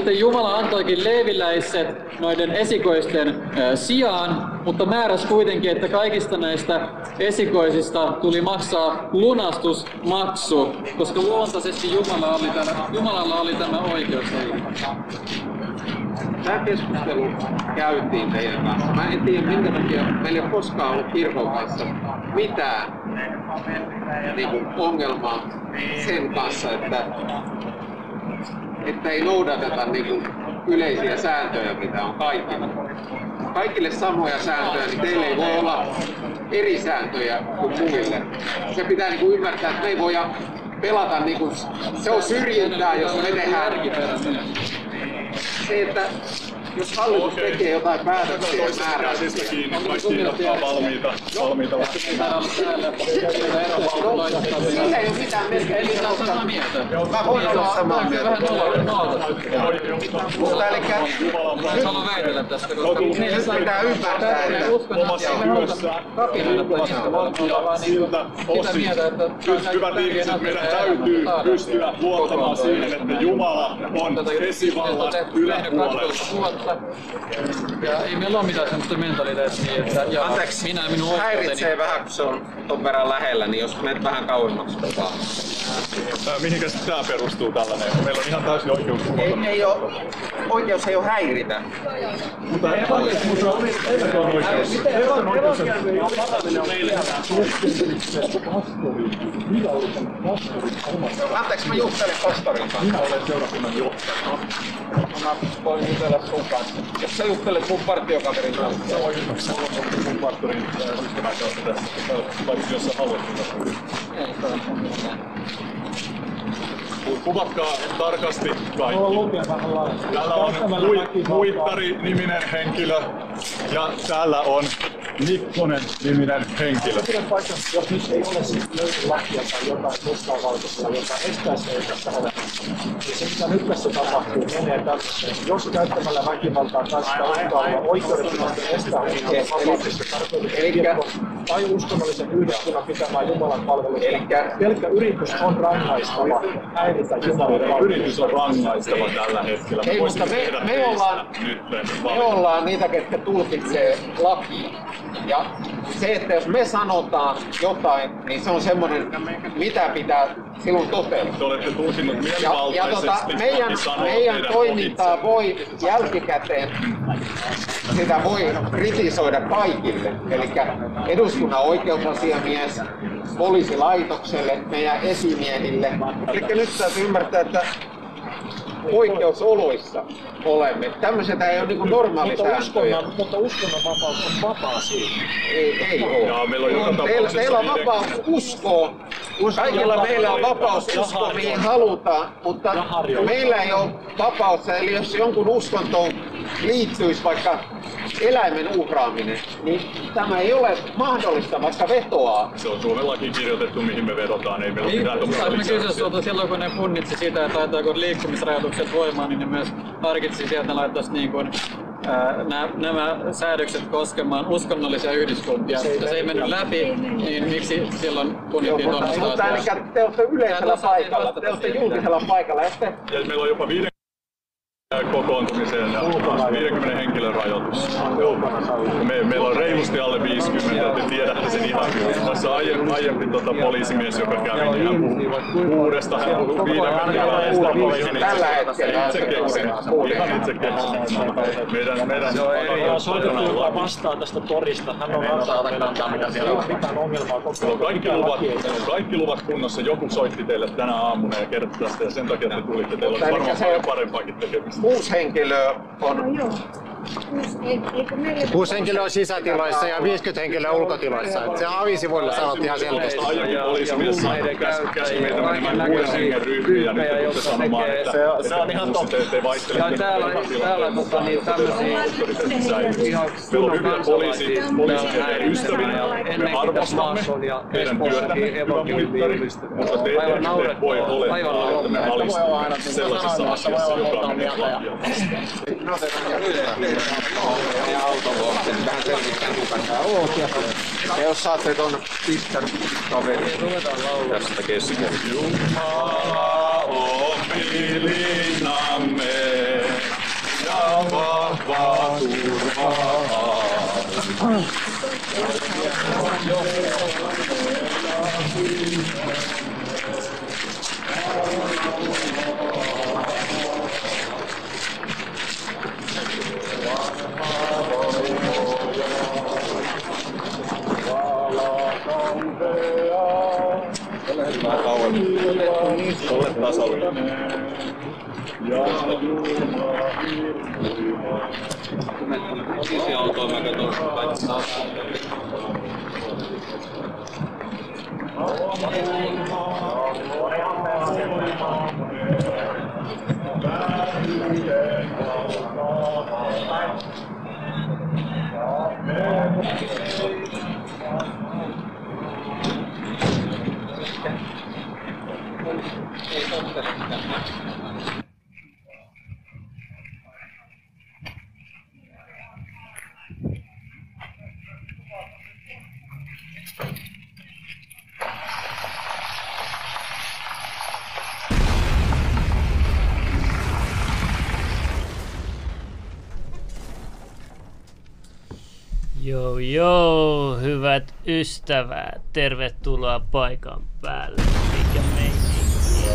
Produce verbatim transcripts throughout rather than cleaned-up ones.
sitten Jumala antoikin leeviläiset noiden esikoisten äh, sijaan, mutta määräsi kuitenkin, että kaikista näistä esikoisista tuli maksaa lunastusmaksu, koska luontaisesti Jumala oli tämä, Jumalalla oli tämä oikeus. Tämä keskustelu käytiin teidän kanssa. Mä en tiedä, minkä takia meillä ei ole koskaan ollut kirkon kanssa mitään niin kuin ongelmaa sen kanssa, että, että ei noudateta niin kuin yleisiä sääntöjä, mitä on kaikille. Kaikille samoja sääntöjä, niin teille ei voi olla eri sääntöjä kuin muille. Se pitää niin kuin ymmärtää, että me ei voida pelata, niin kuin, se on syrjintää, jos me tehdään se, että jos hallitus tekee jotain päätöksiä ja määräyksiä. Kaikki ottaa valmiita. valmiita. Sillä ei ole mitään merkitystä. Eli sä oot samaa mieltä. Mä voin olla samaa mieltä. Mutta elikkä... Mä haluan väitellä tästä, koska... Nyt pitää ymmärtää, että... Omassa työssään siltä osin. Hyvät ihmiset, meidän täytyy pystyä luottamaan siihen, että Jumala on esivallan yläpuolella. Ja ei meillä ole mitään sellaista mentaliteettia, että ja Anteeksi, minä minun oikeuteni... häiritsee vähän, kun se on ton verran lähellä, niin jos menet vähän kauemmaksi vaan. Mihinkäs tää perustuu tällainen? Meillä on ihan täysin oikeus kumota. Ei, ei ole, oikeus ei ole häiritä. Mutta ei ole oikeus. Anteeksi, mä juttelen pastorin kanssa. Minä olen seurakunnan johtaja. Mä voin jutella sun kanssa. Jos sä juttelet mun partiokaverin kanssa. Sä voit jutella mun partiorin ystävän kanssa tässä. Vaikka jos sä haluat. Kuvatkaa tarkasti kaikki. Täällä on Huittari-niminen henkilö ja täällä on Mikkonen-niminen henkilö. Jos nyt ei ole löydy lakia tai jotain mustaa valkoista, joka estää se, eikä sitä ole, niin se mitä nyt tässä tapahtuu menee tällaiseen. Jos käyttämällä väkivaltaa tai sitä uhkaa oikeudellisesti estää henkilöä vapaudesta tarkoitus tai uskonnollisen yhdyskunnan pitämään Jumalan palvelusta. Eli pelkkä yritys on rangaistava. Häiritä Jumalan palvelusta. Yritys on rangaistava tällä hetkellä. Ei, mutta me, me, ollaan, me ollaan niitä, ketkä tulkitsee lakia. Ja se, että jos me sanotaan jotain, niin se on semmoinen, mitä pitää silloin toteuttaa. Te olette tulkinnut Ja, ja mielivaltaisesti. tota, meidän, meidän toimintaa ohitse. voi jälkikäteen, sitä voi kritisoida kaikille. Eli eduskunnan oikeusasiamies, poliisilaitokselle, meidän esimiehille. Eli nyt täytyy ymmärtää, että poikkeusoloissa olemme. Tämmöiset ei ole niinku normaalisääntöjä. Mutta, mutta uskonnonvapaus on vapaa siitä. Ei, ei ole. Ja meillä on joka Teillä, tapauksessa teillä on niiden- vapaus uskoa. Kaikilla meillä on vapaus uskoa mihin halutaan, mutta meillä ei ole vapaus. Eli jos jonkun uskontoon liittyisi vaikka eläimen uhraaminen, niin tämä ei ole mahdollista, vaikka vetoaa. Se on Suomen lakiin kirjoitettu, mihin me vedotaan. Ei meillä ole mitään tommoista Saanko mä kysyä lisäyksiä. sulta silloin, kun ne punnitsi sitä, että laitaako liikkumisrajoitukset voimaan, niin ne myös harkitsi sieltä, että laittaisi niin kuin, ää, nämä, nämä säädökset koskemaan uskonnollisia yhdyskuntia. Se, se ei mennyt läpi, niin miksi silloin punnittiin tuollaista Mutta asiaa? eli te olette yleisellä paikalla, te olette julkisella paikalla. Ja sitten Ja meillä on jopa viiden kokoontumiseen ja viidenkymmenen henkilön rajoitus. Me, meillä on reilusti alle viisikymmentä, te tiedätte sen ihan hyvin. Tässä aiempi, aiempi tota, poliisimies, joka kävi, niin hän puhui uudesta, hän puhui viiden metrialaisesta poliisin. tällä hetkellä Itse keksin, ihan itse keksin. Meidän, meidän Ja soitettu jopa vastaan tästä torista. Hän on antaa meillä ei ole mitään ongelmaa. Meillä on kaikki luvat, meillä on kaikki luvat kunnossa. Joku soitti teille tänä aamuna ja kertoi tästä ja sen takia te tulitte. Teillä olisi varmaan paljon parempaakin tekemistä. kuusi henkilöä on Kuusi henkilöä on sisätiloissa ja viisikymmentä henkilöä ulkotiloissa. Et se on avisivuilla sanottu ihan selkeästi. Aiemmin poliisimies käsi meitä menemään kuuden hengen ryhmiin ja nyt te tuutte sanomaan, että se on ihan totta. te vaihtelette. Ja täällä, täällä tota, niin tämmöisiä ihan kunnon kansalaisia poliisimiesten ystävinä ja me ennenkin tässä arvostamme maassa on ja meidän Espoossakin evankeliumi. mutta te ette Aivan naurettavaa. voi olettaa, Aivan että me alistumme sellaisessa asiassa, joka menee lakia vastaan. ja autovuoksen. Vähän selvittää kuka tää oot. Ja jos saatte ton pistän kaverin tästä keskellä. Jumala on pilinnamme. vahvaa turvaa. Tolle tasolle. Sisi autoa mä katson paittaa. Joo joo, hyvät ystävät, tervetuloa paikan päälle. Mikä meininki?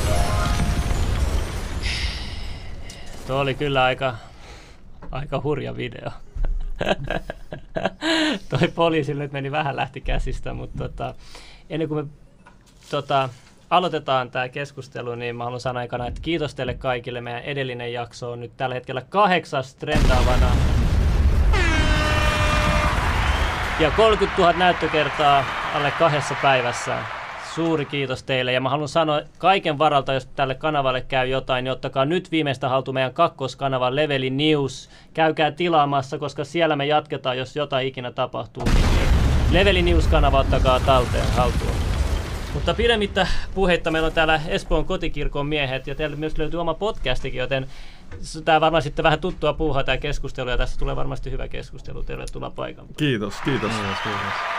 Tuo oli kyllä aika, aika hurja video. Toi poliisille meni vähän lähti käsistä, mutta tota, ennen kuin me tota, aloitetaan tämä keskustelu, niin mä haluan sanoa aikana, että kiitos teille kaikille. Meidän edellinen jakso on nyt tällä hetkellä kahdeksas trendaavana. Ja kolmekymmentätuhatta näyttökertaa alle kahdessa päivässä. Suuri kiitos teille. Ja mä haluan sanoa kaiken varalta, jos tälle kanavalle käy jotain, niin ottakaa nyt viimeistä haltuun meidän kakkoskanavan Leveli News. Käykää tilaamassa, koska siellä me jatketaan, jos jotain ikinä tapahtuu. Niin Leveli News-kanava ottakaa talteen haltuun. Mutta pidemmittä puheitta meillä on täällä Espoon kotikirkon miehet ja teillä myös löytyy oma podcastikin, joten tämä varmaan sitten vähän tuttua puuhaa tämä keskustelu ja tässä tulee varmasti hyvä keskustelu. Tervetuloa paikan. Kiitos, kiitos. kiitos, kiitos.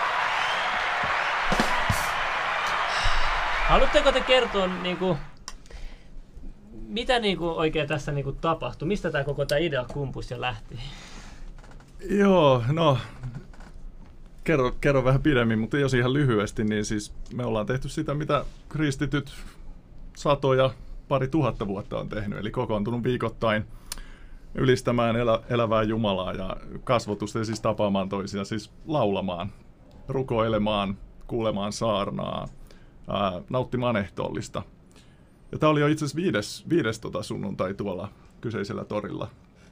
Haluatteko te kertoa, niin kuin, mitä niin kuin, oikein tässä niin kuin, tapahtui? Mistä tämä koko tämä idea kumpusi ja lähti? Joo, no kerro, kerro vähän pidemmin, mutta jos ihan lyhyesti, niin siis me ollaan tehty sitä, mitä kristityt satoja, pari tuhatta vuotta on tehnyt, eli kokoontunut viikoittain ylistämään elä, elävää Jumalaa ja kasvotusta ja siis tapaamaan toisia, siis laulamaan, rukoilemaan, kuulemaan saarnaa, ää, nauttimaan ehtoollista. Ja tämä oli jo itse asiassa viides, viides tota sunnuntai tuolla kyseisellä torilla.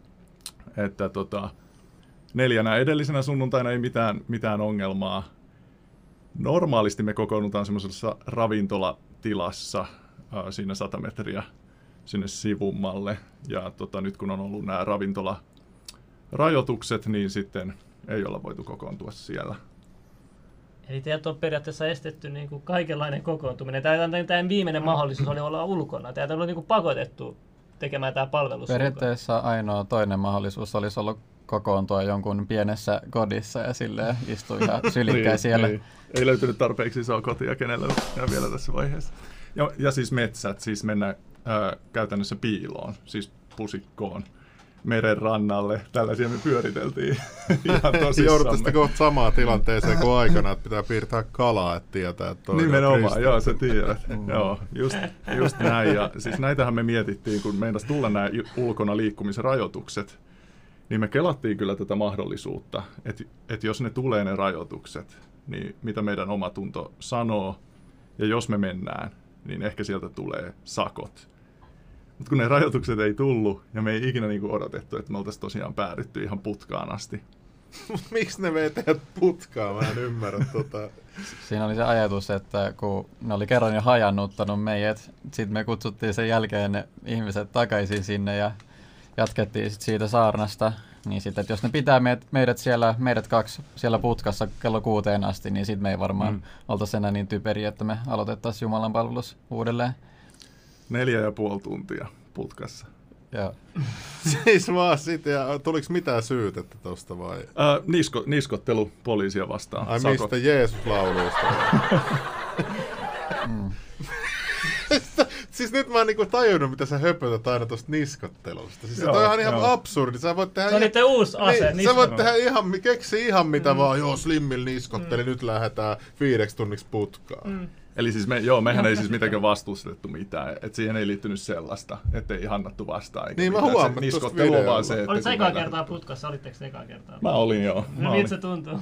Että tota, neljänä edellisenä sunnuntaina ei mitään, mitään ongelmaa. Normaalisti me kokoonnutaan semmoisessa ravintolatilassa ää, siinä sata metriä sinne sivummalle. Ja tota, nyt kun on ollut nämä ravintolarajoitukset, niin sitten ei olla voitu kokoontua siellä. Eli teiltä on periaatteessa estetty niin kuin kaikenlainen kokoontuminen. Tämä viimeinen mahdollisuus oli olla ulkona. Teiltä on niin kuin pakotettu tekemään tämä palvelus. Periaatteessa ainoa toinen mahdollisuus olisi ollut kokoontua jonkun pienessä kodissa ja silleen istua ihan sylikkään niin, siellä. Niin. Ei löytynyt tarpeeksi isoa kotia kenellä vielä tässä vaiheessa. Ja, ja siis metsät, siis mennä ää, käytännössä piiloon, siis pusikkoon, meren rannalle. Tällaisia me pyöriteltiin ihan tosissamme. Joudutte sitten kohta samaan tilanteeseen kuin aikana, että pitää piirtää kalaa, että tietää, että toi nimenomaan, joo, sä tiedät. Mm. Joo, just, just näin. Ja siis näitähän me mietittiin, kun meinasi tulla nämä ulkona liikkumisrajoitukset, niin me kelattiin kyllä tätä mahdollisuutta, että, että jos ne tulee ne rajoitukset, niin mitä meidän oma tunto sanoo, ja jos me mennään, niin ehkä sieltä tulee sakot. Mutta kun ne rajoitukset ei tullut, ja me ei ikinä niinku odotettu, että me oltaisiin tosiaan päädytty ihan putkaan asti. Miksi ne vei teidät putkaan? Mä en ymmärrä tota. Siinä oli se ajatus, että kun ne oli kerran jo hajannuttanut meidät, sitten me kutsuttiin sen jälkeen ne ihmiset takaisin sinne ja jatkettiin sit siitä saarnasta. Niin sitten, että jos ne pitää meidät, meidät, siellä, meidät kaksi siellä putkassa kello kuuteen asti, niin sitten me ei varmaan mm. oltaisi enää niin typeriä, että me aloitettaisiin Jumalan palvelus uudelleen. Neljä ja puoli tuntia putkassa. Joo. Siis vaan sitten, ja tuliko mitään syytettä tosta vai? Äh, nisko, niskottelu poliisia vastaan. Ai sakot. Mistä Jeesus lauluista? mm. siis nyt mä oon niinku tajunnut, mitä sä höpötät aina tosta niskottelusta. Siis Joo, toi on ihan joo. absurdi. Sä voit tehdä... Se on niiden uusi ase, niin, sä voit tehdä ihan, keksi ihan mitä mm. vaan. Joo, Slimmillä niskotteli, mm. nyt lähdetään viideksi tunniksi putkaan. Mm. Eli siis me, joo, mehän ei siis mitenkään vastustettu mitään, että siihen ei liittynyt sellaista, ettei hannattu vastaan. Eikä niin mitään. mä huomaan niskottelu on vaan se, että... Olit sä ekaa kertaa putkassa? Olitteko se ekaa kertaa? Mä olin joo. No miltä se tuntuu?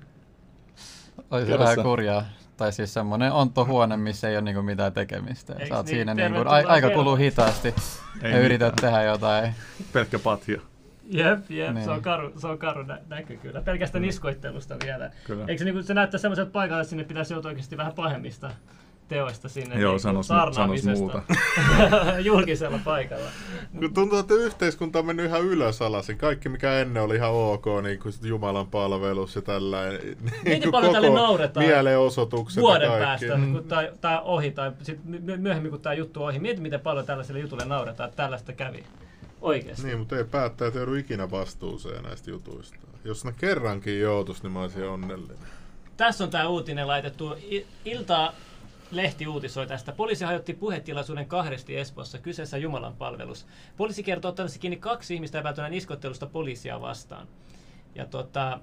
Oli se vähän kurjaa. Tai siis semmonen ontohuone, missä ei ole niinku mitään tekemistä. Sä oot niin? siinä niinku, a, aika kuluu hitaasti ei ja yrität tehdä jotain. Pelkkä patja. Jep, jep, niin. se on karu, se on karu nä- näky kyllä. Pelkästään mm. niskoittelusta vielä. Kyllä. Eikö se, niinku, se näyttää semmoiselta paikalta, että sinne pitäisi joutua oikeasti vähän pahemmista teoista sinne. Joo, niin, sanos, sanos muuta. Julkisella paikalla. Kun tuntuu, että yhteiskunta on mennyt ihan ylös alasin. Kaikki mikä ennen oli ihan ok, niin kuin Jumalan palvelus ja tällainen. Niin kuin paljon tälle nauretaan mielenosoitukset vuoden ja päästä, mm. kun tämä on ohi tai sit myöhemmin kun tämä juttu on ohi. Mieti miten paljon tällaiselle jutulle nauretaan, että tällaista kävi. Oikeesti. Niin, mutta ei päättäjät joudu ikinä vastuuseen näistä jutuista. Jos ne kerrankin joutuisi, niin mä olisin onnellinen. Tässä on tämä uutinen laitettu. Iltaa lehti uutisoi tästä. Poliisi hajotti puhetilaisuuden kahdesti Espoossa. Kyseessä Jumalan palvelus. Poliisi kertoo ottaneensa kiinni kaksi ihmistä epäiltynä niskottelusta poliisia vastaan. Ja tota,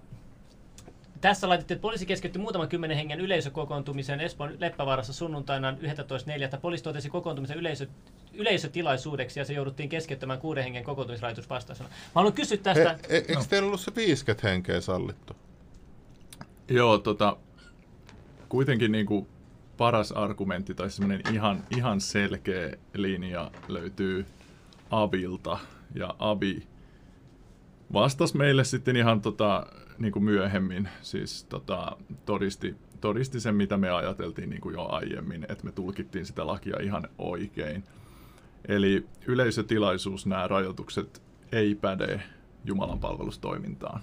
tässä laitettiin, että poliisi keskeytti muutaman kymmenen hengen yleisökokoontumisen Espoon Leppävaarassa sunnuntaina yhdestoista neljättä Poliisi totesi kokoontumisen yleisö, yleisötilaisuudeksi ja se jouduttiin keskeyttämään kuuden hengen kokoontumisrajoitus vastaisena. Mä haluan kysyä tästä. He, e, eikö no. teillä ollut se viisikymmentä henkeä sallittu? Joo, tota, kuitenkin niinku paras argumentti tai semmoinen ihan, ihan selkeä linja löytyy Avilta. Ja Avi vastasi meille sitten ihan tota, niin kuin myöhemmin, siis tota, todisti, todisti sen, mitä me ajateltiin niin kuin jo aiemmin, että me tulkittiin sitä lakia ihan oikein. Eli yleisötilaisuus, nämä rajoitukset ei päde jumalanpalvelustoimintaan.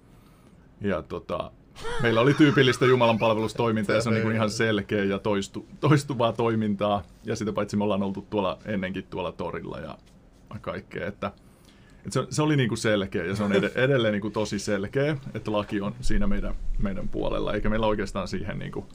Ja tota, meillä oli tyypillistä jumalanpalvelustoimintaa ja se on niin kuin ihan selkeä ja toistu, toistuvaa toimintaa. Ja sitä paitsi me ollaan oltu tuolla, ennenkin tuolla torilla ja kaikkea, että Se, se oli niinku selkeä ja se on ed- edelleen niinku tosi selkeä, että laki on siinä meidän, meidän puolella, eikä meillä oikeastaan siihen niinku...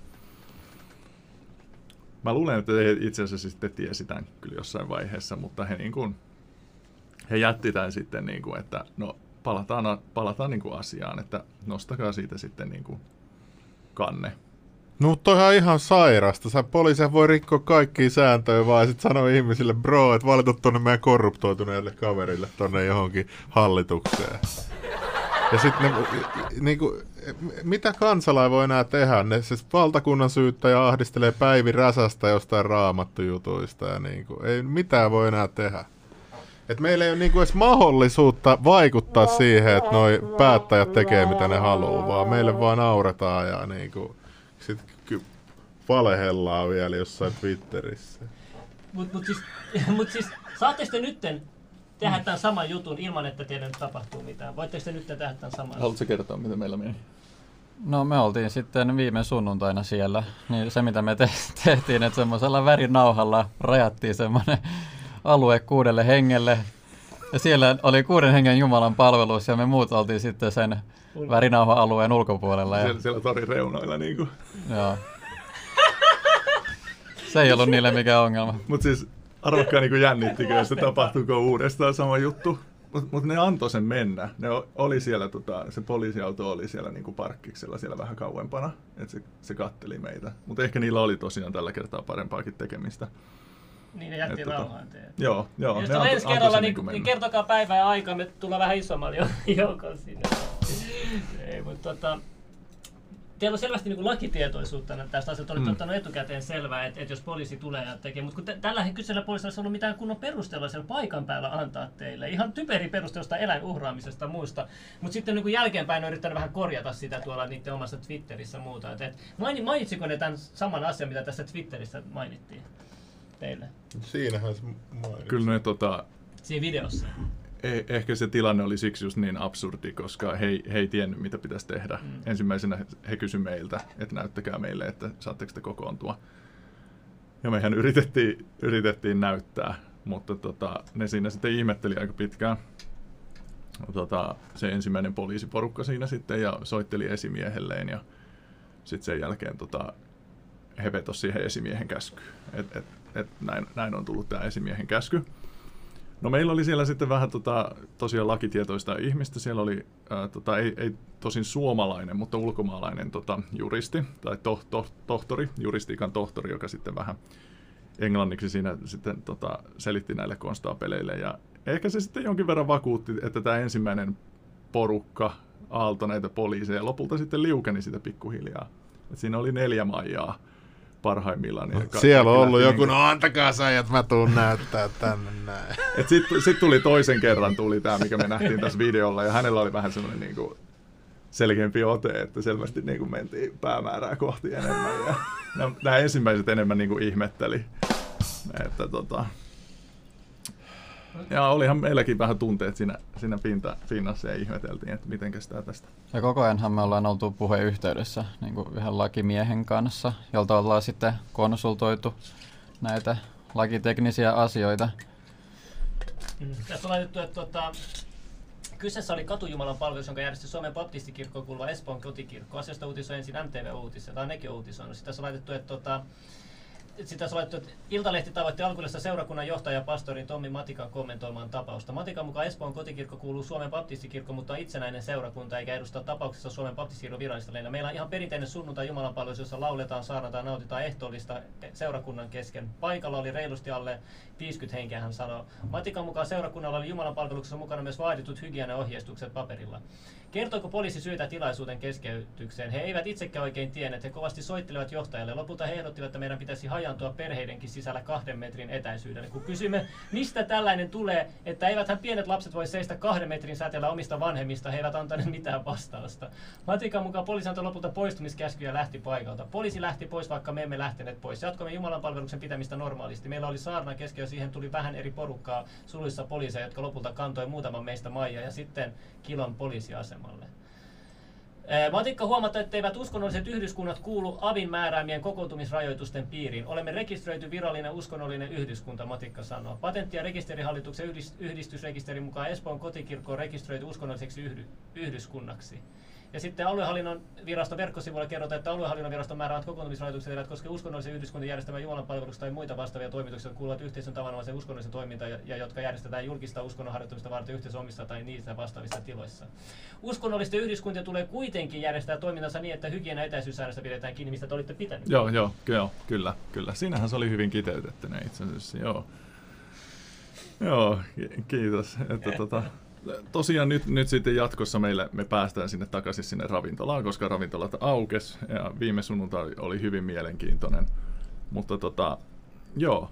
Mä luulen, että he itse asiassa sitten tiesi tämän kyllä jossain vaiheessa, mutta he, niinku, he jätti tämän sitten, niinku, että no palataan, palataan niinku asiaan, että nostakaa siitä sitten niinku kanne. No mutta toihan ihan sairasta. Sä poliisia voi rikkoa kaikkia sääntöjä vaan ja sit sanoo ihmisille, bro, että valita tonne meidän korruptoituneelle kaverille tonne johonkin hallitukseen. Ja sitten ne, niinku, mitä kansalainen voi enää tehdä? Ne siis valtakunnan syyttäjä ahdistelee Päivi Räsästä jostain raamattujutuista ja niinku, ei mitään voi enää tehdä. Et meillä ei ole niinku edes mahdollisuutta vaikuttaa siihen, että noi päättäjät tekee mitä ne haluaa, vaan meille vaan nauretaan ja niinku... Sitten ky- valehellaan vielä jossain Twitterissä. Mutta mut siis, mut siis saatteko te nytten tehdä tämän saman jutun ilman, että teille nyt tapahtuu mitään? Voitteko te nyt tehdä tämän saman? Haluatko kertoa, mitä meillä meni? No me oltiin sitten viime sunnuntaina siellä. Niin se mitä me te- tehtiin, että semmoisella värinauhalla rajattiin semmoinen alue kuudelle hengelle. Ja siellä oli kuuden hengen Jumalan palvelus ja me muut oltiin sitten sen värinauha-alueen ulkopuolella. Ja... Siellä, siellä torin reunoilla niinku. Joo. Se ei ollut niille mikään ongelma. Mut siis arvokkaan niinku jännittikö, että tapahtuuko uudestaan sama juttu. Mut, mut ne antoi sen mennä. Ne oli siellä, tota, se poliisiauto oli siellä niinku parkkiksella siellä vähän kauempana. Että se, se katteli meitä. Mutta ehkä niillä oli tosiaan tällä kertaa parempaakin tekemistä. Niin ne jättiin rauhaan teille. Joo, joo. Jos on ensi kerralla, niin, niin kertokaa päivää ja aikaa, me tullaan vähän isommalla joukon sinne. Ei, mutta tota, teillä on selvästi niin kuin lakitietoisuutta tästä asiasta. Olette mm. ottanut etukäteen selvää, että, että jos poliisi tulee ja tekee. Mutta kun t- tällä kyseisellä poliisilla olisi ollut mitään kunnon perustelua siellä paikan päällä antaa teille. Ihan typeri perustelusta eläinuhraamisesta ja muusta. Mutta sitten niin kuin jälkeenpäin on yrittänyt vähän korjata sitä tuolla niiden omassa Twitterissä ja muuta. Et, et, mainitsiko ne tämän saman asian, mitä tässä Twitterissä mainittiin teille? Siinähän se mainitsi. Kyllä ne tota... Siinä videossa. Eh, ehkä se tilanne oli siksi just niin absurdi, koska he, he ei tiennyt, mitä pitäisi tehdä. Mm. Ensimmäisenä he kysyivät meiltä, että näyttäkää meille, että saatteko te kokoontua. Ja mehän yritettiin, yritettiin näyttää, mutta tota, ne siinä sitten ihmetteli aika pitkään. Tota, se ensimmäinen poliisiporukka siinä sitten ja soitteli esimiehelleen ja sitten sen jälkeen tota, he vetosi siihen esimiehen käskyyn. Et, et, et näin, näin on tullut tämä esimiehen käsky. No meillä oli siellä sitten vähän tota, tosiaan lakitietoista ihmistä. Siellä oli ää, tota, ei, ei tosin suomalainen, mutta ulkomaalainen tota, juristi tai to, to, tohtori, juristiikan tohtori, joka sitten vähän englanniksi siinä sitten tota, selitti näille konstaapeleille. Ja ehkä se sitten jonkin verran vakuutti, että tämä ensimmäinen porukka aalto näitä poliiseja lopulta sitten liukeni sitä pikkuhiljaa. Et siinä oli neljä maijaa parhaimmillaan. Niin ka- siellä on ollut joku, no antakaa säijät, mä tuun näyttää tänne näin. Sitten sit tuli toisen kerran tuli tämä, mikä me nähtiin tässä videolla, ja hänellä oli vähän semmoinen niinku selkeämpi ote, että selvästi niinku mentiin päämäärää kohti enemmän. Ja nämä ensimmäiset enemmän niinku ihmetteli. Että tota... Ja olihan meilläkin vähän tunteet siinä, siinä pinta, pinnassa ja ihmeteltiin, että mitenkäs tää tästä. Ja koko ajanhan me ollaan oltu puheyhteydessä niin kuin yhden lakimiehen kanssa, jolta ollaan sitten konsultoitu näitä lakiteknisiä asioita. Mm. Tässä on laitettu, että tota, kyseessä oli katujumalan palvelus, jonka järjesti Suomen baptistikirkkoon kuuluva Espoon kotikirkko. Asiasta uutisoi ensin M T V-uutisia, tai nekin on uutisoinut. Sitten tässä on laitettu, että tota, Sitä on laittu, että Iltalehti tavoitti alkuillista seurakunnan johtaja pastorin Tommi Matikan kommentoimaan tapausta. Matikan mukaan Espoon kotikirkko kuuluu Suomen baptistikirkko, mutta on itsenäinen seurakunta eikä edusta tapauksessa Suomen baptistikirkon virallista leina. Meillä on ihan perinteinen sunnuntai jumalanpalvelus, jossa lauletaan, saarnataan, nautitaan ehtoollista seurakunnan kesken. Paikalla oli reilusti alle viisikymmentä henkeä, hän sanoo. Matikan mukaan seurakunnalla oli jumalanpalveluksessa mukana myös vaaditut hygieniaohjeistukset paperilla. Kertoiko poliisi syytä tilaisuuden keskeytykseen? He eivät itsekään oikein tienneet. He kovasti soittelivat johtajalle. Lopulta he ehdottivat, että meidän pitäisi hajantua perheidenkin sisällä kahden metrin etäisyydelle. Kun kysymme, mistä tällainen tulee, että eiväthän pienet lapset voi seistä kahden metrin säteellä omista vanhemmista, he eivät antaneet mitään vastausta. Matikan mukaan poliisi antoi lopulta poistumiskäskyjä ja lähti paikalta. Poliisi lähti pois, vaikka me emme lähteneet pois. Jatkoimme jumalanpalveluksen pitämistä normaalisti. Meillä oli saarna kesken ja siihen tuli vähän eri porukkaa suluissa poliiseja, jotka lopulta kantoi muutaman meistä maijaa ja sitten kilon poliisiasemalle. Matikka huomata, etteivät uskonnolliset yhdyskunnat kuulu avin määräämien kokoontumisrajoitusten piiriin. Olemme rekisteröity virallinen uskonnollinen yhdyskunta, Matikka sanoo. Patentti- ja rekisterihallituksen yhdistysrekisterin mukaan Espoon kotikirkko on rekisteröity uskonnolliseksi yhdy- yhdyskunnaksi. Ja sitten aluehallinnon viraston verkkosivuilla kerrotaan, että aluehallinnon viraston määräämät kokoontumisrajoitukset eivät koske uskonnollisen yhdyskunnan järjestämään jumalanpalveluksia tai muita vastaavia toimituksia, jotka kuuluvat yhteisön tavanomaisen uskonnollisen toimintaan ja, ja jotka järjestetään julkista uskonnon harjoittamista varten yhteisön omissa tai niistä vastaavissa tiloissa. Uskonnollisten yhdyskuntien tulee kuitenkin järjestää toimintansa niin, että hygienia- ja etäisyyssäännöstä pidetään kiinni, mistä te olitte pitänyt. Joo, joo, joo, kyllä, kyllä. Siinähän se oli hyvin kiteytettynä itse asiassa, joo. Joo, kiitos. Että, tota, tosiaan nyt, nyt sitten jatkossa meille, me päästään sinne takaisin sinne ravintolaan, koska ravintolat aukesi ja viime sunnuntai oli hyvin mielenkiintoinen. Mutta tota, joo.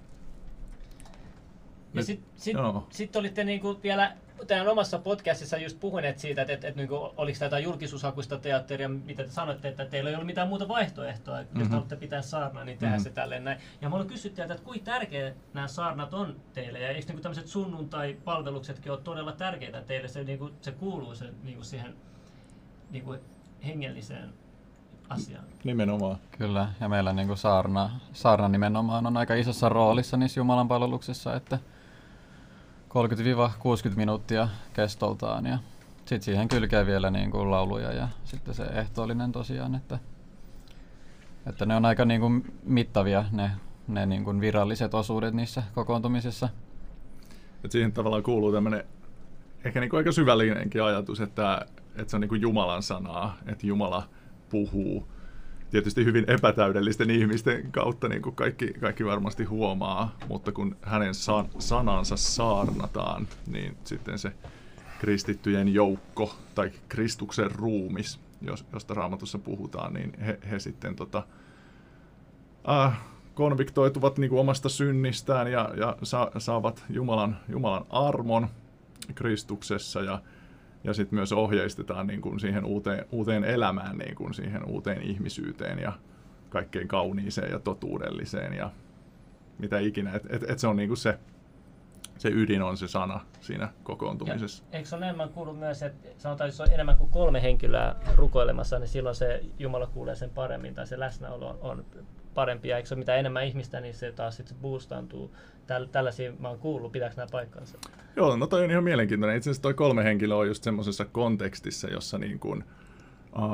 Ja sitten sit, sit olitte niinku vielä teidän omassa podcastissa just puhuneet siitä, että et, et, niinku, oliko tämä jotain julkisuushakuista teatteria, mitä te sanoitte, että teillä ei ollut mitään muuta vaihtoehtoa, mm-hmm. jos haluatte pitää saarnaa, niin tehdään mm-hmm. se tälleen näin. Ja mä olen kysynyt teiltä, että kuinka tärkeä nämä saarnat on teille, ja eikö niinku tämmöiset sunnuntai-palveluksetkin ole todella tärkeitä teille, se, niinku, se kuuluu se, niinku siihen niinku, hengelliseen asiaan. Nimenomaan. Kyllä, ja meillä niinku saarna, saarna nimenomaan on aika isossa roolissa niissä jumalanpalveluksissa, että kolmekymmentä kuusikymmentä minuuttia kestoltaan ja sitten siihen kylkee vielä niin kuin lauluja ja sitten se ehtoollinen tosiaan, että, että ne on aika niin kuin mittavia ne, ne niin kuin viralliset osuudet niissä kokoontumisissa. Et siihen tavallaan kuuluu tämmöinen ehkä niin kuin aika syvällinenkin ajatus, että, että se on niin kuin Jumalan sanaa, että Jumala puhuu. Tietysti hyvin epätäydellisten ihmisten kautta, niin kuin kaikki, kaikki varmasti huomaa, mutta kun hänen san, sanansa saarnataan, niin sitten se kristittyjen joukko tai Kristuksen ruumis, jos, josta Raamatussa puhutaan, niin he, he sitten tota, äh, konviktoituvat niin kuin omasta synnistään ja, ja sa, saavat Jumalan, Jumalan armon Kristuksessa ja Ja sitten myös ohjeistetaan niin kuin siihen uuteen, uuteen elämään, niin kuin siihen uuteen ihmisyyteen ja kaikkein kauniiseen ja totuudelliseen ja mitä ikinä. Et, et, et se on niin kuin se, se ydin on se sana siinä kokoontumisessa. Ja eikö se ole enemmän kuullut myös, että sanotaan, jos on enemmän kuin kolme henkilöä rukoilemassa, niin silloin se Jumala kuulee sen paremmin tai se läsnäolo on, on parempi. Ja eikö se ole mitä enemmän ihmistä, niin se taas sitten boostaantuu. Täl, tällaisia mä oon kuullut, pitääkö nämä paikkansa? Joo, no toi on ihan mielenkiintoinen. Itse asiassa toi kolme henkilöä on just semmoisessa kontekstissa, jossa niin kuin, uh,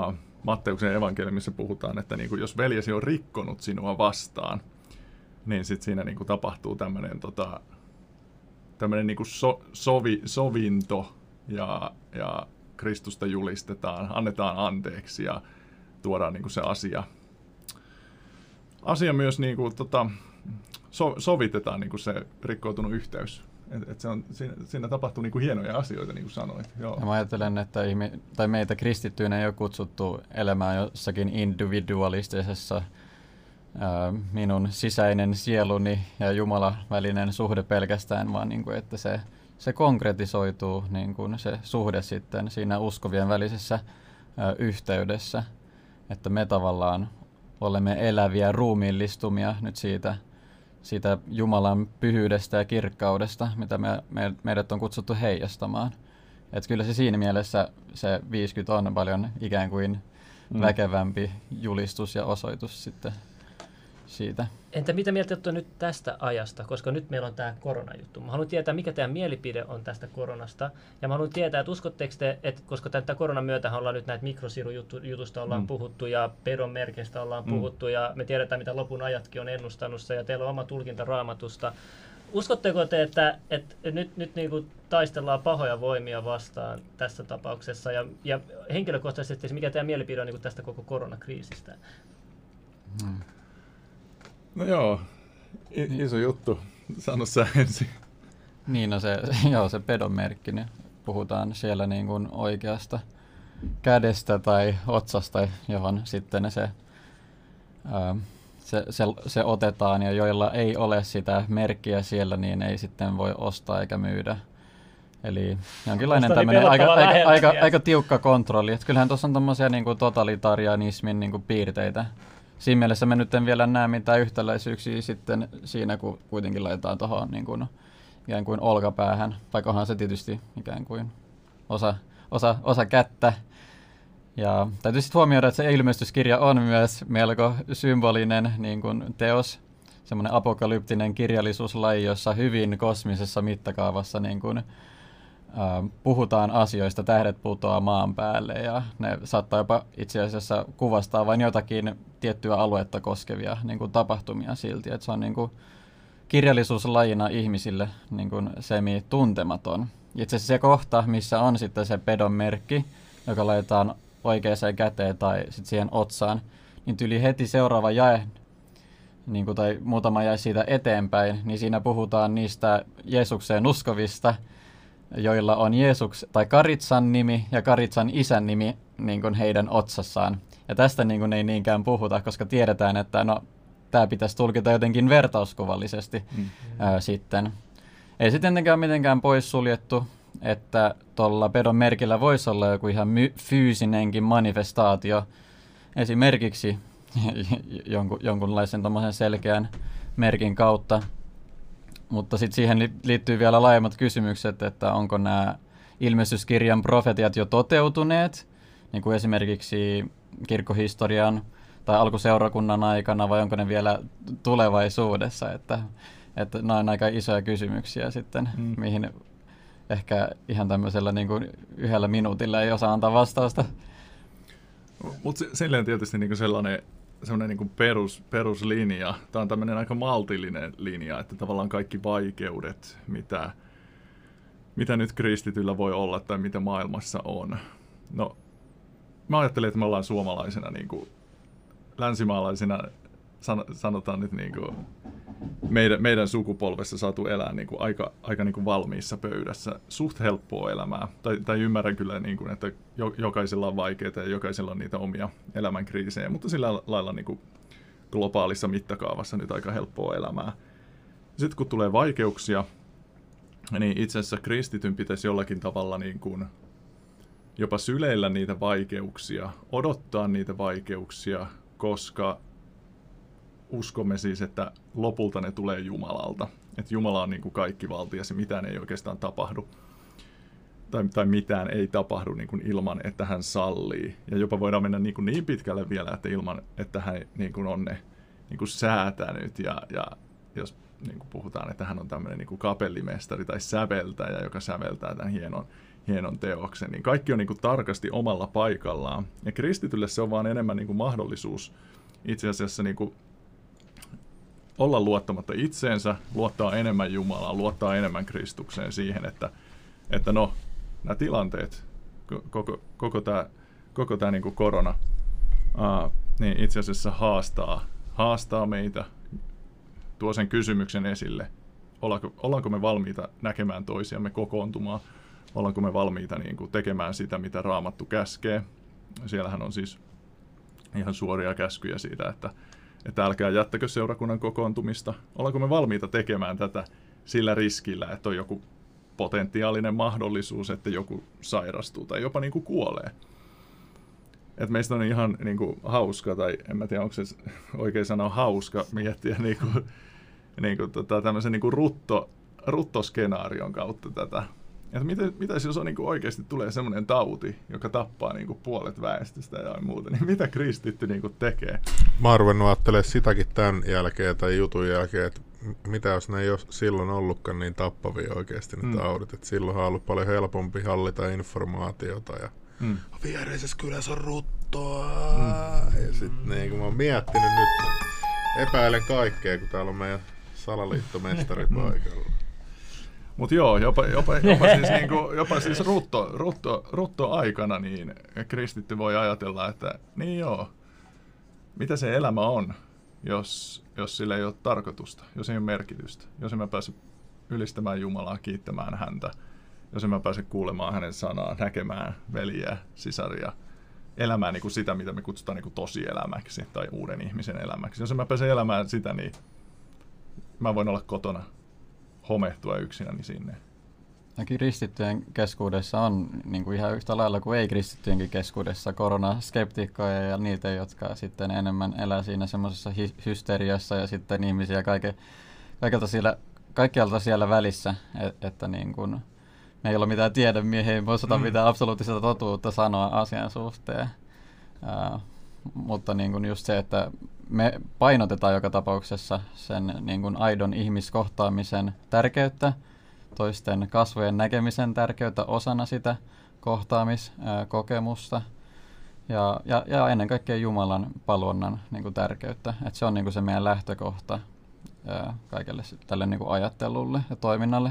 Matteuksen evankeliumissa puhutaan, että niin kuin, jos veljesi on rikkonut sinua vastaan, niin sitten siinä niin kuin, tapahtuu tämmöinen tota, tämmöinen niin kuin so, sovi, sovinto ja, ja Kristusta julistetaan, annetaan anteeksi ja tuodaan niin kuin, se asia, asia myös niin kuin, tota, so, sovitetaan niin kuin, se rikkoutunut yhteys. Et, et se on, siinä, siinä tapahtuu niin kuin, hienoja asioita, niin kuin sanoit. Joo. Ja mä ajattelen, että ihmi, tai meitä kristittyinä ei ole kutsuttu elämään jossakin individualistisessa ää, minun sisäinen sieluni ja Jumala välinen suhde pelkästään, vaan niin kuin, että se, se konkretisoituu niin kuin se suhde sitten siinä uskovien välisessä ää, yhteydessä, että me tavallaan olemme eläviä ruumiillistumia nyt siitä, siitä Jumalan pyhyydestä ja kirkkaudesta, mitä me, me, meidät on kutsuttu heijastamaan. Et kyllä se siinä mielessä se viisikymmentä on paljon ikään kuin mm. väkevämpi julistus ja osoitus sitten siitä. Entä mitä mieltä olette nyt tästä ajasta, koska nyt meillä on tämä koronajuttu. Mä haluan tietää, mikä teidän mielipide on tästä koronasta. Ja mä haluan tietää, että uskotteko te, että koska tämän koronan myötä ollaan nyt näitä mikrosirujutusta ollaan mm. puhuttu ja pedonmerkeistä ollaan mm. puhuttu ja me tiedetään, mitä lopun ajatkin on ennustanut ja teillä on oma tulkinta Raamatusta. Uskotteko te, että, että nyt, nyt niin kuin taistellaan pahoja voimia vastaan tässä tapauksessa ja, ja henkilökohtaisesti mikä teidän mielipide on niin kuin tästä koko koronakriisistä? Mm. No joo, I- iso juttu. Sano sä ensin. Niin, no se, joo, se pedonmerkki, niin puhutaan siellä niin kuin oikeasta kädestä tai otsasta, johon sitten se, ää, se, se, se otetaan ja joilla ei ole sitä merkkiä siellä, niin ei sitten voi ostaa eikä myydä. Eli jonkinlainen tämmöinen aika, aika, aika, aika tiukka kontrolli. Et kyllähän tuossa on tommosia niin kuin totalitarianismin niin kuin piirteitä. Siinä mielessä me nyt en vielä näe mitään yhtäläisyyksiä sitten siinä, kun kuitenkin laitetaan tuohon niin kuin, ikään kuin olkapäähän, vaikka onhan se tietysti ikään kuin osa, osa, osa kättä. Ja täytyy sitten huomioida, että se ilmestyskirja on myös melko symbolinen niin kuin teos, semmoinen apokalyptinen kirjallisuuslaji, jossa hyvin kosmisessa mittakaavassa niin kuin, Uh, puhutaan asioista, tähdet putoaa maan päälle ja ne saattaa jopa itse asiassa kuvastaa vain jotakin tiettyä aluetta koskevia niin kuin tapahtumia silti. Et se on niin kuin kirjallisuuslajina ihmisille niin kuin semi-tuntematon. Itse asiassa se kohta, missä on sitten se pedon merkki, joka laitetaan oikeaan käteen tai sitten siihen otsaan, niin tyyli heti seuraava jae, niin kuin, tai muutama jae siitä eteenpäin, niin siinä puhutaan niistä Jeesukseen uskovista, joilla on Jeesuks, tai Karitsan nimi ja Karitsan isän nimi niin kuin heidän otsassaan. Ja tästä niin kuin ei niinkään puhuta, koska tiedetään, että no, tämä pitäisi tulkita jotenkin vertauskuvallisesti mm. ää, sitten. Ei sitten tietenkään mitenkään poissuljettu, että tuolla pedon merkillä voisi olla joku ihan my- fyysinenkin manifestaatio. Esimerkiksi jonkun, jonkunlaisen tommosen selkeän merkin kautta. Mutta sitten siihen liittyy vielä laajemmat kysymykset, että onko nämä ilmestyskirjan profetiat jo toteutuneet, niin kuin esimerkiksi kirkkohistorian tai alkuseurakunnan aikana, vai onko ne vielä tulevaisuudessa, että, että nämä on aika isoja kysymyksiä sitten, mm. mihin ehkä ihan tämmöisellä niin kuin yhdellä minuutilla ei osaa antaa vastausta. Mutta silleen tietysti niin kuin sellainen semmoinen niin kuin perus, peruslinja. Tämä on tämmöinen aika maltillinen linja, että tavallaan kaikki vaikeudet, mitä, mitä nyt kristityllä voi olla tai mitä maailmassa on. No, mä ajattelin, että me ollaan suomalaisena, niin kuin, länsimaalaisina, san, sanotaan nyt niin kuin, meidän, meidän sukupolvessa saatu elää niin kuin, aika, aika niin kuin valmiissa pöydässä. Suht helppoa elämää. Tai, tai ymmärrän kyllä, niin kuin, että jokaisella on vaikeita ja jokaisella on niitä omia elämänkriisejä, mutta sillä lailla niin kuin globaalissa mittakaavassa nyt aika helppoa elämää. Sitten kun tulee vaikeuksia, niin itse asiassa kristityn pitäisi jollakin tavalla niin kuin jopa syleillä niitä vaikeuksia, odottaa niitä vaikeuksia, koska uskomme siis, että lopulta ne tulee Jumalalta. Että Jumala on niin kuin kaikki valtias ja mitään ei oikeastaan tapahdu. Tai, tai mitään ei tapahdu niin kuin ilman, että hän sallii. Ja jopa voidaan mennä niin, kuin niin pitkälle vielä, että ilman, että hän niin kuin on ne niin kuin säätänyt. Ja, ja jos niin kuin puhutaan, että hän on tämmöinen niin kuin kapellimestari tai säveltäjä, joka säveltää tämän hienon, hienon teoksen, niin kaikki on niin kuin tarkasti omalla paikallaan. Ja kristitylle se on vaan enemmän niin kuin mahdollisuus itse asiassa niin kuin olla luottamatta itseensä, luottaa enemmän Jumalaan, luottaa enemmän Kristukseen siihen, että, että no, nämä tilanteet, koko, koko tämä koko tämä niin kuin korona, aa, niin itse asiassa haastaa, haastaa meitä, tuo sen kysymyksen esille, ollaanko, ollaanko me valmiita näkemään toisiamme, kokoontumaan, ollaanko me valmiita niin kuin tekemään sitä, mitä Raamattu käskee. Siellähän on siis ihan suoria käskyjä siitä, että, että älkää jättäkö seurakunnan kokoontumista. Ollaanko me valmiita tekemään tätä sillä riskillä, että on joku potentiaalinen mahdollisuus, että joku sairastuu tai jopa niin kuin kuolee. Et meistä on ihan niin kuin hauska, tai en mä tiedä, onko se oikein sanoa hauska, miettiä niin kuin, niin kuin, tota, tämmöisen niin kuin rutto, ruttoskenaarion kautta tätä. Että mitä, mitä jos on niin kuin oikeasti tulee semmoinen tauti, joka tappaa niin kuin puolet väestöstä ja muuta, niin mitä kristitty niin kuin tekee? Mä oon ruvennut ajattelemaan sitäkin tämän jälkeen tai jutun jälkeen, että mitä jos ne ei ole silloin ollutkaan niin tappavia oikeasti ne mm. taudit. Että silloinhan on ollut paljon helpompi hallita informaatiota ja mm. viereisessä kylässä on ruttoa. Mm. Ja sitten niin kun mä oon miettinyt nyt, epäilen kaikkea, kun täällä on meidän salaliittomestari paikalla. Mutta joo, jopa, jopa, jopa siis, niinku, jopa siis rutto, rutto, rutto aikana niin kristitty voi ajatella, että niin joo, mitä se elämä on, jos, jos sillä ei ole tarkoitusta, jos ei ole merkitystä, jos en mä pääse ylistämään Jumalaa, kiittämään häntä, jos en mä pääse kuulemaan hänen sanaa, näkemään veljiä, sisaria, elämään niin kuin sitä, mitä me kutsutaan niin kuin tosielämäksi tai uuden ihmisen elämäksi. Jos en mä pääse elämään sitä, niin mä voin olla kotona, homehtua yksinäni sinne. Ja kristittyjen keskuudessa on niin kuin ihan yhtä lailla kuin ei-kristittyjenkin keskuudessa koronaskeptikkoja ja niitä, jotka sitten enemmän elää siinä semmoisessa hy- hysteriassa ja sitten ihmisiä kaike, kaikelta siellä, kaikkialta siellä välissä, et, että niin kuin, me ei ole mitään tiedemiehiä, ei osata mm. mitään absoluuttista totuutta sanoa asian suhteen. Uh, mutta niin kuin just se, että me painotetaan joka tapauksessa sen niin kuin aidon ihmiskohtaamisen tärkeyttä, toisten kasvojen näkemisen tärkeyttä osana sitä kohtaamiskokemusta ja, ja, ja ennen kaikkea Jumalan paluonnan niin kuin tärkeyttä. Et se on niin kuin se meidän lähtökohta ää, kaikelle tälle niin kuin ajattelulle ja toiminnalle.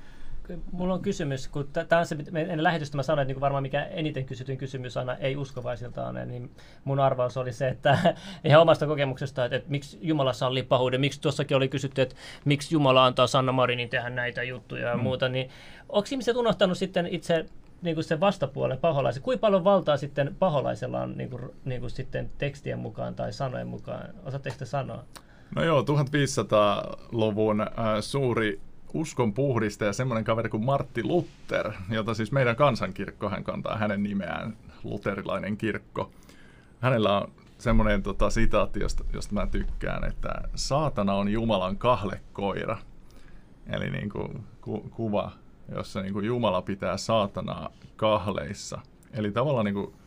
Mulla on kysymys, kun tämä on se, ennen lähetystä mä sanoin, että niin varmaan mikä eniten kysytyin kysymys aina ei-uskovaisilta on, niin mun arvaus oli se, että ihan omasta kokemuksesta, että, että miksi Jumala sallii pahuuden, miksi tuossakin oli kysytty, että miksi Jumala antaa Sanna Marinin tehdä näitä juttuja ja mm. muuta, niin onko ihmiset unohtanut sitten itse niin kuin sen vastapuolen paholaisen? Kuinka paljon valtaa sitten paholaisella on niin kuin, niin kuin sitten tekstien mukaan tai sanojen mukaan? Osaatteko te sanoa? No joo, tuhatviisisataaluvun äh, suuri uskon puhdistaja, semmoinen kaveri kuin Martti Luther, jota siis meidän kansankirkko, hän kantaa hänen nimeään, luterilainen kirkko. Hänellä on semmoinen tota, sitaatti, josta, josta mä tykkään, että saatana on Jumalan kahlekoira. Eli niin kuin, ku, kuva, jossa niin kuin Jumala pitää saatanaa kahleissa. Eli tavallaan niin kuin,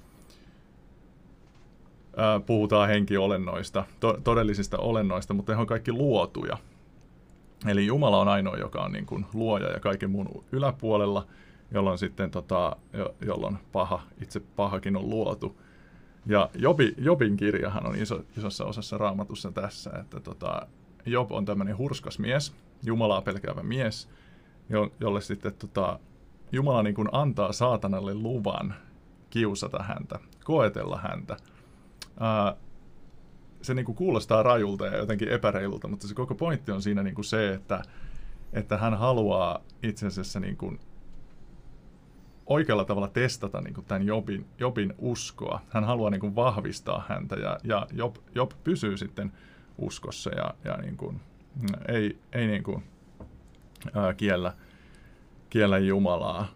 ää, puhutaan henkiolennoista, to, todellisista olennoista, mutta ne on kaikki luotuja. Eli Jumala on ainoa, joka on niin kuin luoja ja kaiken muun yläpuolella, jolloin sitten tota, jo, jolloin paha, itse pahakin on luotu. Ja Jobi, Jobin kirjahan on iso, isossa osassa Raamatussa tässä, että tota, Job on tämmöinen hurskas mies, Jumalaa pelkäävä mies, jo, jolle sitten tota, Jumala niin kuin antaa saatanalle luvan kiusata häntä, koetella häntä. Ää, se niin kuin kuulostaa rajulta ja jotenkin epäreilulta, mutta se koko pointti on siinä niin kuin se, että, että hän haluaa itse asiassa niin kuin oikealla tavalla testata niin kuin tämän Jobin, Jobin uskoa. Hän haluaa niin kuin vahvistaa häntä ja, ja Job, Job pysyy sitten uskossa ja, ja niin kuin, ei, ei niin kuin, ää, kiellä, kiellä Jumalaa.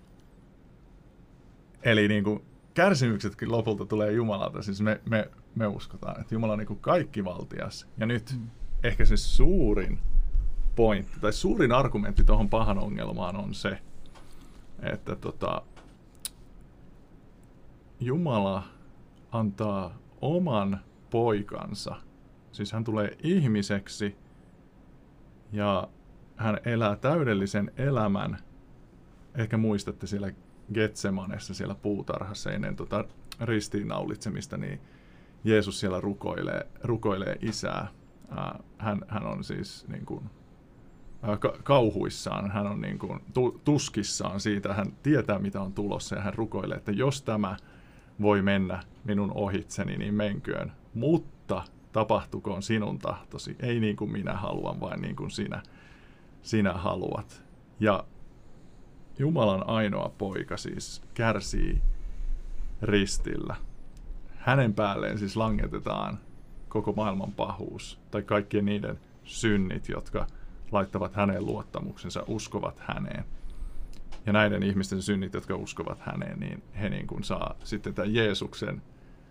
Eli niin kuin kärsimyksetkin lopulta tulee Jumalalta. Siis me, me, me uskotaan, että Jumala on niin kuin kaikkivaltias. Ja nyt mm. ehkä se suurin pointti tai suurin argumentti tuohon pahan ongelmaan on se, että tota, Jumala antaa oman poikansa, siis hän tulee ihmiseksi ja hän elää täydellisen elämän. Ehkä muistatte siellä Getsemanessa siellä puutarhassa ennen tota ristiinnaulitsemista, niin Jeesus siellä rukoilee, rukoilee isää. Ää, hän, hän on siis niin kuin, ää, ka- kauhuissaan, hän on niin kuin, tu- tuskissaan siitä, hän tietää mitä on tulossa ja hän rukoilee, että jos tämä voi mennä minun ohitseni, niin menköön, mutta tapahtukoon sinun tahtosi, ei niin kuin minä haluan, vaan niin kuin sinä, sinä haluat. Ja Jumalan ainoa poika siis kärsii ristillä. Hänen päälleen siis langetetaan koko maailman pahuus, tai kaikkien niiden synnit, jotka laittavat häneen luottamuksensa, uskovat häneen. Ja näiden ihmisten synnit, jotka uskovat häneen, niin he niin kuin saa sitten tämän Jeesuksen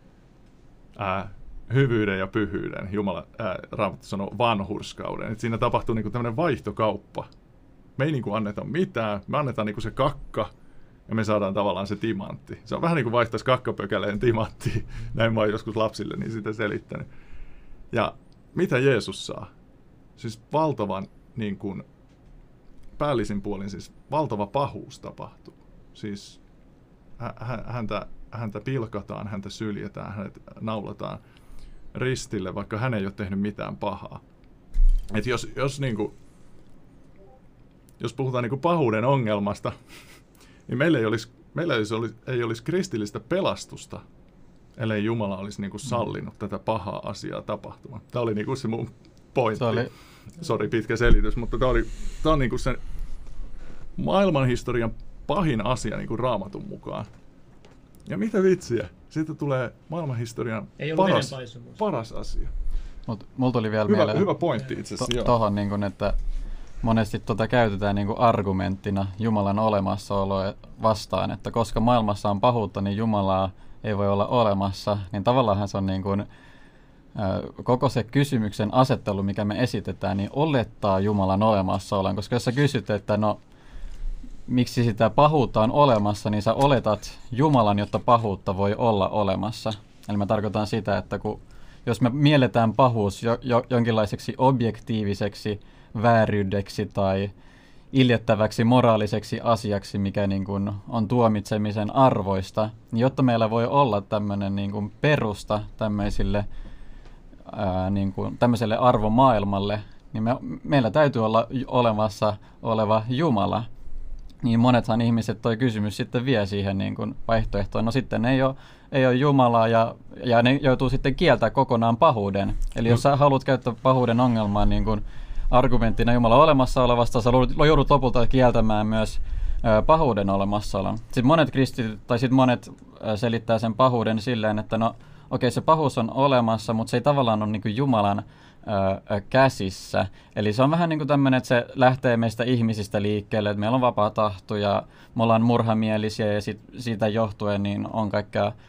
ää, hyvyyden ja pyhyyden, Jumala, ää, Raamattu sanoo vanhurskauden. Et siinä tapahtuu niin kuin tämmöinen vaihtokauppa. Me ei niin kuin anneta mitään, me annetaan niin kuin se kakka, ja me saadaan tavallaan se timantti. Se on vähän niin kuin vaihtaisi kakkapökäleen timanttiin. Näin mä oon joskus lapsille niin sitä selittänyt. Ja mitä Jeesus saa? Siis valtavan niin kuin, päällisin puolin siis valtava pahuus tapahtuu. Siis häntä, häntä pilkataan, häntä syljetään, hänet naulataan ristille, vaikka hän ei ole tehnyt mitään pahaa. Et jos, jos, niin kuin, jos puhutaan niin kuin pahuuden ongelmasta, niin meillä ei olisi, meillä ei olisi, ei olisi kristillistä pelastusta, ellei Jumala olisi niin kuin sallinut tätä pahaa asiaa tapahtumaan. Tämä oli niin kuin se mun pointti. Oli... Sori, pitkä selitys, mutta tämä, oli, tämä on niin kuin se maailmanhistorian pahin asia niin kuin Raamatun mukaan. Ja mitä vitsiä? Siitä tulee maailmanhistorian paras, paras asia. Mut mulla tuli vielä hyvä, mieleen... Hyvä pointti itse asiassa, to, Tohon, niin kuin, että monesti tuota käytetään niin kuin argumenttina Jumalan olemassaoloa vastaan, että koska maailmassa on pahuutta, niin Jumalaa ei voi olla olemassa, niin tavallaan se on niin kuin, koko se kysymyksen asettelu, mikä me esitetään, niin olettaa Jumalan olemassaolon, koska jos sä kysyt, että no miksi sitä pahuutta on olemassa, niin sä oletat Jumalan, jotta pahuutta voi olla olemassa. Eli mä tarkoitan sitä, että kun, jos me mielletään pahuus jo, jo, jonkinlaiseksi objektiiviseksi vääryydeksi tai iljettäväksi moraaliseksi asiaksi, mikä niin kuin on tuomitsemisen arvoista, niin jotta meillä voi olla tämmöinen niin kuin perusta tämmöisille, ää, niin kuin, tämmöiselle arvomaailmalle, niin me, meillä täytyy olla olemassa oleva Jumala. Niin monethan ihmiset toi kysymys sitten vie siihen niin kuin vaihtoehtoon. No sitten ei ole, ei ole Jumalaa ja, ja ne joutuu sitten kieltämään kokonaan pahuuden. Eli jos sä haluat käyttää pahuuden ongelmaa niin kuin argumenttina Jumalan olemassa olevasta, sä joudut lopulta kieltämään myös ö, pahuuden olemassaolon. Sitten monet kristityt tai sitten monet ö, selittää sen pahuuden silleen, että no okei, okay, se pahuus on olemassa, mutta se ei tavallaan ole niin kuin Jumalan Ö, käsissä. Eli se on vähän niin kuin tämmöinen, että se lähtee meistä ihmisistä liikkeelle, että meillä on vapaa tahto ja me ollaan murhamielisiä ja sit, siitä johtuen niin on kaikkea ö,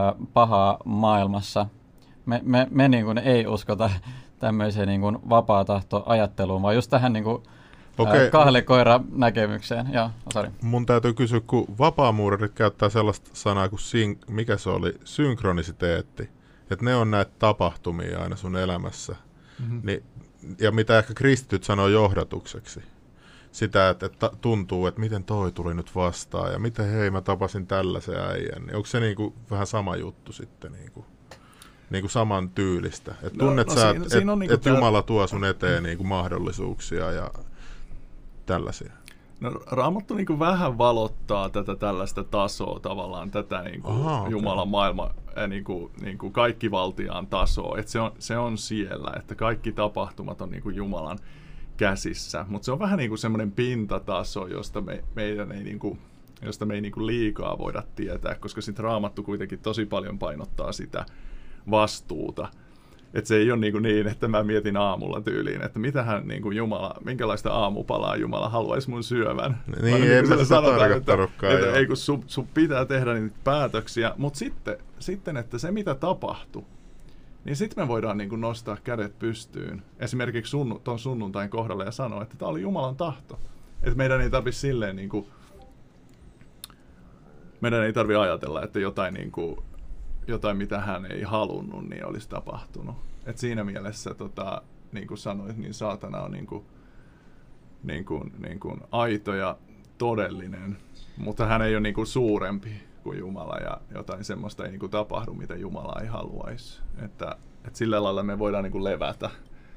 pahaa maailmassa. Me, me, me niin kuin ei uskota tämmöiseen niin kuin vapaa tahto ajatteluun, vaan just tähän niin kuin okay. kahdelle koira näkemykseen. Ja, sorry. Mun täytyy kysyä, kun vapaamuurit käyttää sellaista sanaa kuin syn, mikä se oli, synkronisiteetti, että ne on näitä tapahtumia aina sun elämässä. Mm-hmm. Niin, ja mitä ehkä kristityt sanoo johdatukseksi. Sitä, että, että tuntuu, että miten toi tuli nyt vastaan ja miten hei mä tapasin tällaisen äijän. Niin onko se niinku vähän sama juttu sitten niinku, niinku saman tyylistä? Että tunnet no, no, sä, että et, niinku et Jumala tuo sun eteen niinku mahdollisuuksia ja tällaisia. No, Raamattu niin kuin vähän valottaa tätä tällaista tasoa tavallaan, tätä niin kuin Aha, okay. Jumalan maailma, niin kuin, niin kuin kaikkivaltiaan tasoa. Et se, on, se on siellä, että kaikki tapahtumat on niin kuin Jumalan käsissä. Mutta se on vähän niin kuin semmoinen pintataso, josta me, meidän ei, niin kuin, josta me ei niin kuin liikaa voida tietää, koska sitten Raamattu kuitenkin tosi paljon painottaa sitä vastuuta. Että se ei ole niin, niin, että mä mietin aamulla tyyliin, että mitähän niin kuin Jumala, minkälaista aamupalaa Jumala haluaisi mun syövän. Niin, niin en mä sitä tarkoittanutkaan. Että, että ei kun sun, sun pitää tehdä niitä päätöksiä, mutta sitten, sitten, että se mitä tapahtui, niin sitten me voidaan niin kuin nostaa kädet pystyyn. Esimerkiksi sun, ton sunnuntain kohdalla ja sanoa, että tämä oli Jumalan tahto. Että meidän ei tarvitse silleen, niin kuin, meidän ei tarvitse ajatella, että jotain niin kuin, jotain, mitä hän ei halunnut, niin olisi tapahtunut. Et siinä mielessä, tota, niin kuin sanoit, niin saatana on niin kuin, niin kuin, niin kuin aito ja todellinen, mutta hän ei ole niin kuin suurempi kuin Jumala ja jotain semmoista ei niin kuin tapahdu, mitä Jumala ei haluaisi. Että, että sillä lailla me voidaan niin kuin levätä.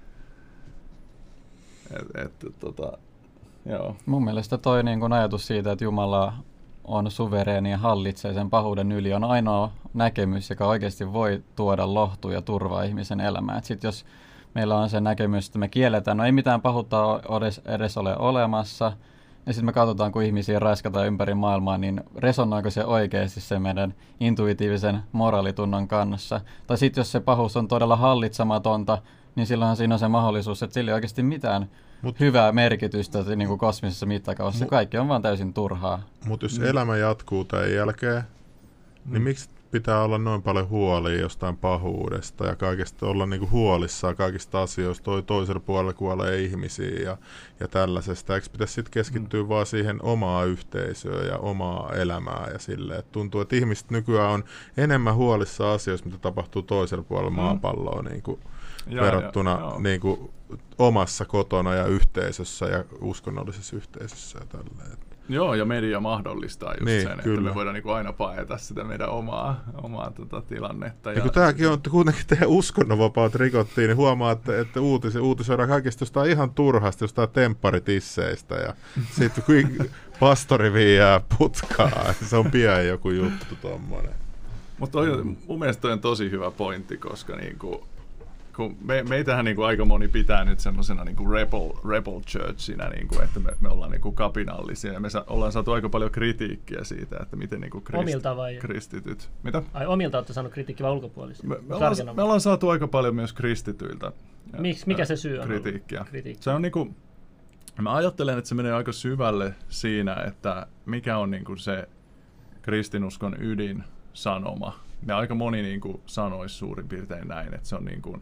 Et, et, tota, joo. Mun mielestä toi niin kuin ajatus siitä, että Jumala on suvereeni ja hallitsee sen pahuuden yli, on ainoa näkemys, joka oikeasti voi tuoda lohtua ja turvaa ihmisen elämään. Sitten jos meillä on se näkemys, että me kielletään, no ei mitään pahuutta edes, edes ole olemassa, ja sitten me katsotaan, kun ihmisiä raiskataan ympäri maailmaa, niin resonoiko se oikeasti se meidän intuitiivisen moraalitunnon kanssa? Tai sitten jos se pahuus on todella hallitsematonta, niin silloinhan siinä on se mahdollisuus, että sillä ei oikeasti mitään Mut, hyvää merkitystä niin kuin kosmisessa mittakaavassa. Kaikki on vaan täysin turhaa. Mutta jos mm. elämä jatkuu tämän jälkeen, mm. niin miksi pitää olla noin paljon huolia jostain pahuudesta ja kaikesta olla niinku huolissaan kaikista asioista, toi toisella puolella kuolee ihmisiä ja, ja tällaisesta. Eikö pitäisi sitten keskittyä mm. vaan siihen omaa yhteisöön ja omaa elämää ja silleen, että tuntuu, että ihmiset nykyään on enemmän huolissaan asioista, mitä tapahtuu toisella puolella mm. maapalloa niinku ja, verrattuna ja, niinku omassa kotona ja yhteisössä ja uskonnollisessa yhteisössä ja tälleen. Joo, ja media mahdollistaa just niin, sen, kyllä. että me voidaan niinku aina paeta sitä meidän omaa, omaa tota tilannetta. Ja, ja kun tämäkin on, että kuitenkin teidän uskonnonvapaut rikottiin, niin huomaa, että, että uutis, uutisoidaan kaikista jostain ihan turhasta, jostain tempparitisseistä, ja sitten kun pastori viiää putkaa, se on pian joku juttu tommoinen. Mutta mun mielestä toi on tosi hyvä pointti, koska niinku, kun me, meitähän niinku aika moni pitää nyt semmoisena niinku rebel, rebel churchina, niinku, että me, me ollaan niinku kapinallisia ja me sa, ollaan saatu aika paljon kritiikkiä siitä, että miten niinku krist, omilta vai? kristityt. Mitä? Ai omilta olette saanut kritiikkiä vai ulkopuolisia? Me, me, ollaan, me ollaan saatu aika paljon myös kristityiltä. Miks, mikä se syy on? Kritiikkiä. kritiikkiä. Se on niinku, mä ajattelen, että se menee aika syvälle siinä, että mikä on niinku se kristinuskon ydin sanoma. Ja aika moni niinku sanoisi suurin piirtein näin, että se on niinku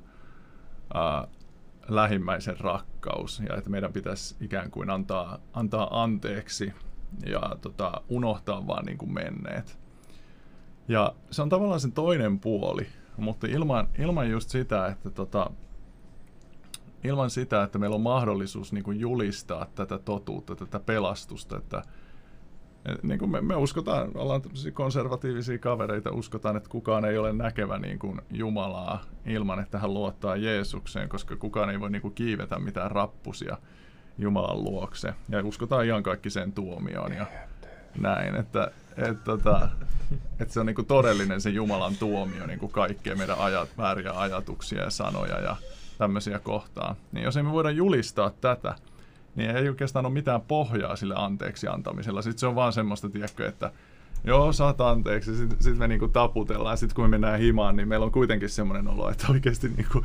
Uh, lähimmäisen rakkaus ja että meidän pitäisi ikään kuin antaa, antaa anteeksi ja tota, unohtaa vaan niin kuin menneet. Ja se on tavallaan sen toinen puoli, mutta ilman, ilman just sitä, että tota, ilman sitä, että meillä on mahdollisuus niin kuin julistaa tätä totuutta, tätä pelastusta, että niin kuin me, me uskotaan, ollaan tämmöisiä konservatiivisia kavereita, uskotaan, että kukaan ei ole näkevä niin kuin Jumalaa ilman, että hän luottaa Jeesukseen, koska kukaan ei voi niin kuin kiivetä mitään rappusia Jumalan luokse. Ja uskotaan ihan kaikki sen tuomioon ja näin, että, että, että, että se on niin kuin todellinen se Jumalan tuomio niin kuin kaikkea meidän ajat, vääriä ajatuksia ja sanoja ja tämmöisiä kohtaan. Niin jos emme voida julistaa tätä, niin ei oikeastaan ole mitään pohjaa sille anteeksi antamisella. Sitten se on vaan semmoista, tiedätkö, että joo, saat anteeksi, sitten sit me niinku taputellaan, ja sitten kun me mennään himaan, niin meillä on kuitenkin semmoinen olo, että oikeasti niinku,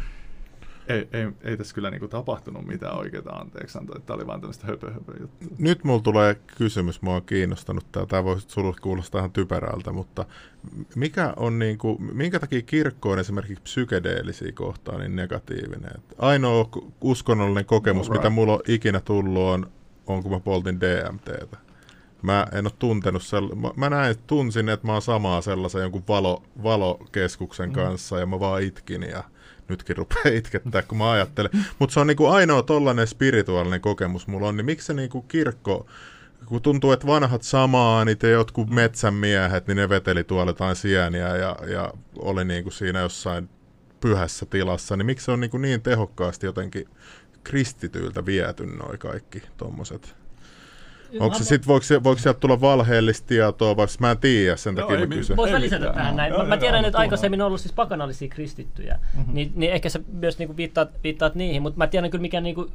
ei, ei, ei tässä kyllä niinku tapahtunut mitään oikeaa anteeksi antoa, että tämä oli vaan tämmöistä höpö, höpö juttua. Nyt mulla tulee kysymys, mua on kiinnostanut tämä, tämä voisi sulle kuulostaa ihan typerältä, mutta mikä on niinku, minkä takia kirkko on esimerkiksi psykedeellisiä kohtaan niin negatiivinen? Et ainoa uskonnollinen kokemus, right. mitä mulla on ikinä tullut, on, on kun mä poltin D M T:tä. Mä en ole tuntenut sell- mä, mä näin, tunsin, että mä oon samaa sellaisen jonkun valo, valokeskuksen mm. kanssa, ja mä vaan itkin, ja nytkin rupeaa itkettää, kun mä ajattelen. Mutta se on niinku ainoa tollainen spirituaalinen kokemus mulla on, niin miksi se niinku kirkko, kun tuntuu, että vanhat samaanit ja jotkut metsänmiehet, niin ne veteli tuolla jotain sieniä ja, ja oli niinku siinä jossain pyhässä tilassa, niin miksi se on niinku niin tehokkaasti jotenkin kristityiltä viety noi kaikki tommoset? Onko se sit, voiko, voiko sieltä tulla valheellista tietoa, vaikka mä en tiedä, sen takia mä kysyn. Voisi lisätä tähän näin. Mä, mä tiedän, että aikaisemmin on ollut siis pakanallisia kristittyjä, mm-hmm. niin, niin ehkä sä myös niinku viittaat, viittaat niihin, mutta mä tiedän kyllä mikä niinku,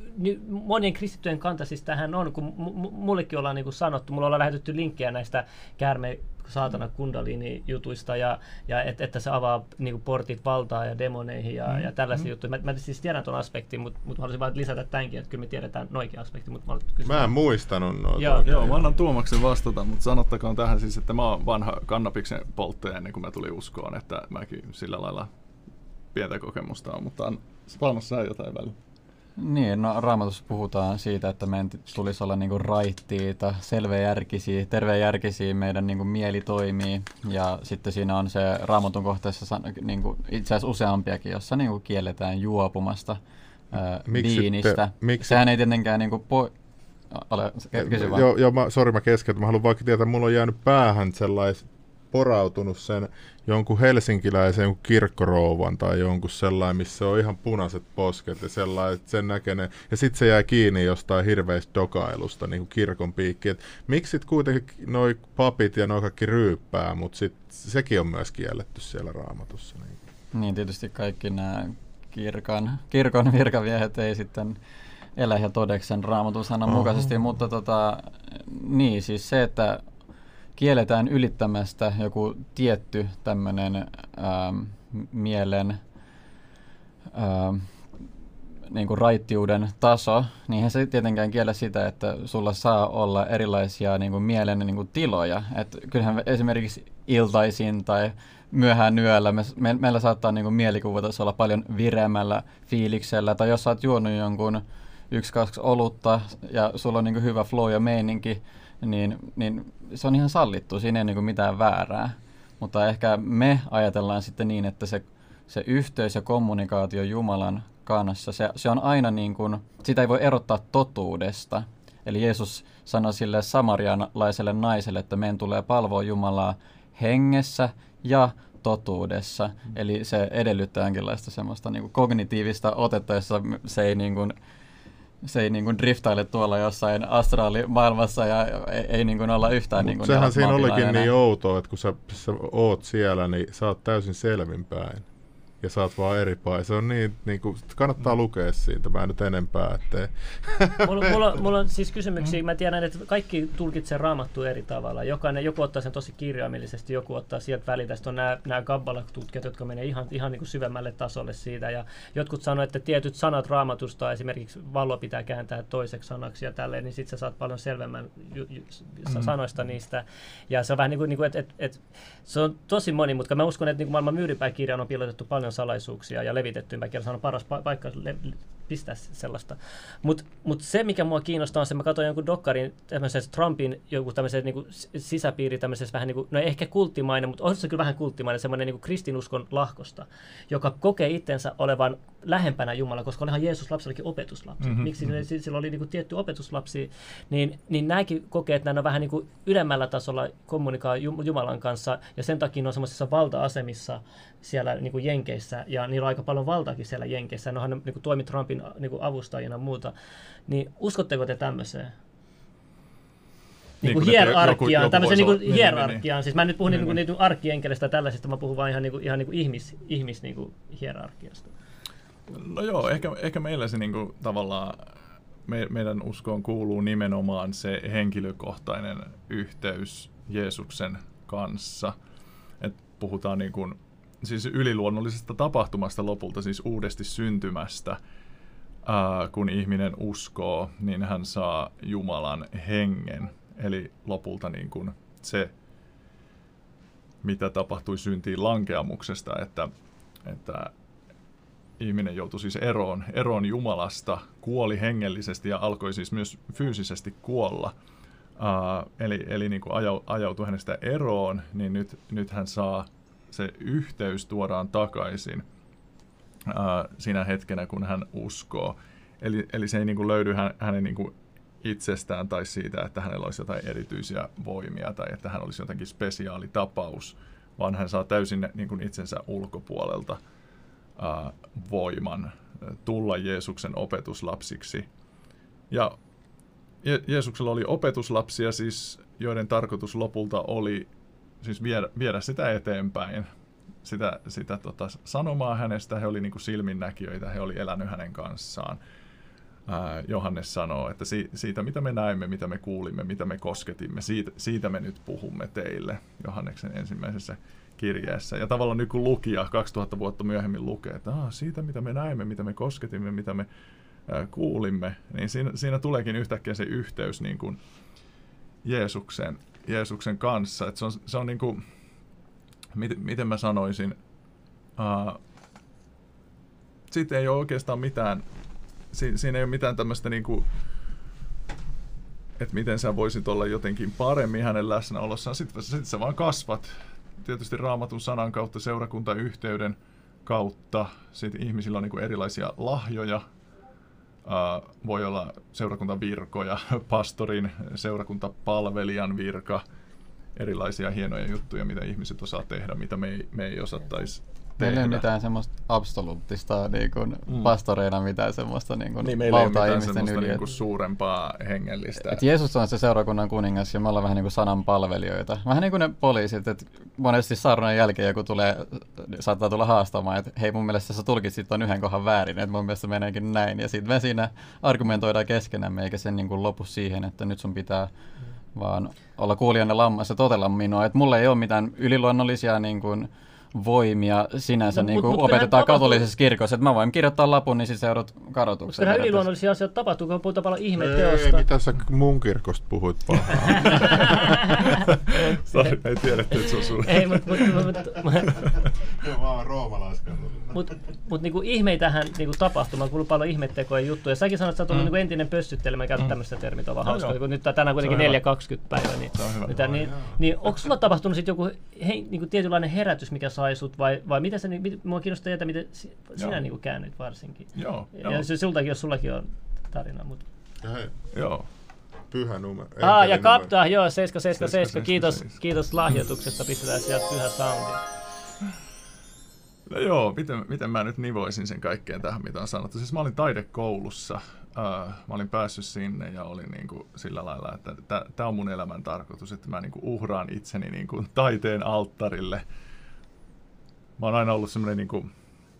monien kristittyjen kanta siis tähän on, kun m- mullekin ollaan niinku sanottu, mulla ollaan lähetetty linkkejä näistä käärme saatana kundaliini-jutuista, ja, ja et, että se avaa niinku portit valtaa ja demoneihin ja, mm-hmm. ja tällaisia mm-hmm. juttuja. Mä, mä siis tiedän tuon aspektin, mutta mut haluaisin vain lisätä tämänkin, että kyllä me tiedetään noikin aspekti. Mut mä, mä en muistanut noita. Joo, joo, mä annan Tuomaksen vastata, mutta sanottakoon tähän siis, että mä oon vanha kannabiksen polttaja ennen kuin mä tulin uskoon, että mäkin sillä lailla pientä kokemusta on, mutta Palmas sä jotain välillä. Niin, no Raamatussa puhutaan siitä, että meidän tulisi olla niinku raittiita, selveäjärkisiä, terveejärkisiä, meidän niinku mieli toimii. Ja sitten siinä on se Raamatun kohteessa niinku, itse asiassa useampiakin, jossa niinku kielletään juopumasta ää, miksi viinistä. Te, miksi? Sehän ei tietenkään niinku po, ole, kysy vaan. Joo, jo, mä, sori mä keskeytän. Mä haluan vaikka tietää, mulla on jäänyt päähän sellais porautunut sen jonkun helsinkiläisen jonkun kirkkorouvan tai jonkun sellainen, missä on ihan punaiset posket ja sellainen, että sen näkenee. Ja sitten se jää kiinni jostain hirveästä dokailusta, niin kuin kirkon piikki. Et miksi sitten kuitenkin noi papit ja noi kaikki ryyppää, mutta sit sekin on myös kielletty siellä Raamatussa. Niin, niin tietysti kaikki nämä kirkon, kirkon virkamiehet ei sitten elä ja todeksen Raamatun sanan oh. mukaisesti, mutta tota, niin siis se, että kielletään ylittämästä joku tietty tämmöinen ähm, mielen ähm, niin kuin raittiuden taso, niin eihän se tietenkään kiellä sitä, että sulla saa olla erilaisia niin kuin mielen niin kuin tiloja. Et kyllähän esimerkiksi iltaisin tai myöhään yöllä me, me, meillä saattaa niin kuin mielikuvatasolla olla paljon vireämmällä fiiliksellä, tai jos sä oot juonut jonkun yksi, kaksi olutta ja sulla on niin kuin hyvä flow ja meininki, Niin, niin se on ihan sallittu, siinä ei niin kuin mitään väärää. Mutta ehkä me ajatellaan sitten niin, että se, se yhteys ja kommunikaatio Jumalan kanssa, se, se on aina niin kuin, sitä ei voi erottaa totuudesta. Eli Jeesus sanoi sille samarialaiselle naiselle, että meidän tulee palvoa Jumalaa hengessä ja totuudessa. Mm. Eli se edellyttää jonkinlaista semmoista niin kuin kognitiivista otetta, jossa se ei niin kuin se ei niin kuin driftaile tuolla jossain astraalimaailmassa ja ei, ei niin kuin olla yhtään niin kuin sehän siinä olikin niin outoa, että kun sä, sä oot siellä, niin sä oot täysin selvinpäin. Ja sä oot vaan eri päin. Se on niin, niin kuin, kannattaa lukea siitä, mä en nyt enempää, ettei. Mulla, mulla, mulla on siis kysymyksiä. Mä tiedän, että kaikki tulkitsee Raamattua eri tavalla. Jokainen, joku ottaa sen tosi kirjaimellisesti, joku ottaa sieltä välillä. Sitten on nämä, nämä Kabbala-tutkijat, jotka menee ihan, ihan niin kuin syvemmälle tasolle siitä. Ja jotkut sanoo, että tietyt sanat Raamatusta, esimerkiksi valo pitää kääntää toiseksi sanaksi ja tälleen, niin sitten sä saat paljon selvemmän ju, ju, sanoista niistä. Ja se on vähän niin kuin, niin kuin että et, et, se on tosi monimutkainen. Mä uskon, että niin kuin maailman myyripäikirjaan on piilotettu paljon salaisuuksia ja levitetty ympäri. Se on paras pa- paikka le- pistää sellaista. Mutta mut se, mikä mua kiinnostaa, on se, mä katsoin jonkun dokkarin, tämmöisessä Trumpin joku tämmöisessä niinku sisäpiiri, tämmöisessä vähän niinku, no ehkä kulttimainen, mutta on se kyllä vähän kulttimainen, semmoinen niinku kristinuskon lahkosta, joka kokee itsensä olevan lähempänä Jumalaa, koska olihan Jeesus lapsellakin opetuslapsi. Mm-hmm. Miksi mm-hmm. sillä oli niinku tietty opetuslapsi, niin, niin nämäkin kokee, että nämä on vähän niinku ylemmällä tasolla kommunikoida Jumalan kanssa, ja sen takia ne on semmoisissa valta-asemissa siellä niinku Jenkeissä, ja niillä on aika paljon valtaakin siellä Jenkeissä, ja ne niinku toimi Trumpin niinku avustajina ja muuta. Niin uskotteko te tämmöiseen? Niinku niin hierarkiaan, tämmöiseen niinku niin, hierarkiaan. Niin, niin. Siis mä en nyt puhu niin, niinku niin. arkienkelestä ja tällaisesta, mä puhun vaan ihan, niinku, ihan niinku ihmis, ihmis niinku hierarkiasta. No joo, ehkä, ehkä meillä se niinku tavallaan, me, meidän uskoon kuuluu nimenomaan se henkilökohtainen yhteys Jeesuksen kanssa. Et puhutaan niinku, siis yliluonnollisesta tapahtumasta lopulta, siis uudesti syntymästä. Ää, kun ihminen uskoo, niin hän saa Jumalan hengen. Eli lopulta niin kuin se, mitä tapahtui syntiin lankeamuksesta, että, että ihminen joutui siis eroon, eroon Jumalasta, kuoli hengellisesti ja alkoi siis myös fyysisesti kuolla. Ää, eli eli niin kuin ajautui hänestä eroon, niin nyt, nyt hän saa, se yhteys tuodaan takaisin ää, siinä hetkenä, kun hän uskoo. Eli, eli se ei niin kuin löydy hän, hänen niin kuin itsestään tai siitä, että hänellä olisi jotain erityisiä voimia tai että hän olisi jotenkin spesiaalitapaus, vaan hän saa täysin niin kuin itsensä ulkopuolelta ää, voiman tulla Jeesuksen opetuslapsiksi. Ja Je- Jeesuksella oli opetuslapsia, siis, joiden tarkoitus lopulta oli siis viedä, viedä sitä eteenpäin, sitä, sitä tota, sanomaa hänestä. He oli niin kuin silminnäkijöitä, he oli elänyt hänen kanssaan. Ää, Johannes sanoo, että si- siitä mitä me näimme, mitä me kuulimme, mitä me kosketimme, siitä, siitä me nyt puhumme teille, Johanneksen ensimmäisessä kirjeessä. Ja tavallaan nyt kun lukija kaksituhatta vuotta myöhemmin lukee, että ah, siitä mitä me näimme, mitä me kosketimme, mitä me ää, kuulimme, niin siinä, siinä tuleekin yhtäkkiä se yhteys niin kuin Jeesuksen, Jeesuksen kanssa. Että se on, se on niin kuin, miten, miten mä sanoisin, ää, siitä ei ole oikeastaan mitään, si, siinä ei ole mitään tämmöistä, niin kuin, että miten sä voisit olla jotenkin paremmin hänen läsnäolossaan. Sitten sit sä vaan kasvat. Tietysti Raamatun sanan kautta, seurakuntayhteyden kautta. Sitten ihmisillä on niin kuin erilaisia lahjoja. Uh, voi olla seurakuntavirkoja, pastorin, seurakuntapalvelijan virka, erilaisia hienoja juttuja, mitä ihmiset osaa tehdä, mitä me ei, me ei osattaisi tehdä. Meillä ei ole mitään semmoista absoluuttista niin kuin mm. pastoreina, mitään semmoista niin kuin niin, meillä ei ole mitään semmoista niin kuin suurempaa hengellistä. Et Jeesus on se seurakunnan kuningas ja me ollaan vähän niin kuin sanan palvelijoita. Vähän niin kuin ne poliisit, että monesti saarnan jälkeen joku tulee, saattaa tulla haastamaan, että hei mun mielestä sä tulkitsit ton yhden kohan väärin, että mun mielestä meneekin näin. Ja sitten me siinä argumentoidaan keskenämme, eikä sen niin kuin lopu siihen, että nyt sun pitää vaan olla kuulijainen lammas ja totella minua. Että mulla ei ole mitään yliluonnollisia niin kuin voimia sinänsä no, niin kuin opetetaan katolisessa kirkossa. Että mä voin kirjoittaa lapun, niin sit sä joudut kadotukseen. Mutta yliluonnollisia asioita tapahtuu, kun puhutaan paljon ihmeteosta. Ei, mitä sä mun kirkosta puhuit pahaa? Sori, ei tiedetty, että se on sun. Ei, mutta... Joo, mä oon roomalaiskatolinen. Mutta mut niinku ihmeitähän niinku tapahtuu. Mä oon kuullut paljon ihmettekoja juttuja. Säkin sanoit, että sä oot ollut mm. niinku entinen pössyttely. Mä käytän mm. tämmöistä termiä, on vaan hauskaa. Kun nyt tänään kuitenkin neljä kaksikymmentä päivää. Niin, mitä, niin, niin onko sulla tapahtunut sit joku hei, niinku tietynlainen herätys, mikä sai sut? Vai, vai miten sä, niin, mua kiinnostaa tietää, miten sinä niinku käännyt varsinkin. Joo, ja joo. Se, sultakin, jos sullakin on tarina. Mut. Ja hei, joo. Pyhä numero. Ah, ja kapta, joo, seitsemän seitsemän seitsemän. Kiitos, kiitos lahjoituksesta. Pistetään sieltä pyhä soundi. No joo, miten, miten mä nyt nivoisin sen kaikkeen tähän, mitä on sanottu. Siis mä olin taidekoulussa, uh, mä olin päässyt sinne ja olin niinku sillä lailla, että tämä on mun elämän tarkoitus, että mä niinku uhraan itseni niinku taiteen alttarille. Mä oon aina ollut semmoinen niinku, uh,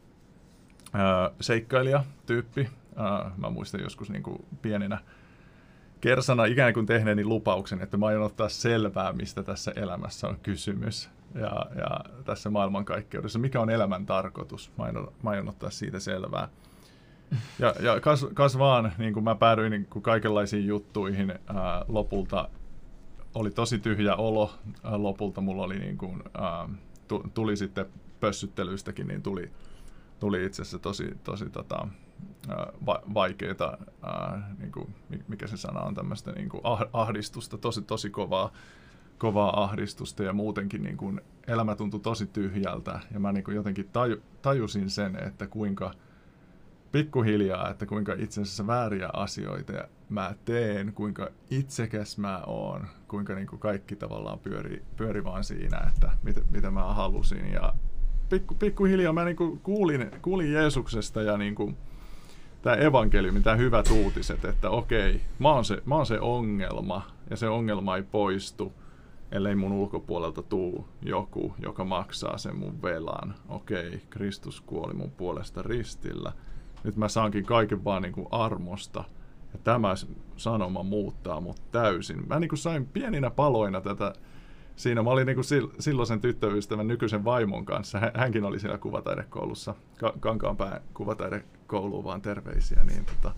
seikkailija-tyyppi. Uh, mä muistan joskus niinku pienenä kersana ikään kuin tehneeni lupauksen, että mä aion ottaa selvää, mistä tässä elämässä on kysymys. Ja, ja tässä maailmankaikkeudessa, mikä on elämän tarkoitus. Mä aion, mä aion ottaa siitä selvää. Ja, ja kas, kas vaan, niin kuin mä päädyin niin kuin kaikenlaisiin juttuihin, ää, lopulta oli tosi tyhjä olo. Ää, lopulta mulla oli, niin kuin, ää, tuli sitten pössyttelyistäkin, niin tuli, tuli itse asiassa tosi, tosi tota, ää, va, vaikeita, ää, niin kuin, mikä se sana on, tämmöistä niin kuin ahdistusta, tosi, tosi kovaa. kovaa ahdistusta ja muutenkin niin kuin elämä tuntui tosi tyhjältä ja mä niin kuin jotenkin taju, tajusin sen, että kuinka pikkuhiljaa, että kuinka itse asiassa vääriä asioita mä teen, kuinka itsekäs mä oon, kuinka niin kuin kaikki tavallaan pyöri, pyöri vaan siinä, että mitä, mitä mä halusin ja pikku, pikkuhiljaa mä niin kuin kuulin, kuulin Jeesuksesta ja niin kuin tämä evankeliumi, tämä hyvät uutiset, että okei, mä oon se, mä oon se ongelma ja se ongelma ei poistu, ellei mun ulkopuolelta tuu joku, joka maksaa sen mun velan. Okei, Kristus kuoli mun puolesta ristillä. Nyt mä saankin kaiken vaan niin kuin armosta. Ja tämä sanoma muuttaa mut täysin. Mä niin kuin sain pieninä paloina tätä. Siinä mä olin niin kuin silloisen tyttöystävän nykyisen vaimon kanssa. Hänkin oli siellä kuvataidekoulussa. Ka- Kankaanpään kuvataidekouluun vaan terveisiä. Niin tota...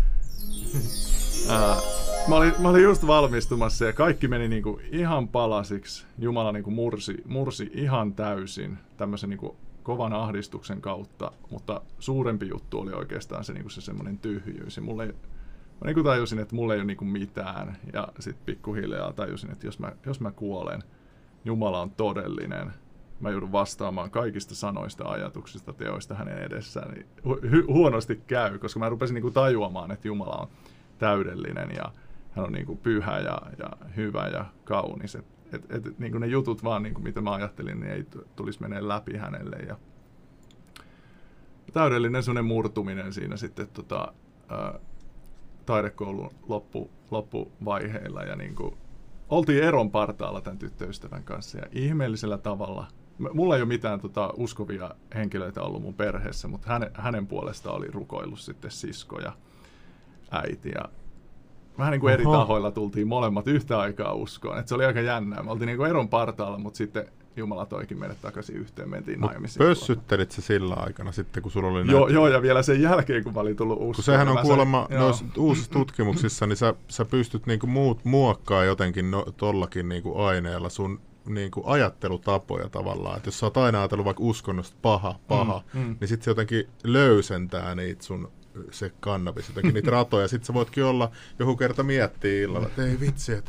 Ää, mä, olin, mä olin just valmistumassa ja kaikki meni niinku ihan palasiksi. Jumala niinku mursi, mursi ihan täysin tämmöisen niinku kovan ahdistuksen kautta, mutta suurempi juttu oli oikeastaan se, niinku se semmoinen tyhjyys. Ja mulle, mä niinku tajusin, että mulla ei ole niinku mitään ja sitten pikkuhiljaa tajusin, että jos mä, jos mä kuolen, Jumala on todellinen. Mä joudun vastaamaan kaikista sanoista, ajatuksista, teoista hänen edessään. Niin hu- huonosti käy, koska mä rupesin niinku tajuamaan, että Jumala on täydellinen ja hän on niinku pyhä ja, ja hyvä ja kaunis. Et, et, et, niinku ne jutut vaan, niinku, mitä mä ajattelin, niin ei tulisi menee läpi hänelle. Ja täydellinen sellainen murtuminen siinä sitten tota, ää, taidekoulun loppu, loppuvaiheilla. Ja niinku, oltiin eron partaalla tämän tyttöystävän kanssa ja ihmeellisellä tavalla. Mulla ei ole mitään tota, uskovia henkilöitä ollut mun perheessä, mutta hänen, hänen puolestaan oli rukoillut sitten sisko ja äiti. Ja vähän niin kuin eri tahoilla tultiin molemmat yhtä aikaa uskoon. Et se oli aika jännää. Me oltiin niin kuin eron partaalla, mutta sitten Jumala toikin meidät takaisin yhteen, mentiin naimisiin. Pössyttelit se sillä aikana sitten, kun sulla oli näitä... Joo, joo, ja vielä sen jälkeen, kun mä olin tullut uskoon. Kun sehän on kuulemma noissa uusissa tutkimuksissa, niin sä, sä pystyt niinku muut, muokkaa jotenkin no, tollakin niinku aineella sun niinku ajattelutapoja tavallaan. Et jos sä oot aina ajatellut vaikka uskonnosta paha, paha, mm, mm. niin sit se jotenkin löysentää niitä sun se kannabis, jotenkin niitä ratoja. Sitten sä voitkin olla joku kerta miettiä illalla, että ei vitsi, että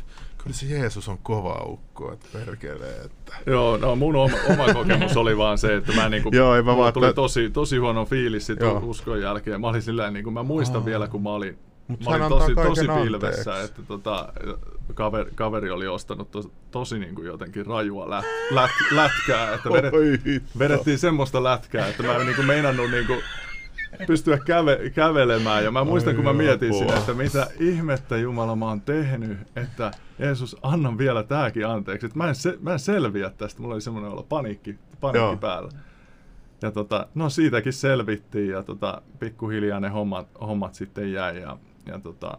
Kyllä se Jeesus on kova ukko, että perkelee. Että... Joo, no mun oma, oma kokemus oli vaan se, että mä niinku, Joo, mä vaan, tuli että... tosi, tosi huono fiilis sit uskon jälkeen. Mä olin sillä niin kuin mä muistan oh. vielä, kun mä olin, mä olin tosi, tosi pilvessä, että tota, kaveri, kaveri oli ostanut tos, tosi niin kuin jotenkin rajua lät, lät, lätkää, että vedet, vedettiin semmoista lätkää, että mä en niin kuin meinannut niin kuin pystyä käve, kävelemään. Ja mä muistan, Ai kun mä mietin sinne, että mitä ihmettä Jumala mä oon tehnyt, että Jeesus, anna vielä tääkin anteeksi. Että mä, en se, mä en selviä tästä. Mulla oli semmoinen olo paniikki, paniikki päällä. Ja tota, no siitäkin selvittiin ja tota, pikkuhiljaa ne hommat, hommat sitten jäi. Ja, ja tota,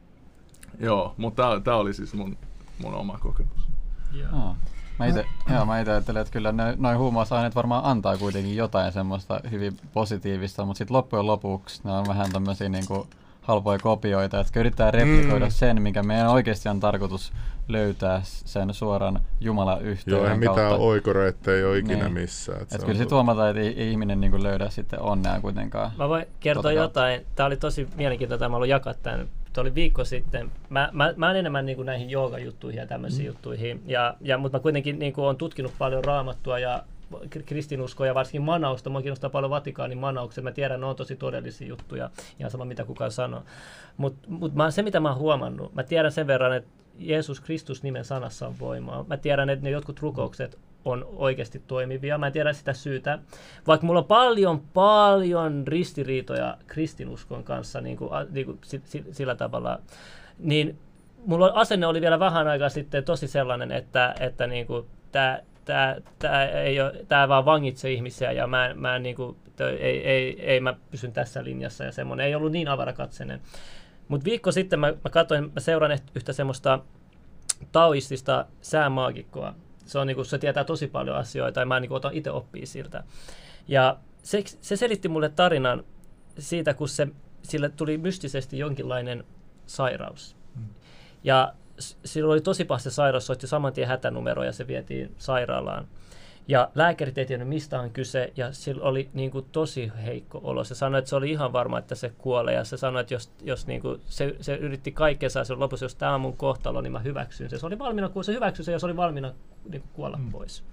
joo, mutta tää oli siis mun, mun oma kokemus. Joo. Mä ite, joo, mä ite ajattelen, että kyllä noin huumausaineet varmaan antaa kuitenkin jotain semmoista hyvin positiivista, mutta sitten loppujen lopuksi ne on vähän tämmöisiä niinku halpoja kopioita, että yrittää replikoida mm. sen, mikä meidän oikeasti on tarkoitus löytää sen suoran Jumalan yhteyden kautta. Joo, mitään oikoreittejä ei ole ikinä niin. missään. Että et kyllä sitten huomataan, että ei, ei ihminen niinku löydä sitten onnea kuitenkaan. Mä voin kertoa jotain. Tämä oli tosi mielenkiintoista, mä haluan jakaa tämän. Tämä oli viikko sitten. Mä, mä, mä olen enemmän niin kuin näihin joogajuttuihin ja tämmöisiin mm. juttuihin, ja, ja, mutta mä kuitenkin niin kuin olen tutkinut paljon raamattua ja kristinuskoa ja varsinkin manausta. Mua kiinnostaa paljon Vatikaanin manaukset. Mä tiedän, ne on tosi todellisia juttuja, ihan sama mitä kukaan sanoo. Mutta mut se, mitä mä oon huomannut, mä tiedän sen verran, että Jeesus Kristus nimen sanassa on voimaa. Mä tiedän, että ne jotkut rukoukset on oikeasti toimivia. Mä en tiedä sitä syytä. Vaikka mulla on paljon, paljon ristiriitoja kristinuskon kanssa niin kuin, niin kuin, sillä tavalla, niin mulla asenne oli vielä vähän aikaa sitten tosi sellainen, että, että niin kuin, tää, tää, tää, ei ole, tää vaan vangitsee ihmisiä ja mä, mä niin kuin, ei, ei, ei mä pysyn tässä linjassa ja semmoinen. Ei ollut niin avarakatseinen. Mutta viikko sitten mä, mä katsoin, mä seuraan yhtä semmoista taoistista säämaagikkoa. Se, on, niinku, se tietää tosi paljon asioita ja mä niinku, otan itse oppia siltä. Ja se, se selitti mulle tarinan siitä, kun se, sille tuli mystisesti jonkinlainen sairaus. Mm. Ja sillä oli tosi paha se sairaus, soitti saman tien hätänumero ja se vietiin sairaalaan. Ja lääkärit ei tiennyt, mistä on kyse, ja sillä oli niin kuin, tosi heikko olo. Se sanoi, että se oli ihan varma, että se kuolee, ja se sanoi, että jos, jos niin kuin, se, se yritti kaikkensa, ja se lopussa, jos tämä on mun kohtalo, niin mä hyväksyn sen. Se oli valmiina, se hyväksyi sen, ja se oli valmiina niin kuin, kuolla mm. pois.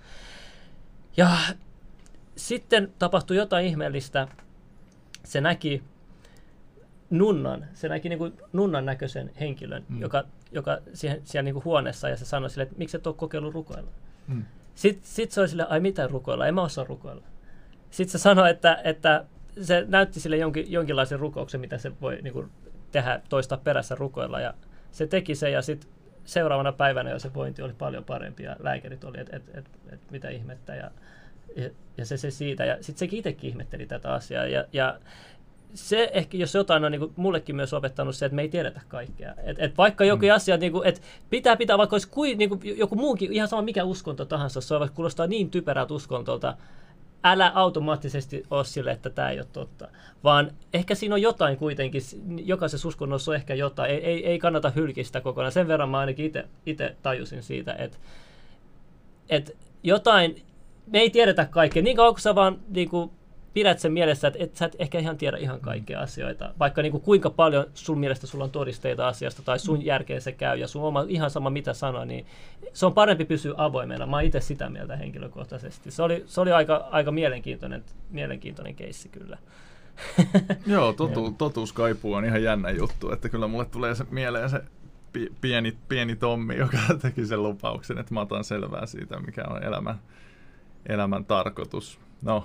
Ja sitten tapahtui jotain ihmeellistä. Se näki nunnan, se näki niin kuin, nunnan näköisen henkilön, mm. joka, joka siihen, siellä niin kuin, huoneessa, ja se sanoi sille, että miksi et ole kokeillut rukoilla. Mm. Sitten sit se oli silleen, ai mitä rukoilla, en mä osaa rukoilla. Sitten se sanoi, että, että se näytti sille jonkin, jonkinlaisen rukouksen, mitä se voi niin kuin, tehdä, toistaa perässä rukoilla. Ja se teki sen ja sitten seuraavana päivänä jo se vointi oli paljon parempi ja lääkärit oli, että et, et, et, mitä ihmettä. Ja, ja, ja se, se siitä. Ja sitten sekin itsekin ihmetteli tätä asiaa. Ja, ja se ehkä, jos jotain on niin kuin mullekin myös opettanut se, että me ei tiedetä kaikkea. Et, et vaikka joku mm. asia, niin kuin, että pitää pitää, vaikka olisi kui, niin kuin joku muukin, ihan sama mikä uskonto tahansa, se on, kuulostaa niin typerältä uskontolta, älä automaattisesti ole sille, että tämä ei ole totta. Vaan ehkä siinä on jotain kuitenkin, jokaisessa uskonnossa on ehkä jotain, ei, ei, ei kannata hylkistä kokonaan. Sen verran mä ainakin itse tajusin siitä, että, että jotain, me ei tiedetä kaikkea, niin kauan kun sä vaan niin kuin, pidät sen mielessä, että et sä et ehkä ihan tiedä ihan kaikkia asioita. Vaikka niin kuin kuinka paljon sun mielestä sulla on todisteita asiasta tai sun järkeen se käy ja sun oma ihan sama mitä sanoo, niin se on parempi pysyä avoimena. Mä oon itse sitä mieltä henkilökohtaisesti. Se oli, se oli aika, aika mielenkiintoinen, mielenkiintoinen keissi kyllä. Joo, totu, totuuskaipuu on ihan jännä juttu. Että kyllä mulle tulee se mieleen se pieni, pieni Tommi, joka teki sen lupauksen, että mä otan selvää siitä, mikä on elämän, elämän tarkoitus. No.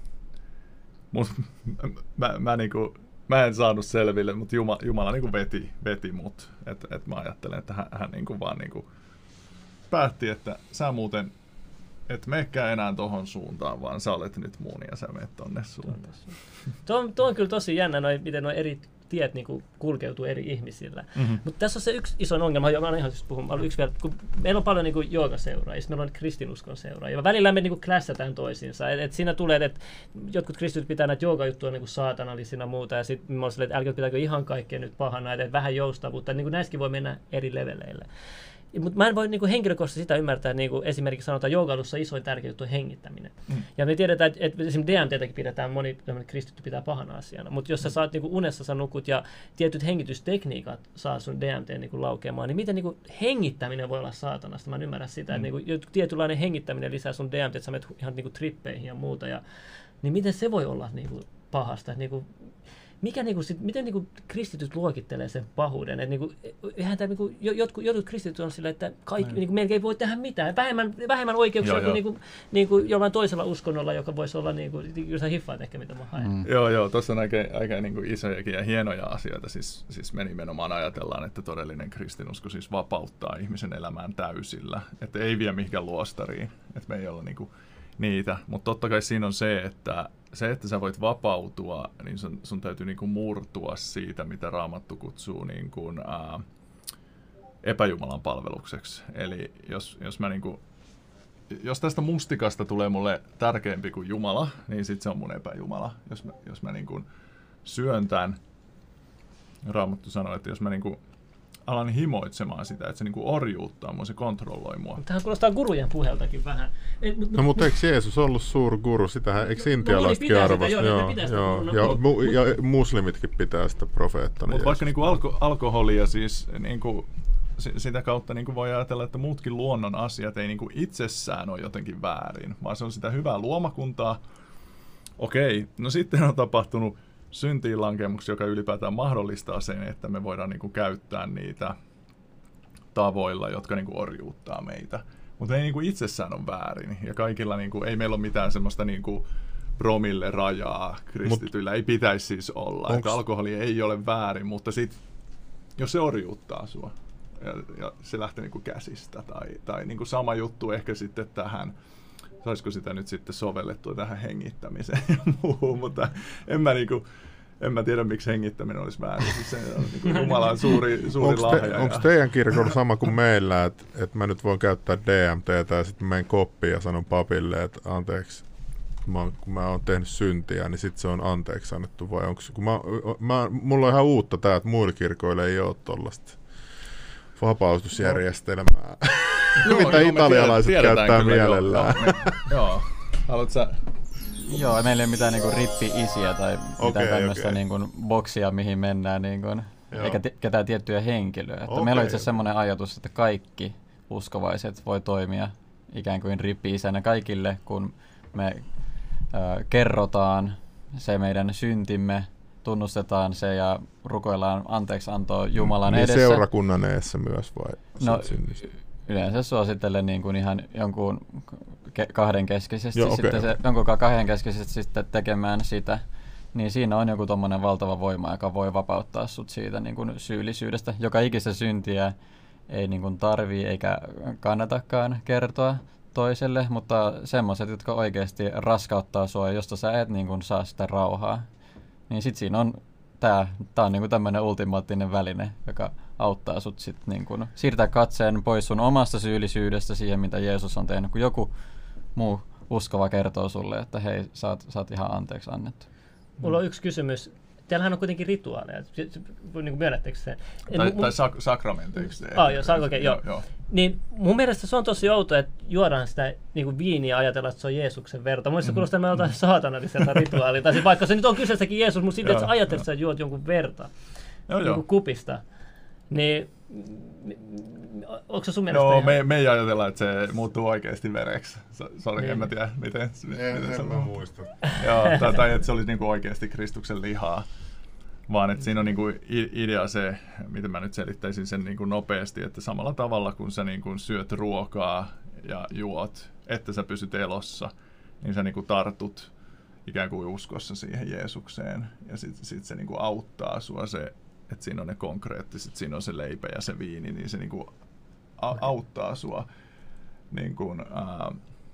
Mut, mä, mä, niinku, mä en saanut selville, mutta Jumala, Jumala niinku veti, veti mut. Et, et mä ajattelen, että hän, hän niinku vaan niinku päätti, että sä muuten et menekään enää tohon suuntaan, vaan sä olet nyt mun ja sä menet tonne suuntaan. Tuo on, tuo on kyllä tosi jännä, noi, miten nuo eri tiet niinku kulkeutuu eri ihmisillä. Mm-hmm. Mutta tässä on se yksi iso ongelma, mä olen ihan siis puhunut, yksi vielä, kun meillä on paljon niinku joogaseuraajia, meillä on kristinuskon seuraajia. Välillä me niinku clashataan toisiinsa. Et, et siinä tulee, että jotkut kristityt pitää näitä joogajuttuja niinku saatanallisina muuta, ja sitten mä olen silleen, että älkää pitääkö ihan kaikkea nyt pahana, että et vähän joustavuutta. Niinku näissäkin voi mennä eri leveleille. Mutta mä en voi niinku henkilökohtaisesti sitä ymmärtää, että niinku esimerkiksi sanotaan joogailussa isoin tärkeä juttu on hengittäminen. Mm. Ja me tiedetään, että, että esimerkiksi D M T:täkin pidetään, moni kristitty pitää pahana asiana. Mutta jos sä saat niinku unessa sä nukut ja tietyt hengitystekniikat saa sun D M T niinku laukeamaan, niin miten niinku hengittäminen voi olla saatanasta? Mä en ymmärrä sitä, mm. että niinku tietynlainen hengittäminen lisää sun D M T, että sä menet ihan niinku trippeihin ja muuta. Ja, niin miten se voi olla niinku pahasta? Niinku, Mikä, niinku, sit, miten niinku, kristityt luokittelee sen pahuuden? Et, niinku, eihän tää, niinku, jotkut, jotkut kristityt on silleen, että kaikki, niinku, melkein voi tehdä mitään. Vähemmän, vähemmän oikeuksia joo, kuin joo. Niinku, niinku, jollain toisella uskonnolla, joka voisi olla, niinku, kyllä sä hiffaat ehkä mitä mä haen. Mm. Joo, joo, tuossa on aika, aika niinku, isojakin ja hienoja asioita. Siis, siis me nimenomaan ajatellaan, että todellinen kristinusko siis vapauttaa ihmisen elämään täysillä. Että ei vie mihinkään luostariin, että me ei olla niinku, niitä. Mutta totta kai siinä on se, että se, että sä voit vapautua, niin sun, sun täytyy niinku murtua siitä, mitä Raamattu kutsuu niinku, ää, epäjumalan palvelukseksi. Eli jos, jos, mä niinku, jos tästä mustikasta tulee mulle tärkeämpi kuin Jumala, niin sit se on mun epäjumala. Jos mä, jos mä niinku syön tämän, Raamattu sanoo, että jos mä niinku alan himoitsemaan sitä, että se niinku orjuuttaa mua, se kontrolloi mua. Tähän kuulostaa gurujen puheeltakin vähän. Et, mut, no mutta eikö Jeesus ollut suurguru? Sitähän, eikö intialaisetkin no, arvosta? Joo, joo, joo, joo. Ja, mu, ja muslimitkin pitää sitä profeettana. Mutta vaikka niinku alko, alkoholia siis, niinku, sitä kautta niinku voi ajatella, että muutkin luonnon asiat ei niinku itsessään ole jotenkin väärin, vaan se on sitä hyvää luomakuntaa. Okei, no sitten on tapahtunut syntiin lankemuksi, joka ylipäätään mahdollistaa sen, että me voidaan niinku käyttää niitä tavoilla, jotka niinku orjuuttaa meitä. Mutta ei niinku itsessään ole väärin. Ja kaikilla niinku, ei meillä ole mitään semmoista niinku promille rajaa kristityillä. Mut, ei pitäisi siis olla. Että alkoholi ei ole väärin, mutta sit, jos se orjuuttaa sua ja, ja se lähtee niinku käsistä tai, tai niinku sama juttu ehkä sitten tähän, saisiko sitä nyt sitten sovellettua tähän hengittämiseen ja muuhun, mutta en mä, niinku, en mä tiedä, miksi hengittäminen olisi väärin. Siis se on niinku Jumalan suuri, suuri onks lahja. Te, ja... Onko teidän kirkolla sama kuin meillä, että et mä nyt voin käyttää D M T:tä ja sitten menen koppiin ja sanon papille, että anteeksi, kun mä, kun mä oon tehnyt syntiä, niin sitten se on anteeksi annettu vai onko kun mä, mä, mulla on ihan uutta tää, että muilla kirkoilla ei ole tollaista vapautusjärjestelmää. Joo, mitä joo, italialaiset tiedetään, käyttää kyllä, mielellään. Joo, me, joo. Haluatko sä? Joo, meillä ei ole mitään niinku rippi-isiä tai okay, mitään tämmöistä okay. niinku boksia, mihin mennään, niinku, eikä t- ketään tiettyjä henkilöä. Että okay. Meillä on itse asiassa semmoinen ajatus, että kaikki uskovaiset voi toimia ikään kuin rippi-isänä kaikille, kun me ö, kerrotaan se meidän syntimme, tunnustetaan se ja rukoillaan anteeksi antoa Jumalan niin edessä. Seurakunnan edessä myös vai? No, yleensä suosittelen niin kuin ihan jonkun ke- kahdenkeskisesti, Joo, sitten okay. se, jonkun kahdenkeskisesti sitten tekemään sitä, niin siinä on joku tommonen valtava voima, joka voi vapauttaa sut siitä niin kuin syyllisyydestä. Joka ikistä syntiä ei niin kuin tarvii eikä kannatakaan kertoa toiselle, mutta semmoiset, jotka oikeasti raskauttaa sua, josta sä et niin kuin saa sitä rauhaa, niin sit siinä on tää, tää on niin kuin tämmönen ultimaattinen väline, joka auttaa sut sit niin kuin siirtää katseen pois sun omasta syyllisyydestä siihen, mitä Jeesus on tehnyt, kun joku muu uskova kertoo sulle, että hei, sä oot, sä oot ihan anteeksi annettu. Mulla on yksi kysymys. Teillähän on kuitenkin rituaaleja, niin kuin myönnättekö se? Tai, tai sak- sakramenteiksi. Ah, joo, sak- okay, joo. joo. Niin mun mielestä se on tosi outo, että juodaan sitä niin kuin viiniä ja ajatellaan, että se on Jeesuksen verta. Mun mielestä mm-hmm. kuulostaa meillä jotain saatanalliselta rituaalia. Tai siis vaikka se nyt on kyseessäkin Jeesus, mutta silti, että sä ajattelet, että sä juot jonkun verta joo, niin kuin kupista. Niin, onko se sun mielestä Joo, ihan... me, me ei ajatella, että se muuttuu oikeasti vereksi. Sori, niin. En mä tiedä, miten, en, miten se en mä muista. Joo, tai, tai että se olisi niinku oikeasti Kristuksen lihaa. Vaan että siinä on niinku idea se, miten mä nyt selittäisin sen niinku nopeasti, että samalla tavalla kun sä niinku syöt ruokaa ja juot, että sä pysyt elossa, niin sä niinku tartut ikään kuin uskossa siihen Jeesukseen. Ja sitten sit se niinku auttaa sua se, että siinä on ne konkreettiset, siinä on se leipä ja se viini, niin se niinku a- auttaa sua niinku, ää,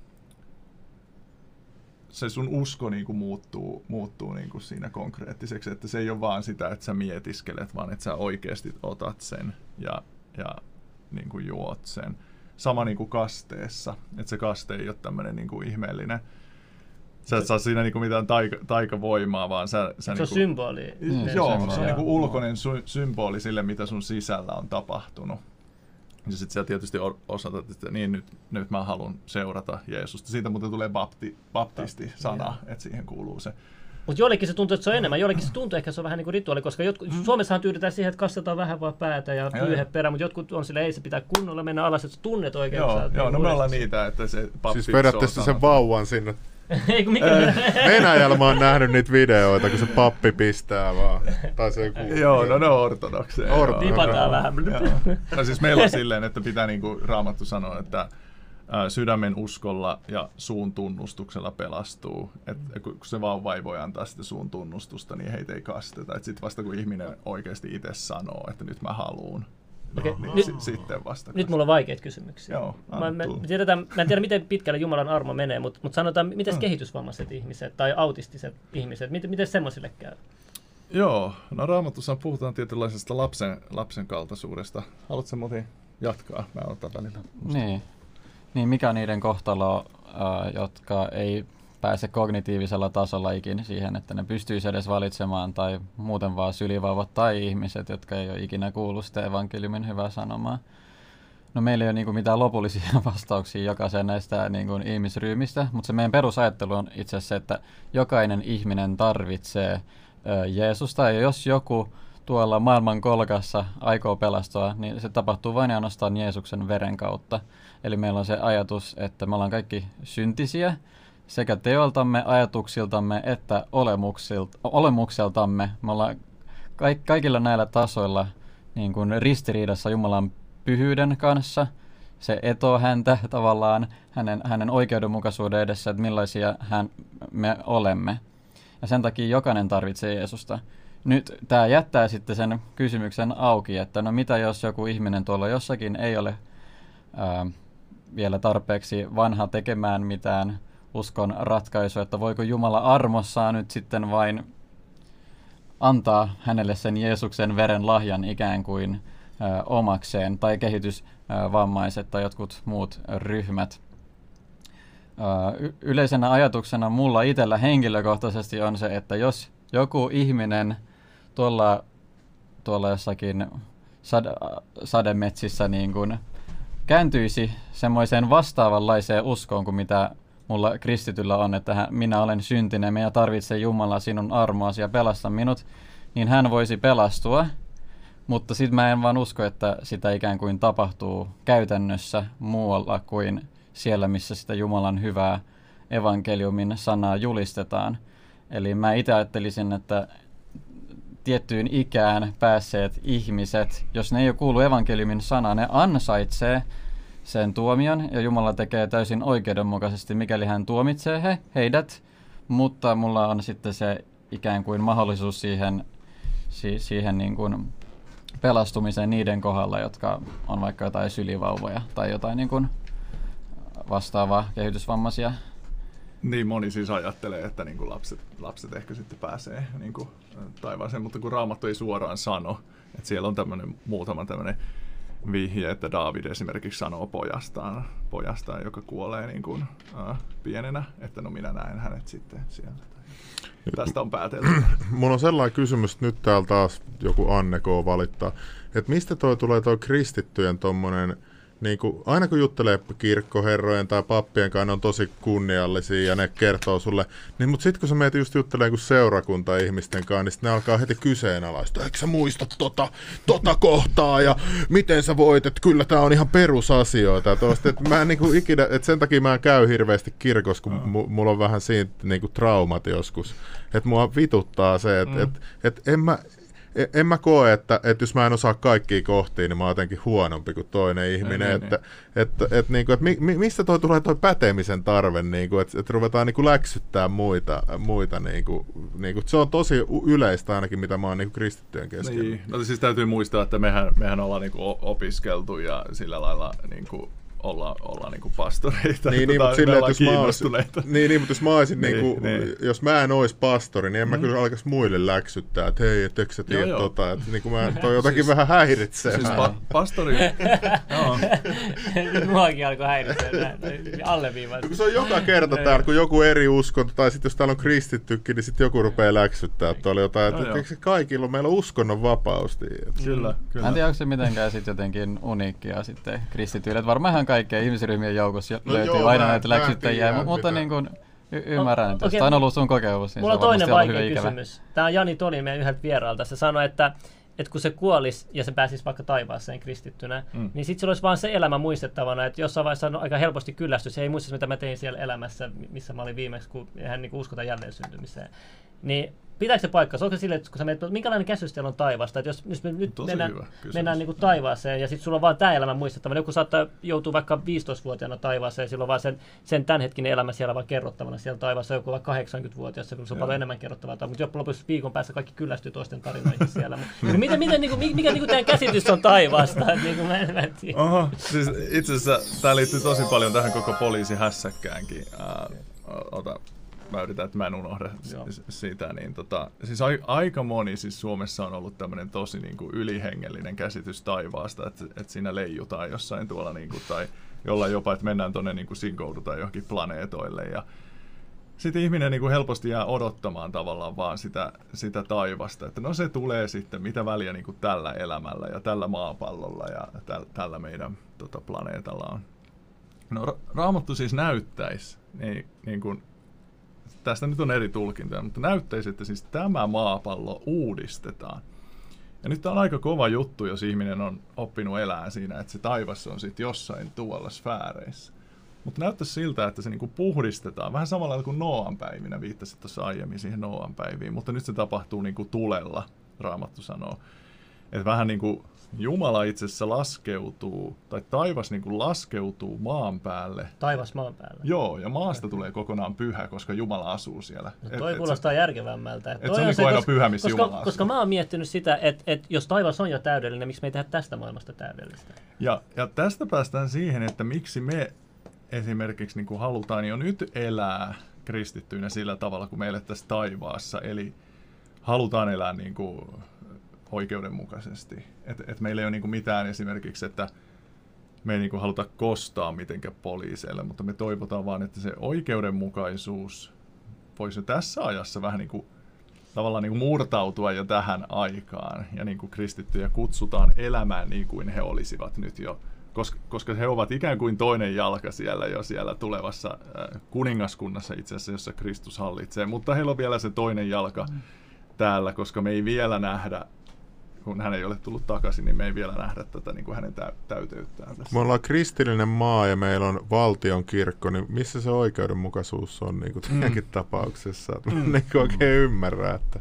se sun usko niinku muuttuu, muuttuu niinku siinä konkreettiseksi, että se ei ole vaan sitä, että sä mietiskelet, vaan että sä oikeasti otat sen ja, ja niinku juot sen. Sama niinku kasteessa, että se kaste ei ole tämmöinen niinku ihmeellinen. Sä et saa siinä niinku mitään taika, taikavoimaa, vaan sä... sä se niinku, on symboli. Mm, joo, se on niinku ulkoinen sy- symboli sille, mitä sun sisällä on tapahtunut. Ja sitten siellä tietysti osatat, että niin nyt, nyt mä haluan seurata Jeesusta. Siitä muuten tulee bapti, baptisti-sana, että siihen kuuluu se. Mutta joillekin se tuntuu, että se on enemmän. Joillekin se tuntuu ehkä, että se on vähän niin kuin rituaali, koska jotkut, mm. Suomessahan tyydytään siihen, että kastetaan vähän vaan päätä ja pyyhe perään, mutta jotkut on silleen, ei se pitää kunnolla mennä alas, että sä tunnet oikein. Joo, joo no me ollaan niitä, että se pappi. Siis vedätte sen vauvan sinne. Ei, mikä Venäjällä mä oon nähnyt niitä videoita, kun se pappi pistää vaan. Tai se joku... Joo, no ne on ortodokseja. Orto- Tipataan vähän. No siis meillä on silleen, että pitää niinku Raamattu sanoa, että sydämen uskolla ja suun tunnustuksella pelastuu. Et kun se vauva ei voi antaa sitä suun tunnustusta, niin heitä ei kasteta. Sitten vasta kun ihminen oikeasti itse sanoo, että nyt mä haluun, Okay. niin Nyt, s- sitten vasta. nyt mulla on vaikeita kysymyksiä. Joo, mä, mä, tiedetään, mä en tiedä, miten pitkälle Jumalan armo menee, mutta, mutta sanotaan, miten mm. kehitysvammaiset ihmiset tai autistiset ihmiset, miten, miten semmoisille käy? Joo, no Raamatussa puhutaan tietynlaisesta lapsen, lapsen kaltaisuudesta. Haluatko muuten jatkaa? Mä otan välillä. Niin. niin, mikä on niiden kohtalo, äh, jotka ei pääse kognitiivisella tasolla ikinä siihen, että ne pystyisi edes valitsemaan, tai muuten vaan sylivauvat tai ihmiset, jotka ei ole ikinä kuullut sitä evankeliumin hyvää sanomaa. No meillä ei ole niin kuin mitään lopullisia vastauksia jokaiseen näistä niin kuin ihmisryhmistä, mutta se meidän perusajattelu on itse asiassa se, että jokainen ihminen tarvitsee ö, Jeesusta, ja jos joku tuolla maailman kolkassa aikoo pelastua, niin se tapahtuu vain ja ainoastaan Jeesuksen veren kautta. Eli meillä on se ajatus, että me ollaan kaikki syntisiä, sekä teoltamme, ajatuksiltamme että olemukseltamme. Me ollaan kaik- kaikilla näillä tasoilla niin kuin ristiriidassa Jumalan pyhyyden kanssa. Se etoo häntä tavallaan hänen, hänen oikeudenmukaisuuden edessä, että millaisia hän, me olemme. Ja sen takia jokainen tarvitsee Jeesusta. Nyt tämä jättää sitten sen kysymyksen auki, että no mitä jos joku ihminen tuolla jossakin ei ole ää, vielä tarpeeksi vanha tekemään mitään uskon ratkaisu, että voiko Jumala armossaan nyt sitten vain antaa hänelle sen Jeesuksen veren lahjan ikään kuin ö, omakseen, tai kehitysvammaiset tai jotkut muut ryhmät. Ö, y- yleisenä ajatuksena mulla itsellä henkilökohtaisesti on se, että jos joku ihminen tuolla, tuolla jossakin sad- sademetsissä niin kuin kääntyisi semmoiseen vastaavanlaiseen uskoon kuin mitä mulla kristityllä on, että hän, minä olen syntinen, minä tarvitsen Jumalaa sinun armoasi ja pelasta minut, niin hän voisi pelastua. Mutta sitten mä en vaan usko, että sitä ikään kuin tapahtuu käytännössä muualla kuin siellä, missä sitä Jumalan hyvää evankeliumin sanaa julistetaan. Eli mä itse ajattelisin, että tiettyyn ikään päässeet ihmiset, jos ne ei ole kuullut evankeliumin sanaa, ne ansaitsee sen tuomion, ja Jumala tekee täysin oikeudenmukaisesti, mikäli hän tuomitsee he, heidät, mutta mulla on sitten se ikään kuin mahdollisuus siihen, si, siihen niin kuin pelastumiseen niiden kohdalla, jotka on vaikka jotain sylivauvoja tai jotain niin kuin vastaavaa kehitysvammaisia. Niin moni siis ajattelee, että niin kuin lapset, lapset ehkä sitten pääsee niin kuin taivaaseen, mutta kun Raamattu ei suoraan sano, että siellä on tämmöinen muutama tämmöinen vihje, että Daavid esimerkiksi sanoo pojastaan, pojastaan joka kuolee niin kuin, äh, pienenä, että no minä näen hänet sitten siellä. Tästä on päätelty. Mun on sellainen kysymys, että nyt täällä taas joku Anne K. valittaa, että mistä toi tulee toi kristittyjen tommonen, niin kuin, aina kun juttelee kirkkoherrojen tai pappien kanssa, ne on tosi kunniallisia ja ne kertoo sulle, niin, mutta sitten kun sä meet just juttelemaan kuin seurakunta-ihmisten kanssa, niin sitten ne alkaa heti kyseenalaista, eikö sä muista tota, tota kohtaa ja miten sä voit, että kyllä tää on ihan perusasioita. Että mä en niin kuin ikinä, että sen takia mä en käy hirveästi kirkossa, kun m- mulla on vähän siitä niin kuin traumat joskus. Että mua vituttaa se, että mm. et, et en mä... En mä koe, että, että jos mä en osaa kaikkia kohtia, niin mä oon jotenkin huonompi kuin toinen ihminen. Ei, että, niin. että, että, että, niin kuin, että mi, mistä toi tulee toi pätemisen tarve, niin kuin, että, että ruvetaan niin kuin läksyttää muita. muita niin kuin, niin kuin, se on tosi yleistä ainakin, mitä mä oon niin kuin kristittyjen keskellä. Niin. No siis täytyy muistaa, että mehän, mehän ollaan niin kuin opiskeltu ja sillä lailla niin kuin olla, olla niinku pastoreita. Niin, niin, tota, mutta silleen, että jos mä, olisin, niin, niin, mutta jos mä olisin, niin, niinku, niin. jos mä en olisi pastori, niin en mä mm. kyllä alkaisi muille läksyttää, että hei, et eikö sä tiedä joo, tota, että niinku mä toi jotakin siis, vähän häiritsee. Siis pa- pastori... Nyt muakin alkoi häiritsee alleviivaa. Se on joka kerta täällä, kun joku eri uskonto, tai sitten jos täällä on kristittykin, niin sitten joku rupeaa läksyttää tuolla jotain, että eikö se kaikilla on, meillä on uskonnon vapaus. Kyllä, kyllä. Mä en tiedä, onko se mitenkään sit jotenkin uniikkia sitten kristityille. Varmaan ihan kaikkien ihmisryhmien joukossa no löytyy joo, aina mä, näitä läksyttäjiä, m- mutta niin kuin y- ymmärrän, että okay, jos on ollut sun kokemus, niin mulla se on toinen vaikea kysymys. Ikävä. Tämä on Jani Toni, meidän yhdeltä vieraalta. Se sanoi, että että kun se kuolisi ja se pääsisi vaikka taivaaseen kristittynä, mm. niin sitten sillä olisi vaan se elämä muistettavana, että jossain vaiheessa on aika helposti kyllästy. Se ei muista, mitä mä tein siellä elämässä, missä mä olin viimeksi, kun hän niin uskotaan jälleen syntymiseen. Niin pitääkö se paikkansa? Onko sille, että kun sä menet, minkälainen käsitys teillä on taivaasta? Että jos, jos me nyt Tosi mennään, mennään niin kuin taivaaseen ja sitten sulla on vaan tämä elämä muistettavana. Joku saattaa joutua vaikka viisitoistavuotiaana taivaaseen ja silloin vaan sen, sen tämänhetkinen elämä siellä vaan kerrottavana. Siellä taivaassa joku vaikka kahdeksankymmentävuotias, se on Joo. paljon enemmän kerrottavaa. Mutta jopa lopuksi viikon päässä kaikki kyllästyy toisten tarinoihin siellä. miten, miten, niin kuin, mikä niin kuin teidän käsitys on taivaasta? Niin kuin mä en, mä en tiedä. Oho, siis itse asiassa tämä liittyy tosi paljon tähän koko poliisihässäkkäänkin. Uh, ota. Mä yritän, että mä en unohda Joo. sitä. Niin tota, siis a, aika moni siis Suomessa on ollut tämmöinen tosi niin kuin ylihengellinen käsitys taivaasta, että, että siinä leijutaan jossain tuolla, niin kuin, tai jollain jopa, että mennään tuonne niin kuin sinkoudutaan johonkin planeetoille. Ja sitten ihminen niin kuin helposti jää odottamaan tavallaan vaan sitä, sitä taivasta, että no se tulee sitten, mitä väliä niin kuin tällä elämällä ja tällä maapallolla ja täl, tällä meidän tota, planeetalla on. No ra- Raamattu siis näyttäisi, niin, niin kuin tästä nyt on eri tulkintoja, mutta näyttäisi, että siis tämä maapallo uudistetaan. Ja nyt tämä on aika kova juttu, jos ihminen on oppinut elää siinä, että se taivas on sitten jossain tuolla sfääreissä. Mutta näyttäisi siltä, että se niinku puhdistetaan. Vähän samalla tavalla kuin Nooan päivinä, viittasit tuossa aiemmin siihen Nooan päiviin, mutta nyt se tapahtuu niinku tulella, Raamattu sanoo. Että vähän niin kuin Jumala itse asiassa laskeutuu, tai taivas niin kuin laskeutuu maan päälle. Taivas maan päälle. Joo, ja maasta tulee kokonaan pyhä, koska Jumala asuu siellä. No toi et, kuulostaa et järkevämmältä. Et toi se on, on se, aina koska, pyhä, missä koska, Jumala asuu. Koska mä oon miettinyt sitä, että et jos taivas on jo täydellinen, miksi me ei tehdä tästä maailmasta täydellistä? Ja, ja tästä päästään siihen, että miksi me esimerkiksi niin kuin halutaan jo nyt elää kristittyinä sillä tavalla, kun me elettäisiin taivaassa. Eli halutaan elää niin kuin oikeudenmukaisesti. Että et meillä ei ole niinku mitään esimerkiksi, että me ei niinku haluta kostaa mitenkään poliiseille, mutta me toivotaan vaan, että se oikeudenmukaisuus voisi tässä ajassa vähän niinku, tavallaan niinku murtautua jo tähän aikaan. Ja niinku kristittyjä kutsutaan elämään niin kuin he olisivat nyt jo, koska, koska he ovat ikään kuin toinen jalka siellä jo siellä tulevassa äh, kuningaskunnassa itse asiassa, jossa Kristus hallitsee. Mutta heillä on vielä se toinen jalka mm. täällä, koska me ei vielä nähdä, kun hän ei ole tullut takaisin, niin me ei vielä nähdä tätä niin kuin hänen täyteyttään tässä. Me ollaan kristillinen maa ja meillä on valtion kirkko, niin missä se oikeudenmukaisuus on niin kuin teidänkin mm. tapauksessa? Mä en niin oikein ymmärrä. Että...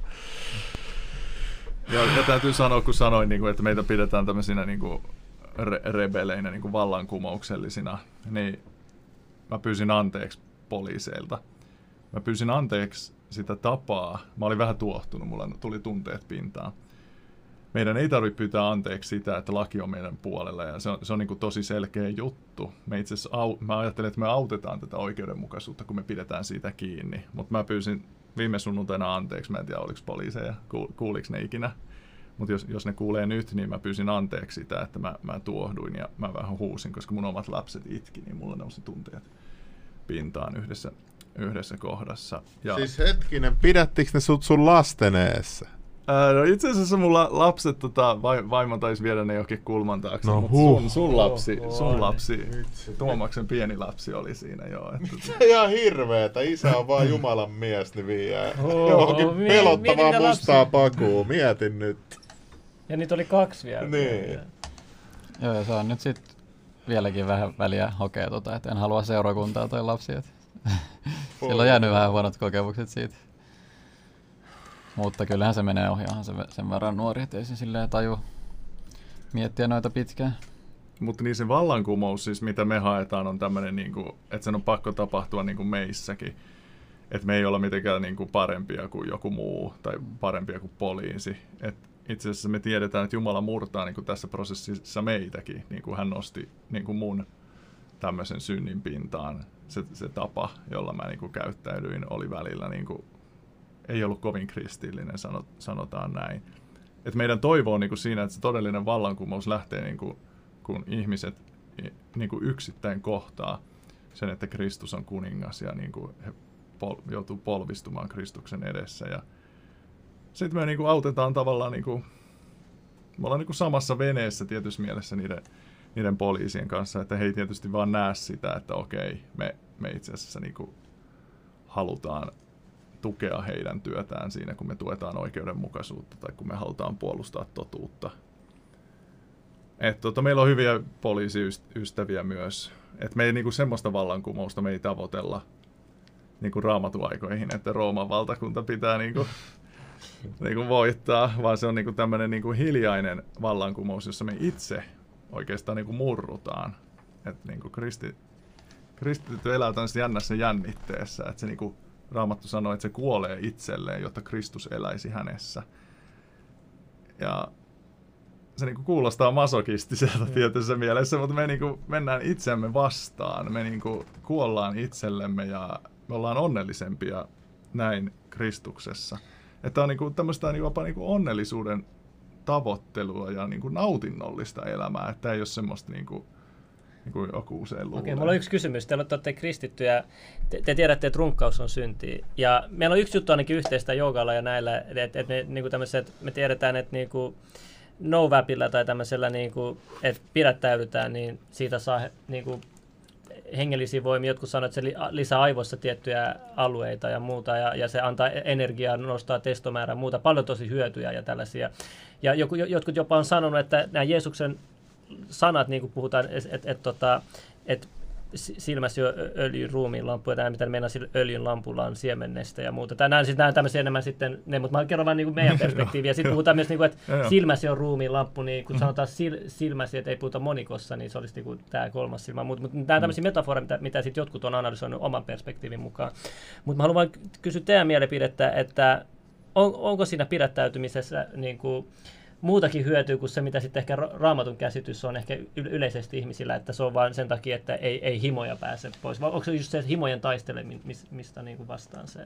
Ja, ja täytyy sanoa, kun sanoin, niin kuin, että meitä pidetään tämmöisinä niin kuin re- rebeleinä, niin kuin vallankumouksellisina, niin mä pyysin anteeksi poliiseilta. Mä pyysin anteeksi sitä tapaa. Mä olin vähän tuohtunut, mulla tuli tunteet pintaan. Meidän ei tarvitse pyytää anteeksi sitä, että laki on meidän puolella, ja se on, se on niin kuin tosi selkeä juttu. Me itse asiassa, mä ajattelen, että me autetaan tätä oikeudenmukaisuutta, kun me pidetään siitä kiinni. Mutta mä pyysin viime sunnuntaina anteeksi, mä en tiedä oliko poliiseja, kuuliko ne ikinä. Mutta jos, jos ne kuulee nyt, niin mä pyysin anteeksi sitä, että mä, mä tuohduin ja mä vähän huusin, koska mun omat lapset itki, niin mulla nousi tunteet pintaan yhdessä, yhdessä kohdassa. Ja siis hetkinen, pidättikö ne sut sun lasten eessä? Ää, no itse asiassa mun la- lapset, tota, vaimo taisi viedä ne johonkin kulman taakse, no, mutta huh. sun, sun lapsi, sun lapsi Tuomaksen pieni lapsi oli siinä joo. Se on ihan hirveetä, isä on vaan Jumalan mies, niin vie johonkin oh, pelottavaa mustaa pakuun, mietin nyt. Ja niitä oli kaksi vielä. Niin. Joo, ja se on nyt sitten vieläkin vähän väliä hokea tota, että en halua seurakuntaa toi lapsi. Sillä on jäänyt vähän huonot kokemukset siitä. Mutta kyllähän se menee ohi, onhan se sen verran nuori, ettei se silleen taju miettiä noita pitkään. Mutta niin se vallankumous, siis mitä me haetaan, on tämmöinen, niinku, että sen on pakko tapahtua niinku meissäkin. Että me ei olla mitenkään niinku parempia kuin joku muu tai parempia kuin poliisi. Et itse asiassa me tiedetään, että Jumala murtaa niinku tässä prosessissa meitäkin, niin kuin hän nosti niinku mun tämmöisen synnin pintaan. Se, se tapa, jolla mä niin kuin käyttäydyin, oli välillä niin kuin, ei ollut kovin kristillinen, sanotaan näin. Et meidän toivo on niin kuin siinä, että se todellinen vallankumous lähtee, niin kuin, kun ihmiset niin kuin yksittäin kohtaa sen, että Kristus on kuningas ja niin kuin he pol- joutuu polvistumaan Kristuksen edessä. Ja sitten me niin kuin autetaan tavallaan, niin kuin, me ollaan niin kuin samassa veneessä tietysti mielessä niiden, niiden poliisien kanssa, että he ei tietysti vaan näe sitä, että okei, me, me itse asiassa niin kuin halutaan tukea heidän työtään siinä, kun me tuetaan oikeudenmukaisuutta tai kun me halutaan puolustaa totuutta. Et, tota, meillä on hyviä poliisiystäviä myös. Et me ei niinku semmoista vallankumousta me ei tavoitella niinku raamatuaikoihin, että Rooman valtakunta pitää niinku, niinku voittaa, vaan se on niinku tämmöinen niinku hiljainen vallankumous, jossa me itse oikeastaan niinku murrutaan. Et niinku kristi, kristitty elää tämmöisessä jännässä jännitteessä, että se niinku Raamattu sanoo, että se kuolee itselleen, jotta Kristus eläisi hänessä. Ja se niinku kuulostaa masokistiselta tietyssä mielessä, mutta me niinku mennään itsemme vastaan. Me niinku kuollaan itsellemme ja me ollaan onnellisempia näin Kristuksessa. Että on niinku tämmöistä jopa niinku onnellisuuden tavoittelua ja niinku nautinnollista elämää, että ei ole semmoista niinku niin kuin joku usein luulee. Okei, mulla on yksi kysymys. Te olette kristittyjä, te, te tiedätte, että runkkaus on syntiä. Ja meillä on yksi juttu ainakin yhteistä joogalla ja näillä, että, että me, niin kuin me tiedetään, että niin kuin no-vapilla tai tämmöisellä, niin kuin, että pidättäydytään, niin siitä saa niin kuin hengellisiä voimia. Jotkut sanoo, että se lisää aivoissa tiettyjä alueita ja muuta, ja, ja se antaa energiaa, nostaa testomäärää ja muuta. Paljon tosi hyötyjä ja tällaisia. Ja joku, jotkut jopa on sanonut, että nämä Jeesuksen sanat, niin kuin puhutaan, että et, tota, et silmäsi öljyn ruumiin lampuja, tai mitä mennään öljyn lampulla on siemennestä ja muuta. Tai nämä, siis, nämä on tämmöisiä enemmän sitten, ne, mutta mä kerron vaan niin kuin meidän perspektiiviä. Sitten puhutaan myös, niin kuin, että silmäsi on ruumiin lampu, niin kun sanotaan sil, silmäsi, että ei puhuta monikossa, niin se olisi niin kuin tämä kolmas silmä. Mutta mut, nämä on tämmöisiä metaforeja, mitä, mitä sitten jotkut on analysoinut oman perspektiivin mukaan. Mutta mä haluan kysyä teidän mielipidettä, että on, onko siinä pidättäytymisessä niin kuin muutakin hyötyä kuin se, mitä sitten ehkä Raamatun käsitys on ehkä yleisesti ihmisillä, että se on vain sen takia, että ei, ei himoja pääse pois. Vai onko se just se himojen taistele, mistä niin kuin vastaan se?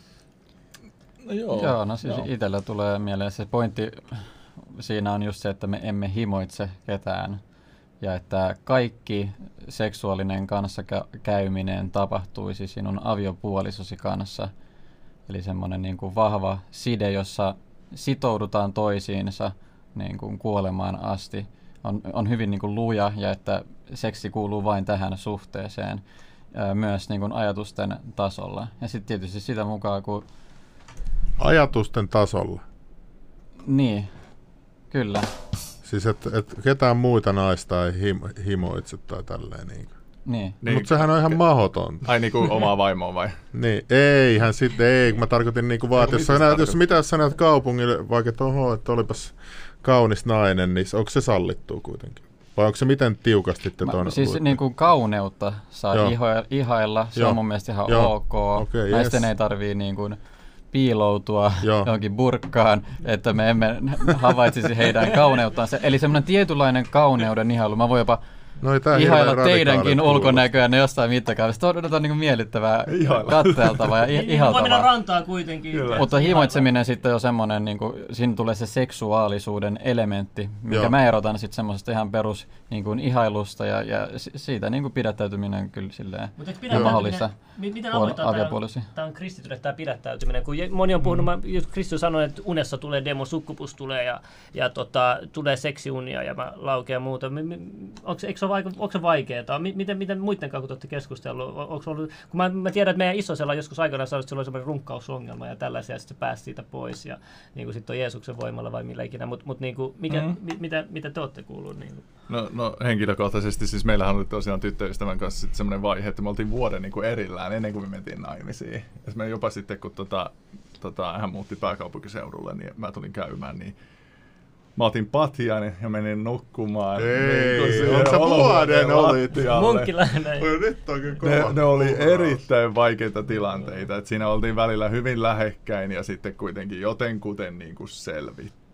No joo. Joo, no siis itsellä tulee mieleen se pointti, siinä on just se, että me emme himoitse ketään. Ja että kaikki seksuaalinen kanssakäyminen tapahtuisi sinun aviopuolisosi kanssa. Eli semmoinen niin kuin vahva side, jossa sitoudutaan toisiinsa niin kuin kuolemaan asti, on, on hyvin niin kuin luja, ja että seksi kuuluu vain tähän suhteeseen ää, myös niin kuin ajatusten tasolla. Ja sitten tietysti sitä mukaan, kun ajatusten tasolla? Niin, kyllä. Siis että et ketään muita naista ei him- himoitse tai tälleen niin. Niin. Niin, mutta sehän on ihan mahdotonta. Ai niinku omaa vaimoa vai? Niin, eihän sitten, ei, kun mä tarkoitin niinku vaan, että jos, sä näet, jos mitä sä näet kaupungille, vaikka että oho, että olipas kaunis nainen, niin onko se sallittua kuitenkin? Vai onko se miten tiukasti te tuon? Siis niinku kauneutta saa iho- ihailla, se Joo. on mun mielestä ihan Joo. ok. Okay, Naisten yes. ei tarvii niinku piiloutua Joo. johonkin burkkaan, että me emme havaitsisi heidän kauneuttansa. Eli semmoinen tietynlainen kauneuden ihailu, mä voin jopa No ihailla teidänkin ulkonäköänne jostain mittakaavasta. Tämä on niin miellyttävää, katseltavaa ja ihaltavaa. Voi mennä rantaan kuitenkin. Kyllä. Mutta himoitseminen sitten on semmoinen, niin kuin, siinä tulee se seksuaalisuuden elementti, mikä Joo. mä erotan sitten semmoisesta ihan perus niin kuin ihailusta ja, ja siitä niin kuin pidättäytyminen kyllä silleen on mahdollista. Miten aloittaa tämä on kristitylle tämä pidättäytyminen? Kun moni on puhunut, mm. Kristus sanoi, että unessa tulee demo, sukkupus tulee ja, ja tota, tulee seksiunia ja mä laukean ja muuta. Onko, eikö se ole Onko se vaikeaa? Miten, miten muiden kanssa olette keskustellut? Ollut, kun mä, mä tiedän, että meidän isosella joskus aikanaan sanoi, että sillä oli sellainen runkkausongelma ja tällaisia, ja sitten se pääsi siitä pois. Ja niin sitten on Jeesuksen voimalla vai millä ikinä. Mutta mut, niin mikä, mm-hmm. mi, mitä, mitä te olette kuullut? Niin no, no henkilökohtaisesti, siis meillähän oli tosiaan tyttöystävän kanssa semmoinen vaihe, että me oltiin vuoden niin kuin erillään ennen kuin me mentiin naimisiin. Ja me jopa sitten, kun tota, tota, hän muutti pääkaupunkiseudulle, niin mä tulin käymään, niin mä otin patjani ja menin nukkumaan. Ei, niin on sä vuoden olit? Munkkiläinen. Ne, ne oli erittäin vaikeita tilanteita. Et siinä oltiin välillä hyvin lähekkäin ja sitten kuitenkin jotenkuten niin kuin selvittiin.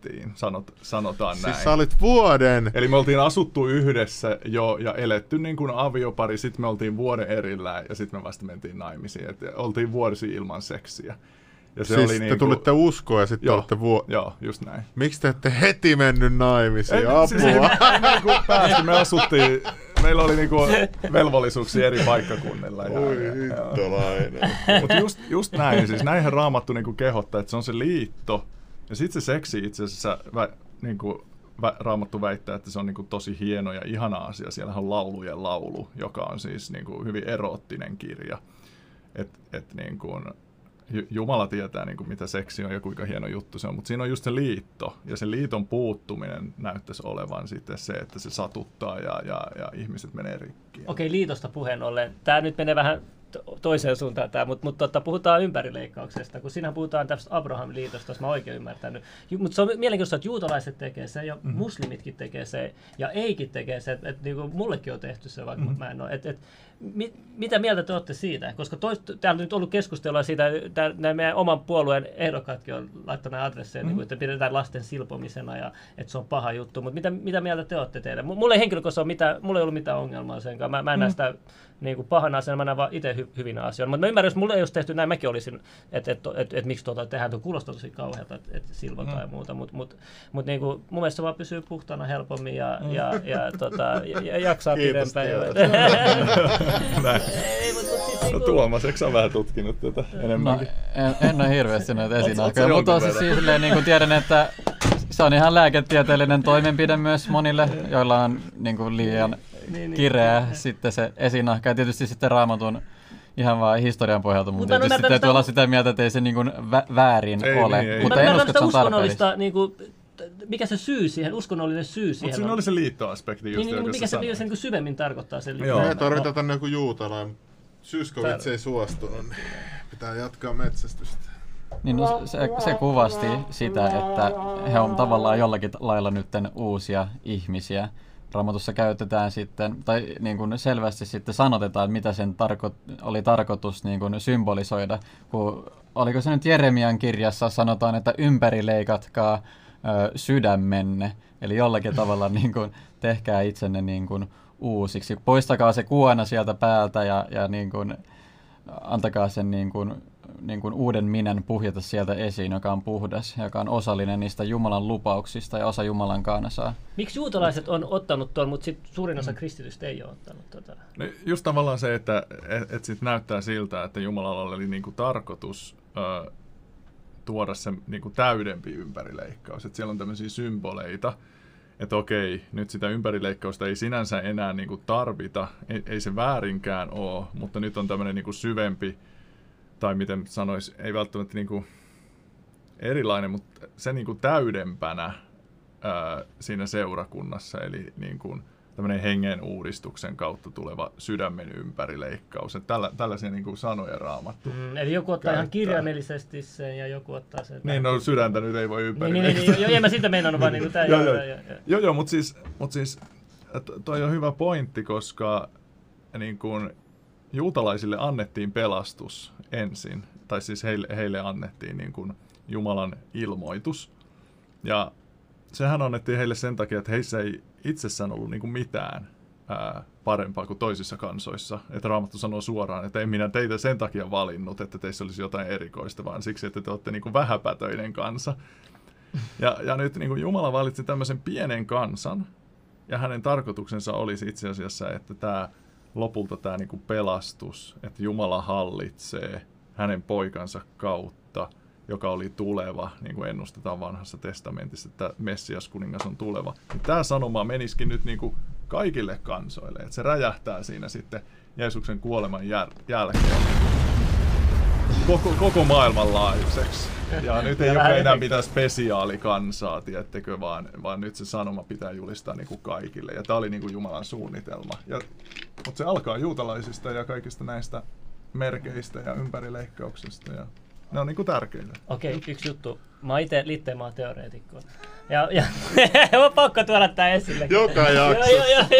tavattiin, sanot, sanotaan näin. Siis sä olit vuoden. Eli me oltiin asuttu yhdessä jo ja eletty niin kuin aviopari, sitten me oltiin vuoden erillään ja sitten me vasta mentiin naimisiin. Et oltiin vuosi ilman seksiä. Ja se siis oli te niinku... tulitte uskoon ja sitten joo, olette vuo... Joo, just näin. Miksi te ette heti mennyt naimisiin? Ei, Apua. siis ei, niinku päästy, me asuttiin, meillä oli niinku velvollisuuksia eri paikkakunnilla. Ja, Oi ja, hittolainen. Mutta just, just näin, siis näinhän Raamattu niinku kehottaa, että se on se liitto. Ja sitten se seksi itse asiassa, vä, niinku, vä, Raamattu väittää, että se on niinku tosi hieno ja ihana asia. Siellähän on laulujen laulu, joka on siis niinku hyvin eroottinen kirja. Et, et niinku, Jumala tietää, niin kuin, mitä seksi on ja kuinka hieno juttu se on, mutta siinä on just se liitto, ja se liiton puuttuminen näyttäisi olevan sitten se, että se satuttaa ja, ja, ja ihmiset menee rikkiin. Okei, liitosta puheen ollen. Tämä nyt menee vähän toiseen suuntaan, tämä, mutta, mutta totta, puhutaan ympärileikkauksesta, kun siinä puhutaan tästä Abraham-liitosta, jos mä oikein ymmärtänyt. Mutta se on mielenkiintoista, että juutalaiset tekee se, ja mm-hmm. muslimitkin tekee se, ja eikin tekee se, että et, niinku mullekin on tehty se, vaikka mm-hmm. mä en ole. Et, et, mit, mitä mieltä te olette siitä? Koska toist, täällä on nyt ollut keskustelua siitä, nämä meidän oman puolueen ehdokkaatkin on laittanut adresseja, mm-hmm. niin että pidetään lasten silpomisena, ja että se on paha juttu, mutta mitä, mitä mieltä te olette teille? Mulla ei henkilökohtaisesti ole mitään, mulla ei ollut mitään ongelmaa sen kanssa, mä, mä en näe sitä niin kuin pahana asiana, mä näen vaan itse hy, hyvinä asioina. Mutta mä ymmärrän, jos mulla ei olisi tehty näin, mäkin olisin, että et, et, et, et, miksi tuota tehdään, tuo kuulostaa tosi kauhealta, että et silvotaan mm. ja muuta, mutta mut, mut, niin kuin, mun mielestä se vaan pysyy puhtaana helpommin ja, mm. ja, ja, tota, ja, ja jaksaa Kiitos, pidempään. No Tuomas, eikö sä vähän tutkinut tätä enemmänkin? No, en, en ole hirveästi noita esinahkoja, mutta siis silleen, niin kuin tiedän, että se on ihan lääketieteellinen toimenpide myös monille, joilla on niin kuin liian niin, kireä niin, sitten se esinahka. Ja tietysti sitten Raamatun ihan vaan historian pohjalta, mutta tietysti sitten täytyy olla sitä mieltä, että ei se niin kuin vä- väärin ei, ole. Niin, mutta en usko, että se on tarpeellista. Niin kuin, mikä se syy siihen, uskonnollinen syy siihen Mutta siinä on? oli se liittoaspekti just, niin, niin, mikä se, mikä se niin syvemmin tarkoittaa? Se Joo. Me tarvitaan tänne joku juutalainen. Syskovits ei suostunut, niin pitää jatkaa metsästystä. Niin, no, se, se kuvasti sitä, että he on tavallaan jollakin lailla nytten uusia ihmisiä. Raamatussa käytetään sitten, tai niin kuin selvästi sitten sanotetaan, mitä sen tarko- oli tarkoitus niin kuin symbolisoida. Kun, oliko se nyt Jeremian kirjassa, sanotaan, että ympärileikatkaa ö, sydämenne. Eli jollakin tavalla niin kuin, tehkää itsenne niin kuin uusiksi. Poistakaa se kuona sieltä päältä ja, ja niin kuin, antakaa sen niin kuin, niin kuin uuden minän puhjeta sieltä esiin, joka on puhdas, joka on osallinen niistä Jumalan lupauksista ja osa Jumalan kansaa. Miksi juutalaiset on ottanut tuon, mutta sitten suurin osa kristitystä ei ole ottanut tuota? No, just tavallaan se, että et, et sit näyttää siltä, että Jumalalla oli niinku tarkoitus ö, tuoda se niinku täydempi ympärileikkaus. Et siellä on tämmöisiä symboleita, että okei, nyt sitä ympärileikkausta ei sinänsä enää niinku tarvita, ei, ei se väärinkään ole, mutta nyt on tämmöinen niinku syvempi, tai miten sanoisi, ei välttämättä niinku erilainen, mutta se niinku täydempänä ää, siinä seurakunnassa, eli niinku tämmöinen hengen uudistuksen kautta tuleva sydämen ympärileikkaus. Että tällä, tällaisia niinku sanoja Raamattu mm, eli joku ottaa käyttää ihan kirjaimellisesti sen ja joku ottaa sen. Niin, no sydäntä nyt ei voi ympäri. Niin, niin, niin, niin, en mä sitä meinannut vaan niinku tää. Joo, joo, joo, joo, mutta siis, mut siis toi on hyvä pointti, koska niin kun juutalaisille annettiin pelastus ensin, tai siis heille, heille annettiin niin kun Jumalan ilmoitus. Ja sehän annettiin heille sen takia, että heissä ei itsessään ollut niin kuin mitään ää, parempaa kuin toisissa kansoissa. Että Raamattu sanoo suoraan, että en minä teitä sen takia valinnut, että teissä olisi jotain erikoista, vaan siksi, että te olette niin kuin vähäpätöinen kansa. Ja, ja nyt niin kuin Jumala valitsi tämmöisen pienen kansan, ja hänen tarkoituksensa olisi itse asiassa, että tämä lopulta tämä niin kuin pelastus, että Jumala hallitsee hänen poikansa kautta, joka oli tuleva, niin kuin ennustetaan vanhassa testamentissa, että Messias kuningas on tuleva. Tämä sanoma menisikin nyt niin kuin kaikille kansoille, että se räjähtää siinä sitten Jeesuksen kuoleman jäl- jälkeen koko, koko maailman laajuiseksi. Ja nyt ei ole enää mitään spesiaalikansaa, tiettekö, vaan, vaan nyt se sanoma pitää julistaa niin kuin kaikille. Ja tämä oli niin kuin Jumalan suunnitelma. Ja, mutta se alkaa juutalaisista ja kaikista näistä merkeistä ja ympärileikkauksista. Ja ne on niinku tärkeitä. Okei, okay, yksi juttu. Mä oon ite liitteenmaa-teoreetikko. Ja, ja on pakko tuoda tää esille. Joka jakso.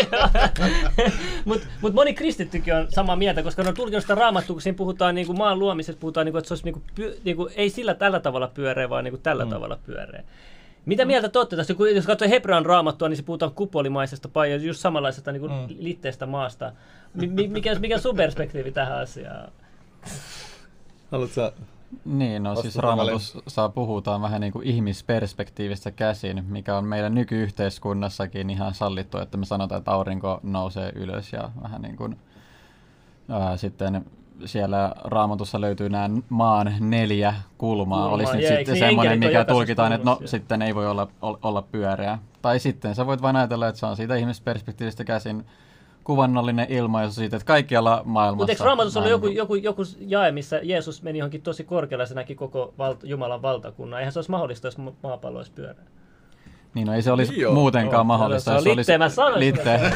Mutta mut moni kristittykin on samaa mieltä, koska ne on tulkinut sitä Raamattua, kun siinä puhutaan niinku maan luomisesta, puhutaan, niinku, että se olisi niinku, niinku, ei sillä tällä tavalla pyöreä, vaan niinku tällä mm. tavalla pyöreä. Mitä mieltä te olette tästä? Jos katsoo Hebrean raamattua, niin se puhutaan kupolimaisesta paijasta, just samanlaisesta niin kuin mm. litteestä maasta. Mikä, mikä sun perspektiivi tähän asiaan? Haluatko sä... Niin, no siis Raamatussa puhutaan vähän niin kuin ihmisperspektiivistä käsin, mikä on meidän nykyyhteiskunnassakin ihan sallittu, että me sanotaan, että aurinko nousee ylös ja vähän niin kuin ää, sitten siellä Raamatussa löytyy nämä maan neljä kulmaa. Kulma. Olisi nyt Jee, sitten semmoinen, mikä tulkitaan, että no siellä. Sitten ei voi olla, olla pyöreä. Tai sitten sä voit vain ajatella, että se on siitä ihmisperspektiivistä käsin kuvannollinen ilmaisu siitä, että kaikkialla maailmassa... Mutta eikö Raamatussa ollut joku, joku, joku jae, missä Jeesus meni johonkin tosi korkealle ja se näki koko valta, Jumalan valtakunnan? Eihän se olisi mahdollista, jos maapallo olisi pyöreä. Niin, no ei se olisi niin muutenkaan joo. mahdollista. Se on litteä, mä sanoin. Litteä.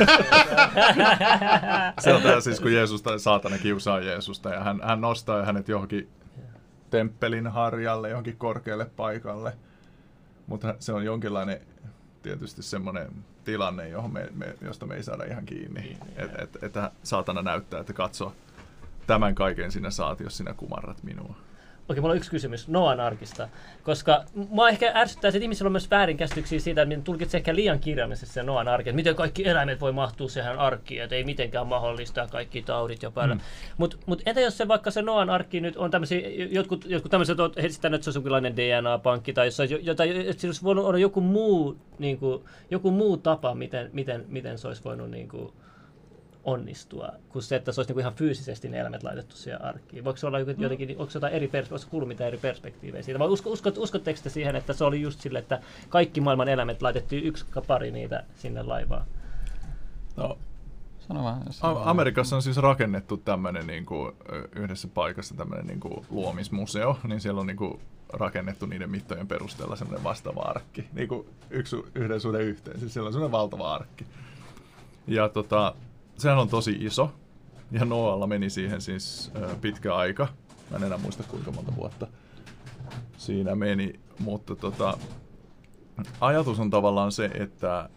Se on tämä siis, kun Jeesus tai saatana kiusaa Jeesusta ja hän, hän nostaa hänet johonkin temppelin harjalle, johonkin korkealle paikalle. Mutta se on jonkinlainen tietysti semmoinen tilanne, johon me, me, josta me ei saada ihan kiinni. Niin, että et, et, et saatana näyttää, että katso, tämän kaiken sinä saat, jos sinä kumarrat minua. Okei, mulla on yksi kysymys Noan arkista, koska mua ehkä ärsyttää, että ihmisillä on myös väärinkäsityksiä siitä, että tulkitsee ehkä liian kirjaimellisesti se Noan arki, että miten kaikki eläimet voi mahtua siihen arkkiin, että ei mitenkään mahdollista kaikki taudit ja päällä. Mm. Mutta mut entä jos se vaikka se Noan arkki nyt on tämmöisiä, jotkut, jotkut tämmöiset on esittänyt, että se on jonkinlainen D N A-pankki tai jossain, jotain, että se olisi voinut olla joku muu, niin kuin, joku muu tapa, miten, miten, miten se olisi voinut niin kuin, onnistua, kuin se, että se olisi niinku ihan fyysisesti ne eläimet laitettu siihen arkkiin. Voiko se olla jotenkin, onko se jotain eri, pers- kuulu mitään eri perspektiivejä siitä? Vai usko, uskot, uskotteko te siihen, että se oli just sille, että kaikki maailman eläimet laitettiin yksi pari niitä sinne laivaan? No, sano vaan, A- Amerikassa on siis rakennettu tämmöinen niinku, yhdessä paikassa tämmöinen niinku, luomismuseo, niin siellä on niinku, rakennettu niiden mittojen perusteella semmoinen vastaava arkki, niinku yksi yhden suhde yhteen, siis siellä on semmoinen valtava arkki. Ja tota, sehän on tosi iso, ja Noalla meni siihen siis ö, pitkä aika. Mä en enää muista kuinka monta vuotta siinä meni, mutta tota, ajatus on tavallaan se, että